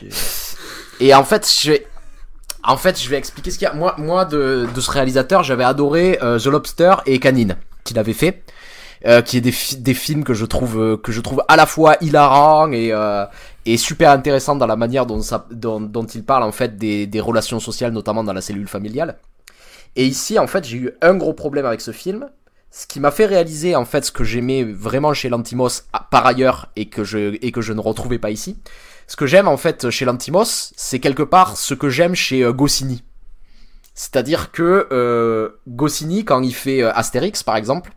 Et en fait, je vais en fait, je vais expliquer ce qu'il y a. Moi moi de de ce réalisateur, j'avais adoré euh, The Lobster et Canine qu'il avait fait. Euh, qui est des fi- des films que je trouve euh, que je trouve à la fois hilarants et euh, et super intéressants dans la manière dont ça dont dont il parle en fait des des relations sociales, notamment dans la cellule familiale. Et ici, en fait, j'ai eu un gros problème avec ce film, ce qui m'a fait réaliser, en fait, ce que j'aimais vraiment chez Lanthimos par ailleurs et que je, et que je ne retrouvais pas ici. Ce que j'aime, en fait, chez Lanthimos, c'est quelque part ce que j'aime chez euh, Goscinny. C'est-à-dire que euh, Goscinny, quand il fait euh, Astérix, par exemple,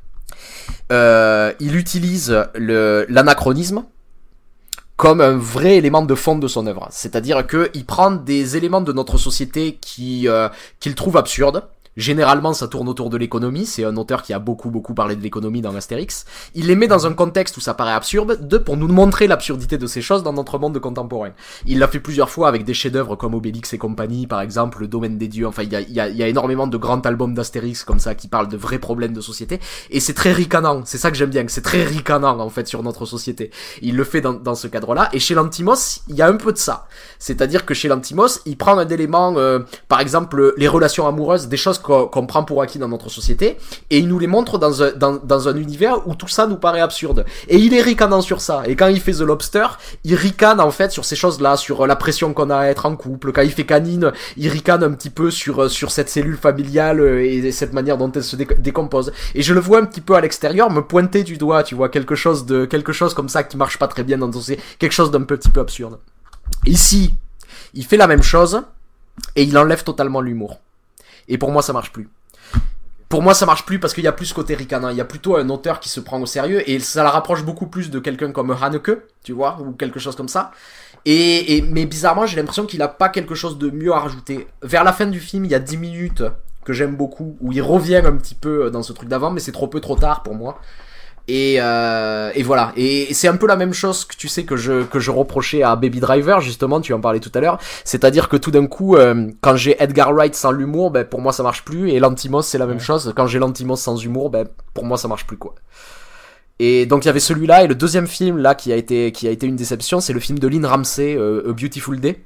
euh, il utilise le, l'anachronisme comme un vrai élément de fond de son œuvre. C'est-à-dire que il prend des éléments de notre société qui euh, qu'il trouve absurdes. Généralement, ça tourne autour de l'économie. C'est un auteur qui a beaucoup, beaucoup parlé de l'économie dans Astérix. Il les met dans un contexte où ça paraît absurde, de pour nous montrer l'absurdité de ces choses dans notre monde contemporain. Il l'a fait plusieurs fois avec des chefs-d'œuvre comme Obélix et compagnie, par exemple, Le Domaine des Dieux. Enfin, il y a, il y a, il y a énormément de grands albums d'Astérix comme ça qui parlent de vrais problèmes de société. Et c'est très ricanant. C'est ça que j'aime bien. C'est très ricanant, en fait, sur notre société. Il le fait dans, dans ce cadre-là. Et chez Lanthimos, il y a un peu de ça. C'est-à-dire que chez Lanthimos, il prend un élément, euh, par exemple, les relations amoureuses, des choses qu'on, qu'on prend pour acquis dans notre société, et il nous les montre dans un, dans, dans un univers où tout ça nous paraît absurde. Et il est ricanant sur ça. Et quand il fait The Lobster, il ricane en fait sur ces choses-là, sur la pression qu'on a à être en couple. Quand il fait Canine, il ricane un petit peu sur, sur cette cellule familiale et cette manière dont elle se dé- décompose. Et je le vois un petit peu à l'extérieur me pointer du doigt, tu vois, quelque chose de, quelque chose comme ça qui marche pas très bien dans ton, quelque chose d'un petit peu absurde. Ici, il fait la même chose, et il enlève totalement l'humour. Et pour moi, ça marche plus. pour moi ça marche plus parce qu'il y a plus ce côté ricanin, il y a plutôt un auteur qui se prend au sérieux et ça la rapproche beaucoup plus de quelqu'un comme Haneke, tu vois, ou quelque chose comme ça. Et, et mais bizarrement j'ai l'impression qu'il a pas quelque chose de mieux à rajouter. Vers la fin du film il y a dix minutes que j'aime beaucoup où il revient un petit peu dans ce truc d'avant, mais c'est trop peu trop tard pour moi. Et, euh, et voilà. Et c'est un peu la même chose que tu sais que je que je reprochais à Baby Driver, justement, tu en parlais tout à l'heure. C'est-à-dire que tout d'un coup, euh, quand j'ai Edgar Wright sans l'humour, ben pour moi ça marche plus. Et Lanthimos c'est la même chose. Quand j'ai Lanthimos sans humour, ben pour moi ça marche plus quoi. Et donc il y avait celui-là et le deuxième film là qui a été qui a été une déception, c'est le film de Lynn Ramsey, euh, A Beautiful Day.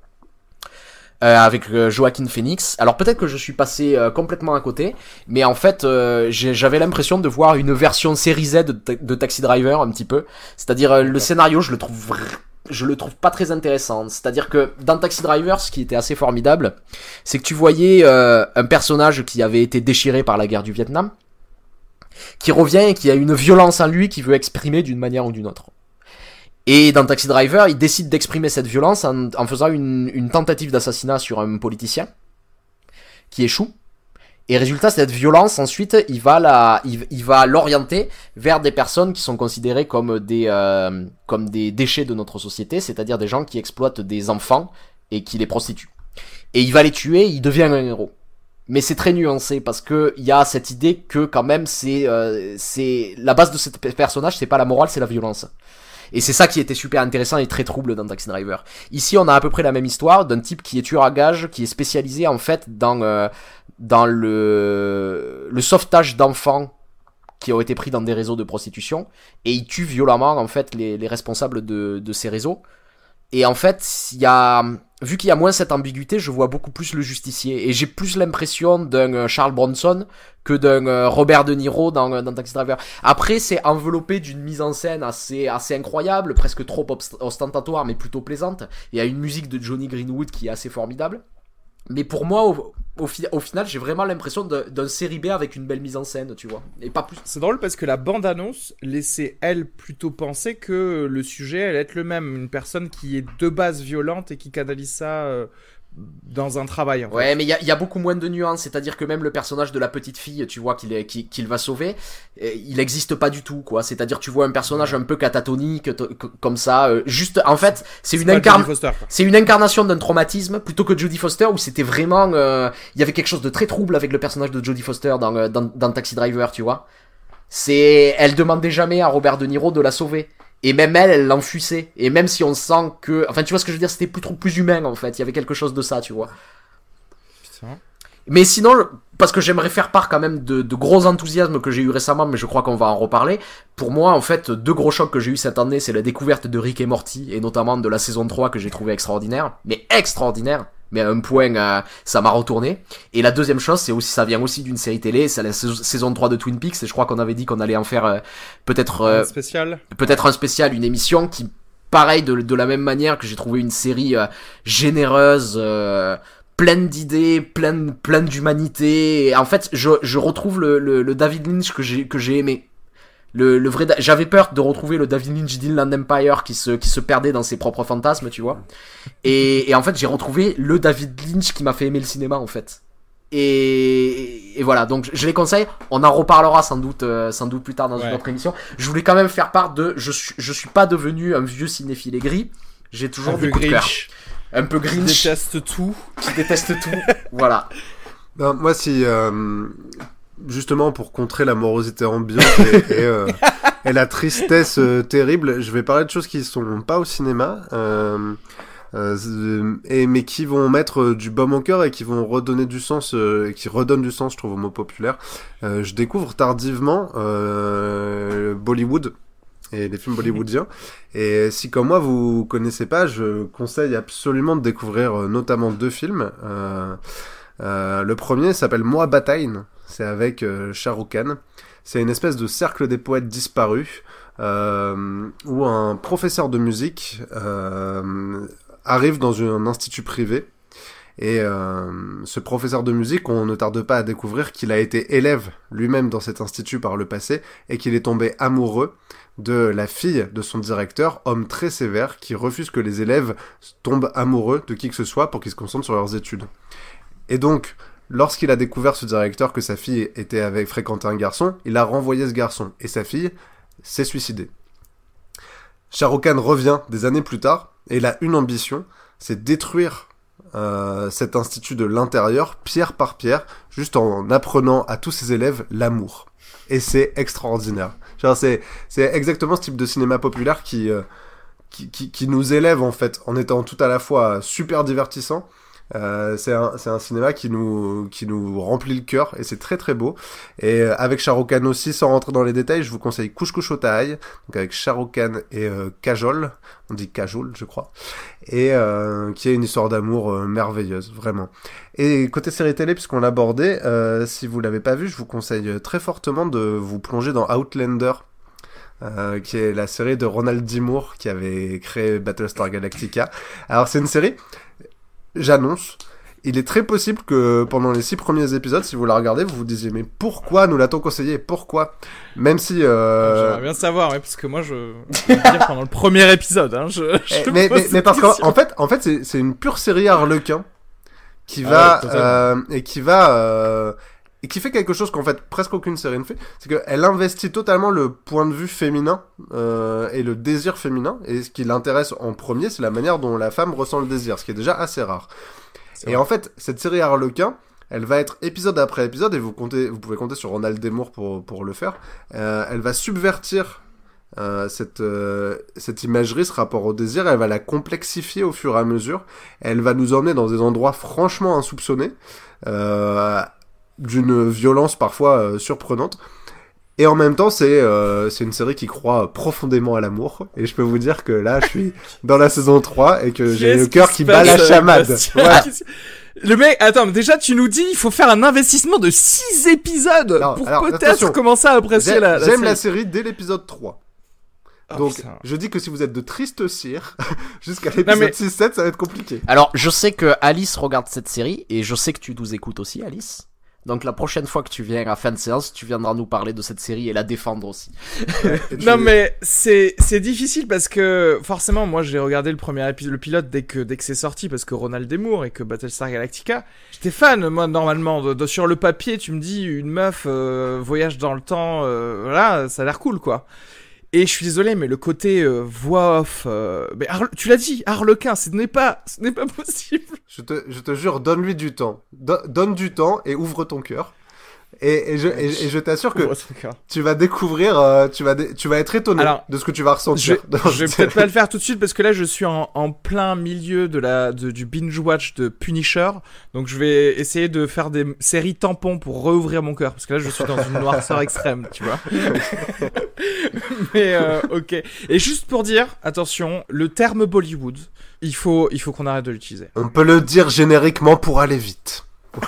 Euh, avec euh, Joaquin Phoenix. Alors peut-être que je suis passé euh, complètement à côté, mais en fait euh, j'ai, j'avais l'impression de voir une version série Z de, de Taxi Driver un petit peu. C'est-à-dire euh, le scénario, je le trouve vr- je le trouve pas très intéressant. C'est-à-dire que dans Taxi Driver, ce qui était assez formidable, c'est que tu voyais euh, un personnage qui avait été déchiré par la guerre du Vietnam, qui revient et qui a une violence en lui qu'il veut exprimer d'une manière ou d'une autre. Et dans Taxi Driver, il décide d'exprimer cette violence en, en faisant une, une tentative d'assassinat sur un politicien qui échoue. Et résultat, cette violence, ensuite, il va la, il, il va l'orienter vers des personnes qui sont considérées comme des, euh, comme des déchets de notre société, c'est-à-dire des gens qui exploitent des enfants et qui les prostituent. Et il va les tuer, il devient un héros. Mais c'est très nuancé parce que il y a cette idée que quand même c'est, euh, c'est la base de ce personnage, c'est pas la morale, c'est la violence. Et c'est ça qui était super intéressant et très trouble dans Taxi Driver. Ici, on a à peu près la même histoire d'un type qui est tueur à gages, qui est spécialisé en fait dans euh, dans le le sauvetage d'enfants qui ont été pris dans des réseaux de prostitution, et il tue violemment en fait les les responsables de de ces réseaux. Et en fait, il y a, vu qu'il y a moins cette ambiguïté, je vois beaucoup plus le justicier. Et j'ai plus l'impression d'un Charles Bronson que d'un Robert De Niro dans, dans Taxi Driver. Après, c'est enveloppé d'une mise en scène assez, assez incroyable, presque trop ostentatoire, mais plutôt plaisante. Il y a une musique de Johnny Greenwood qui est assez formidable. Mais pour moi, au, au, au final, j'ai vraiment l'impression de, d'un série B avec une belle mise en scène, tu vois. Et pas plus. C'est drôle parce que la bande-annonce laissait, elle, plutôt penser que le sujet allait être le même. Une personne qui est de base violente et qui canalise ça euh, dans un travail. En fait. Ouais, mais il y a, y a beaucoup moins de nuances. C'est-à-dire que même le personnage de la petite fille, tu vois, qu'il, est, qu'il, qu'il va sauver, il n'existe pas du tout, quoi. C'est-à-dire tu vois un personnage un peu catatonique, t- comme ça. Euh, juste, en fait, c'est, c'est une incarnation. C'est une incarnation d'un traumatisme plutôt que Jodie Foster, où c'était vraiment, il euh, y avait quelque chose de très trouble avec le personnage de Jodie Foster dans, dans, dans Taxi Driver, tu vois. C'est, elle demandait jamais à Robert De Niro de la sauver. Et même elle, elle l'enfuissait. Et même si on sent que... Enfin, tu vois ce que je veux dire, c'était plus trop plus humain, en fait. Il y avait quelque chose de ça, tu vois. Putain. Mais sinon, parce que j'aimerais faire part quand même de, de gros enthousiasmes que j'ai eu récemment, mais je crois qu'on va en reparler. Pour moi, en fait, deux gros chocs que j'ai eu cette année, c'est la découverte de Rick et Morty, et notamment de la saison trois que j'ai trouvé extraordinaire. Mais extraordinaire. Mais à un point, euh, ça m'a retourné. Et la deuxième chose, c'est aussi, ça vient aussi d'une série télé, c'est la saison trois de Twin Peaks, et je crois qu'on avait dit qu'on allait en faire euh, peut-être euh, un spécial. Peut-être un spécial, une émission qui, pareil, de, de la même manière que j'ai trouvé une série euh, généreuse, euh, pleine d'idées, pleine, pleine d'humanité. Et en fait, je, je retrouve le, le, le David Lynch que j'ai, que j'ai aimé. Le, le vrai, j'avais peur de retrouver le David Lynch d'Inland Empire qui se, qui se perdait dans ses propres fantasmes, tu vois. Et, et en fait, j'ai retrouvé le David Lynch qui m'a fait aimer le cinéma, en fait. Et, et voilà, donc je les conseille. On en reparlera sans doute, euh, sans doute plus tard dans ouais. une autre émission. Je voulais quand même faire part de, je suis, je suis pas devenu un vieux cinéphile aigri. J'ai toujours un des coups de cœur. Un peu Grinch. Qui déteste tout. Qui déteste tout. Voilà. Ben, moi, si, euh, justement, pour contrer la morosité ambiante et, et, euh, et la tristesse euh, terrible, je vais parler de choses qui sont pas au cinéma, euh, euh, et, mais qui vont mettre euh, du baume au cœur et qui vont redonner du sens, euh, et qui redonnent du sens, je trouve, au mot populaire. Euh, je découvre tardivement euh, Bollywood et les films bollywoodiens. Et si, comme moi, vous connaissez pas, je conseille absolument de découvrir euh, notamment deux films. Euh, euh, le premier s'appelle Mohabbatain. C'est avec euh, Shah Rukh Khan. C'est une espèce de cercle des poètes disparus euh, où un professeur de musique euh, arrive dans un institut privé. Et euh, ce professeur de musique, on ne tarde pas à découvrir qu'il a été élève lui-même dans cet institut par le passé et qu'il est tombé amoureux de la fille de son directeur, homme très sévère, qui refuse que les élèves tombent amoureux de qui que ce soit pour qu'ils se concentrent sur leurs études. Et donc, lorsqu'il a découvert ce directeur que sa fille était avec fréquentait un garçon, il a renvoyé ce garçon et sa fille s'est suicidée. Shah Rukh Khan revient des années plus tard et il a une ambition, c'est détruire euh, cet institut de l'intérieur pierre par pierre, juste en apprenant à tous ses élèves l'amour. Et c'est extraordinaire. Genre c'est c'est exactement ce type de cinéma populaire qui euh, qui, qui qui nous élève en fait en étant tout à la fois super divertissant. Euh, c'est un c'est un cinéma qui nous qui nous remplit le cœur et c'est très très beau. Et euh, avec Shah Rukh Khan aussi, sans rentrer dans les détails, je vous conseille Kuch Kuch Hotai, donc avec Shah Rukh Khan et euh, Kajol, on dit Kajol je crois, et euh, qui est une histoire d'amour euh, merveilleuse vraiment. Et côté série télé, puisqu'on l'abordait, euh, si vous l'avez pas vu, je vous conseille très fortement de vous plonger dans Outlander. Euh, qui est la série de Ronald D. Moore qui avait créé Battlestar Galactica. Alors c'est une série, j'annonce, il est très possible que pendant les six premiers épisodes, si vous la regardez, vous vous disiez mais pourquoi nous l'a-t-on conseillé, pourquoi, même si euh... j'aimerais bien savoir, ouais, parce que moi je, je veux dire pendant le premier épisode, hein, je, je mais, mais, mais parce qu'en en fait, en fait c'est, c'est une pure série Harlequin qui va ah ouais, euh, et qui va euh, et qui fait quelque chose qu'en fait presque aucune série ne fait, c'est qu'elle investit totalement le point de vue féminin euh, et le désir féminin, et ce qui l'intéresse en premier, c'est la manière dont la femme ressent le désir, ce qui est déjà assez rare. C'est et vrai. En fait, cette série Harlequin, elle va être épisode après épisode, et vous comptez, vous pouvez compter sur Ronald D. Moore pour pour le faire. Euh, elle va subvertir euh, cette euh, cette imagerie, ce rapport au désir, elle va la complexifier au fur et à mesure. Elle va nous emmener dans des endroits franchement insoupçonnés. Euh, d'une violence parfois euh, surprenante, et en même temps c'est euh, c'est une série qui croit profondément à l'amour, et je peux vous dire que là je suis dans la saison trois et que j'ai le cœur qui bat la chamade. Voilà. Le mec, attends, mais déjà tu nous dis il faut faire un investissement de six épisodes non, pour alors, peut-être attention, commencer à apprécier j'aime, la, la j'aime série. la série dès l'épisode trois. Oh, donc, putain. Je dis que si vous êtes de triste cire, jusqu'à l'épisode mais... six sept, ça va être compliqué. Alors, je sais que Alice regarde cette série, et je sais que tu nous écoutes aussi, Alice. Donc la prochaine fois que tu viens à fin de séance, tu viendras nous parler de cette série et la défendre aussi. Non mais c'est c'est difficile parce que forcément moi j'ai regardé le premier épisode, le pilote dès que dès que c'est sorti, parce que Ronald D. Moore et que Battlestar Galactica, j'étais fan moi normalement de, de, sur le papier tu me dis une meuf euh, voyage dans le temps, euh, voilà ça a l'air cool quoi. Et je suis désolé, mais le côté euh, voix off, euh, mais Arle- tu l'as dit, Harlequin, ce n'est pas, ce n'est pas possible. Je te, je te jure, donne-lui du temps, Do- donne du temps et ouvre ton cœur. Et, et, je, et, et je t'assure que tu vas découvrir, euh, tu vas, dé- tu vas être étonné Alors, de ce que tu vas ressentir. Je, je vais peut-être pas le faire tout de suite parce que là je suis en, en plein milieu de la, de, du binge watch de Punisher, donc je vais essayer de faire des séries tampons pour rouvrir mon cœur parce que là je suis dans une noirceur extrême, tu vois. Mais euh, ok. Et juste pour dire, attention, le terme Bollywood, il faut, il faut qu'on arrête de l'utiliser. On peut le dire génériquement pour aller vite.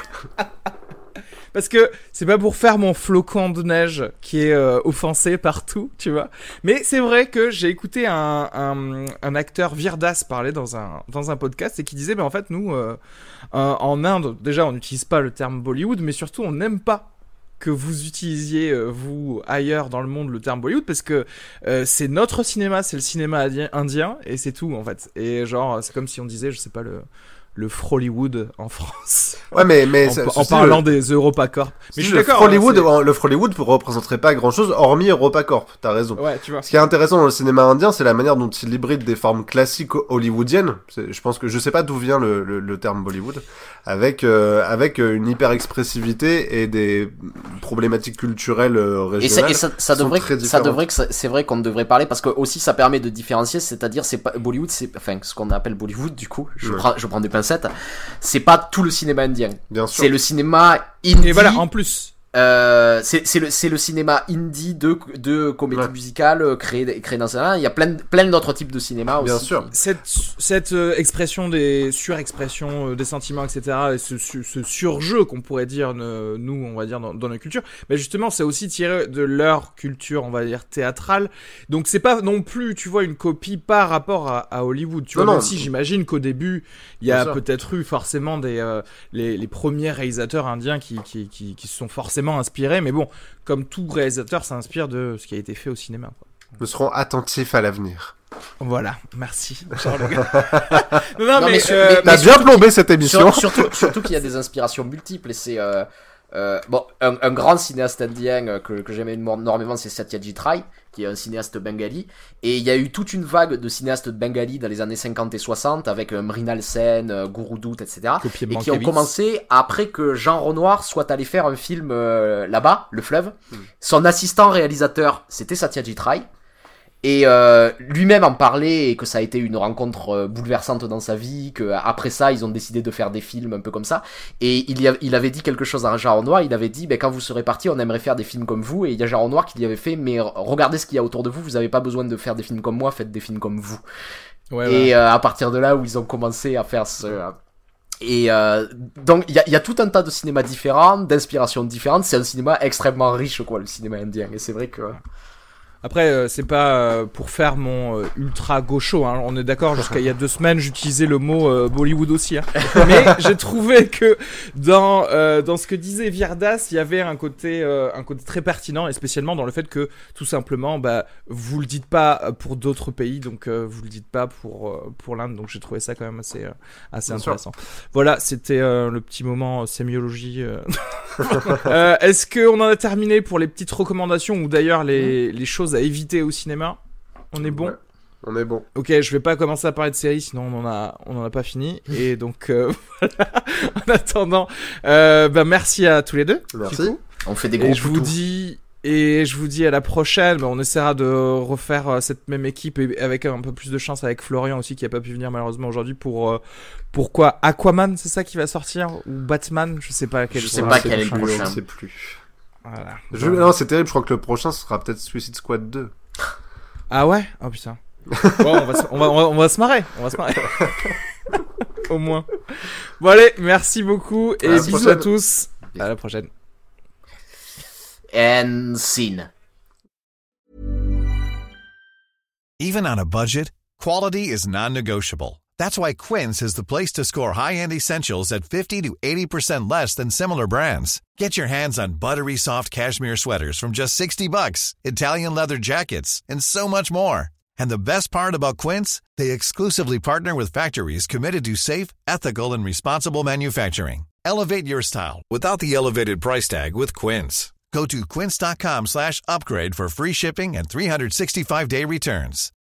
Parce que c'est pas pour faire mon flocon de neige qui est euh, offensé partout, tu vois. Mais c'est vrai que j'ai écouté un, un, un acteur Virdas parler dans un, dans un podcast et qui disait, ben en fait, nous, euh, en Inde, déjà, on n'utilise pas le terme Bollywood, mais surtout, on n'aime pas que vous utilisiez, euh, vous, ailleurs dans le monde, le terme Bollywood, parce que euh, c'est notre cinéma, c'est le cinéma indien, indien, et c'est tout, en fait. Et genre, c'est comme si on disait, je sais pas, le... le Frollywood en France. Ouais, mais, mais, en, en parlant le... des EuropaCorp. Mais je suis le d'accord. Frollywood, hein, le Frollywood ne représenterait pas grand chose hormis EuropaCorp. T'as raison. Ouais, tu vois. Ce qui est intéressant dans le cinéma indien, c'est la manière dont il hybride des formes classiques hollywoodiennes. C'est, je pense que je sais pas d'où vient le, le, le terme Bollywood. Avec, euh, avec une hyper expressivité et des problématiques culturelles euh, régionales. Et ça, et ça, ça devrait, ça devrait que ça, c'est vrai qu'on devrait parler parce que aussi ça permet de différencier, c'est-à-dire c'est pas Bollywood, c'est enfin ce qu'on appelle Bollywood du coup. Je ouais. prends, je prends des pincettes. C'est pas tout le cinéma indien. Bien sûr. C'est le cinéma indie. Et voilà, en plus. Euh, c'est, c'est le, c'est le cinéma indie de, de comédie ouais. musicale créé, créé dans ça. Il y a plein, plein d'autres types de cinéma aussi. Bien sûr. Cette, cette euh, expression des surexpressions euh, des sentiments, et cetera, et ce, ce, ce surjeu qu'on pourrait dire, ne, nous, on va dire, dans, dans notre culture, mais justement, c'est aussi tiré de leur culture, on va dire, théâtrale. Donc, c'est pas non plus, tu vois, une copie par rapport à, à Hollywood. Tu non, vois, non. même si j'imagine qu'au début, il y a peut-être eu forcément des, euh, les, les premiers réalisateurs indiens qui, qui, qui, qui se sont forcément inspiré, mais bon, comme tout réalisateur s'inspire de ce qui a été fait au cinéma, quoi. Nous serons attentifs à l'avenir. Voilà, merci. Genre, le gars. non, non, Non, mais, mais sur- euh, mais- T'as bien plombé cette émission. Sur- surtout, surtout qu'il y a des inspirations multiples et c'est euh, euh, bon un, un grand cinéaste indien euh, que, que j'aimais énormément, c'est Satyajit Ray, qui est un cinéaste bengali, et il y a eu toute une vague de cinéastes bengali dans les années cinquante et soixante avec euh, Mrinal Sen, euh, Guru Dutt, et cetera, Copier et qui ont Mankiewicz. commencé après que Jean Renoir soit allé faire un film euh, là-bas, Le Fleuve. Son assistant réalisateur, c'était Satyajit Ray. Et euh, lui-même en parlait, et que ça a été une rencontre euh, bouleversante dans sa vie, que après ça ils ont décidé de faire des films un peu comme ça. Et il, y a, il avait dit quelque chose à Jean Renoir, il avait dit ben, quand vous serez parti on aimerait faire des films comme vous. Et il y a Jean Renoir qui lui avait fait mais regardez ce qu'il y a autour de vous, vous avez pas besoin de faire des films comme moi, faites des films comme vous. ouais, Et ouais. euh, à partir de là où ils ont commencé à faire ce... Et euh, donc il y a, y a tout un tas de cinémas différents, d'inspirations différentes, c'est un cinéma extrêmement riche quoi, le cinéma indien. Et c'est vrai que... Après, euh, c'est pas euh, pour faire mon euh, ultra gaucho, hein. On est d'accord, jusqu'à il y a deux semaines, j'utilisais le mot euh, Bollywood aussi. Hein. Mais j'ai trouvé que dans euh, dans ce que disait Virdas, il y avait un côté euh, un côté très pertinent, et spécialement dans le fait que tout simplement, bah, vous le dites pas pour d'autres pays, donc euh, vous le dites pas pour euh, pour l'Inde. Donc j'ai trouvé ça quand même assez euh, assez Bien intéressant. Voilà, c'était euh, le petit moment euh, sémiologie. Euh... euh, est-ce que on en a terminé pour les petites recommandations ou d'ailleurs les les choses à éviter au cinéma? On est bon? Ouais, on est bon. Ok, je vais pas commencer à parler de séries, sinon on en a, on en a pas fini. Et donc, euh, voilà. En attendant, euh, bah merci à tous les deux. Merci. du coup. On fait des gros Et je vous toutous. dis, et je vous dis à la prochaine. Bah, on essaiera de refaire euh, cette même équipe et avec un peu plus de chance avec Florian aussi qui a pas pu venir malheureusement aujourd'hui pour euh, pourquoi Aquaman, c'est ça qui va sortir ou Batman, je sais pas quel. Je sais sera pas le quel est le prochain. prochain. Je sais plus. Voilà. Je... Non, c'est terrible. Je crois que le prochain ce sera peut-être Suicide Squad deux. Ah ouais? Oh putain. Bon, on va, se, on, va, on, va, on va se marrer. On va se marrer. Au moins. Bon allez, merci beaucoup et À la bisous prochaine. à tous. À la prochaine. And scene. Even on a budget, quality is non-negotiable. That's why Quince is the place to score high-end essentials at fifty to eighty percent less than similar brands. Get your hands on buttery soft cashmere sweaters from just sixty bucks, Italian leather jackets, and so much more. And the best part about Quince, they exclusively partner with factories committed to safe, ethical, and responsible manufacturing. Elevate your style without the elevated price tag with Quince. Go to quince.com slash upgrade for free shipping and three sixty-five day returns.